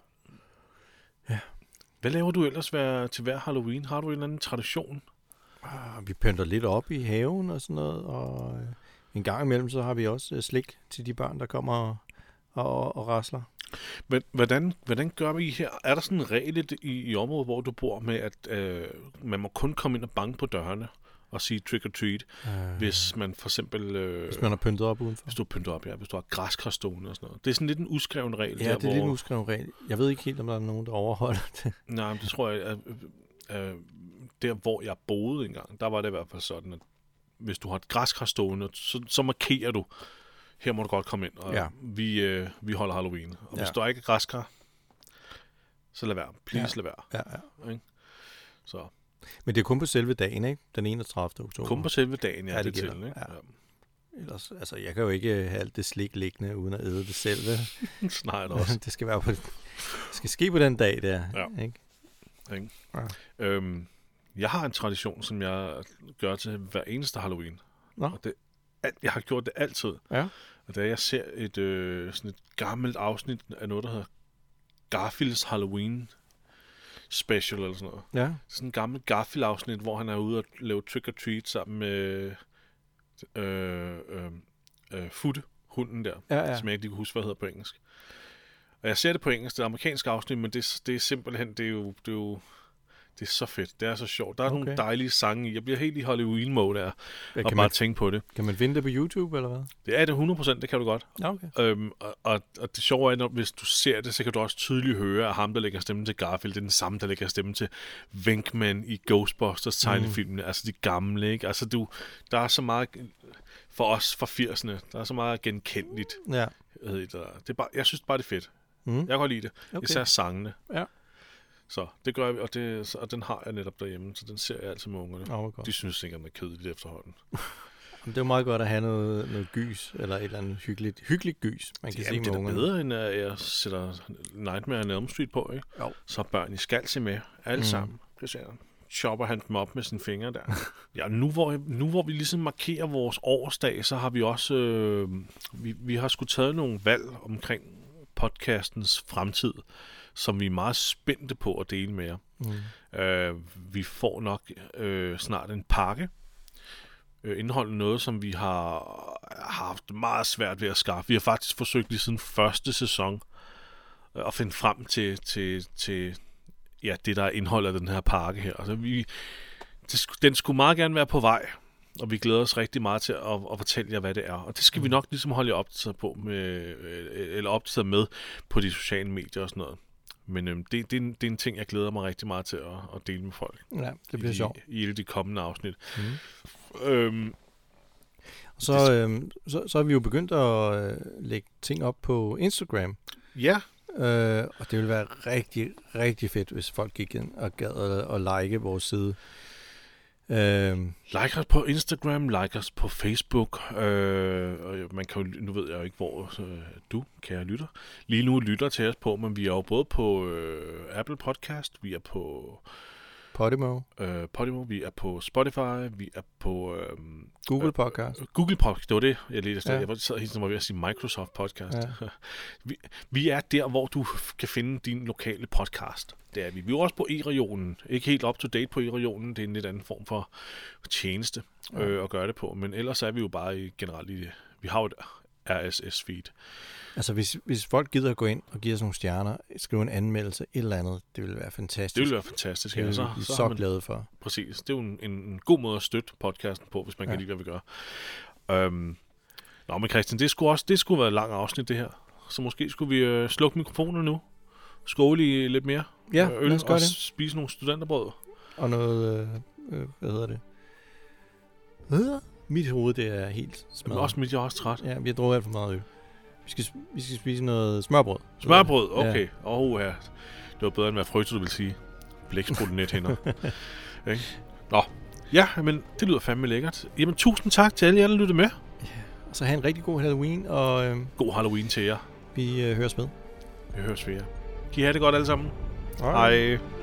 Hvad laver du ellers til hver Halloween? Har du en eller anden tradition? Vi pynter lidt op i haven og sådan noget, og en gang imellem så har vi også slik til de børn, der kommer og rasler. Men hvordan gør vi her? Er der sådan en regel i området, hvor du bor med, at man må kun komme ind og banke på dørene og sige trick or treat, hvis man for eksempel... hvis man har pyntet op udenfor? Hvis du har pyntet op, ja. Hvis du har græskar stående og sådan noget. Det er sådan lidt en uskreven regel. Ja, det er lidt en uskreven regel. Jeg ved ikke helt, om der er nogen, der overholder det. Nej, men det tror jeg, at der hvor jeg boede engang, der var det i hvert fald sådan, at hvis du har et græskar stående, så markerer du, her må du godt komme ind, og vi holder Halloween. Og hvis du ikke er græskar, så lad være. Please lad være. Ja. Ikke? Så. Men det er kun på selve dagen, ikke? Den 31. oktober. Kun på selve dagen, ja, det til, ikke? Ja. Ellers, altså, jeg kan jo ikke have alt det slik liggende, uden at æde det selv. Nej, det også. Det skal skal ske på den dag der, ikke? Ja. Jeg har en tradition, som jeg gør til hver eneste Halloween. Og jeg har gjort det altid. Ja. Og da jeg ser sådan et gammelt afsnit af noget, der hedder Garfields Halloween special eller sådan noget. Ja. Sådan en gammel Garfield-afsnit, hvor han er ude og lave trick or treat sammen med Futte, hunden der, som jeg ikke lige kan huske, hvad hedder på engelsk. Og jeg ser det på engelsk, det amerikanske afsnit, men det er simpelthen, det er så fedt. Det er så sjovt. Der er nogle dejlige sange i. Jeg bliver helt i Halloween-mode der, og bare tænke på det. Kan man finde det på YouTube, eller hvad? Det er det 100%, det kan du godt. Okay. Og det sjove er, at hvis du ser det, så kan du også tydeligt høre, at ham, der lægger stemmen til Garfield, det er den samme, der lægger stemmen til Venkman i Ghostbusters tegnefilmene, altså de gamle, ikke? Altså der er så meget, for os fra 80'erne, der er så meget genkendeligt. Ja. Jeg synes bare, det er fedt. Jeg kan godt lide det. Okay. Især sangene. Ja. Så det gør vi, og den har jeg netop derhjemme, så den ser jeg altid med ungerne. De synes ikke, at den er kedeligt efterhånden. Det er jo meget godt at have noget gys, eller et eller andet hyggeligt gys, man kan se med ungerne. Det er bedre, end at jeg sætter Nightmare on Elm Street på, ikke? Jo. Så børn i skal se med, alle sammen. Chopper han dem op med sine fingre der. Ja, nu hvor vi ligesom markerer vores årsdag, så har vi også, vi har sgu taget nogle valg omkring podcastens fremtid, som vi er meget spændte på at dele med jer. Vi får nok snart en pakke, indeholdende noget, som vi har haft meget svært ved at skaffe. Vi har faktisk forsøgt lige siden første sæson at finde frem til det, der er indholdet af den her pakke her. Altså, den skulle meget gerne være på vej. og vi glæder os rigtig meget til at fortælle jer, hvad det er. Og det skal vi nok ligesom holde jer opdateret på eller opdateret med på de sociale medier og sådan noget. Men det er en ting, jeg glæder mig rigtig meget til at dele med folk. Ja, det bliver sjovt. I alle de kommende afsnit. Så er vi jo begyndt at lægge ting op på Instagram. Ja. Og det ville være rigtig, rigtig fedt, hvis folk gik ind og gad at like vores side. Like os på Instagram, like os på Facebook. Man kan jo, nu ved jeg jo ikke, hvor du, kære lytter, lige nu lytter til os på, men vi er jo både på Apple Podcast, vi er på Podimo, vi er på Spotify, vi er på Google Podcast. Google Podcast, det var det, jeg lige Ja. Jeg sad helt som var ved at sige Microsoft Podcast. Ja. vi er der, hvor du kan finde din lokale podcast. Det er vi. Vi er også på e-regionen. Ikke helt up to date på e-regionen. Det er en lidt anden form for tjeneste at gøre det på. Men ellers er vi jo bare generelt i det. Vi har jo et RSS-feed. Altså, hvis folk gider at gå ind og give os nogle stjerner, skrive en anmeldelse, et eller andet, det ville være fantastisk. Det ville være fantastisk. Det er vi så glade for. Præcis. Det er jo en god måde at støtte podcasten på, hvis man kan lide, hvad vi gør. Nå, men Christian, det skulle være et langt afsnit, det her. Så måske skulle vi slukke mikrofonen nu. Skåle i lidt mere øl og spise nogle studenterbrød. Og noget, hvad hedder det? Mit hoved, det er helt smadret. Jeg er også træt. Ja, vi har drukket alt for meget øl. Vi skal spise noget smørbrød. Smørbrød, okay. Ja. Det var bedre end hvad frygte, du vil sige. Blæksprutte net hænder. Okay. Nå, ja, men det lyder fandme lækkert. Jamen, tusind tak til alle jer, der lyttede med. Ja, og så have en rigtig god Halloween. Og, god Halloween til jer. Vi høres med. Vi høres ved jer. Kan I have det godt alle sammen? Hej.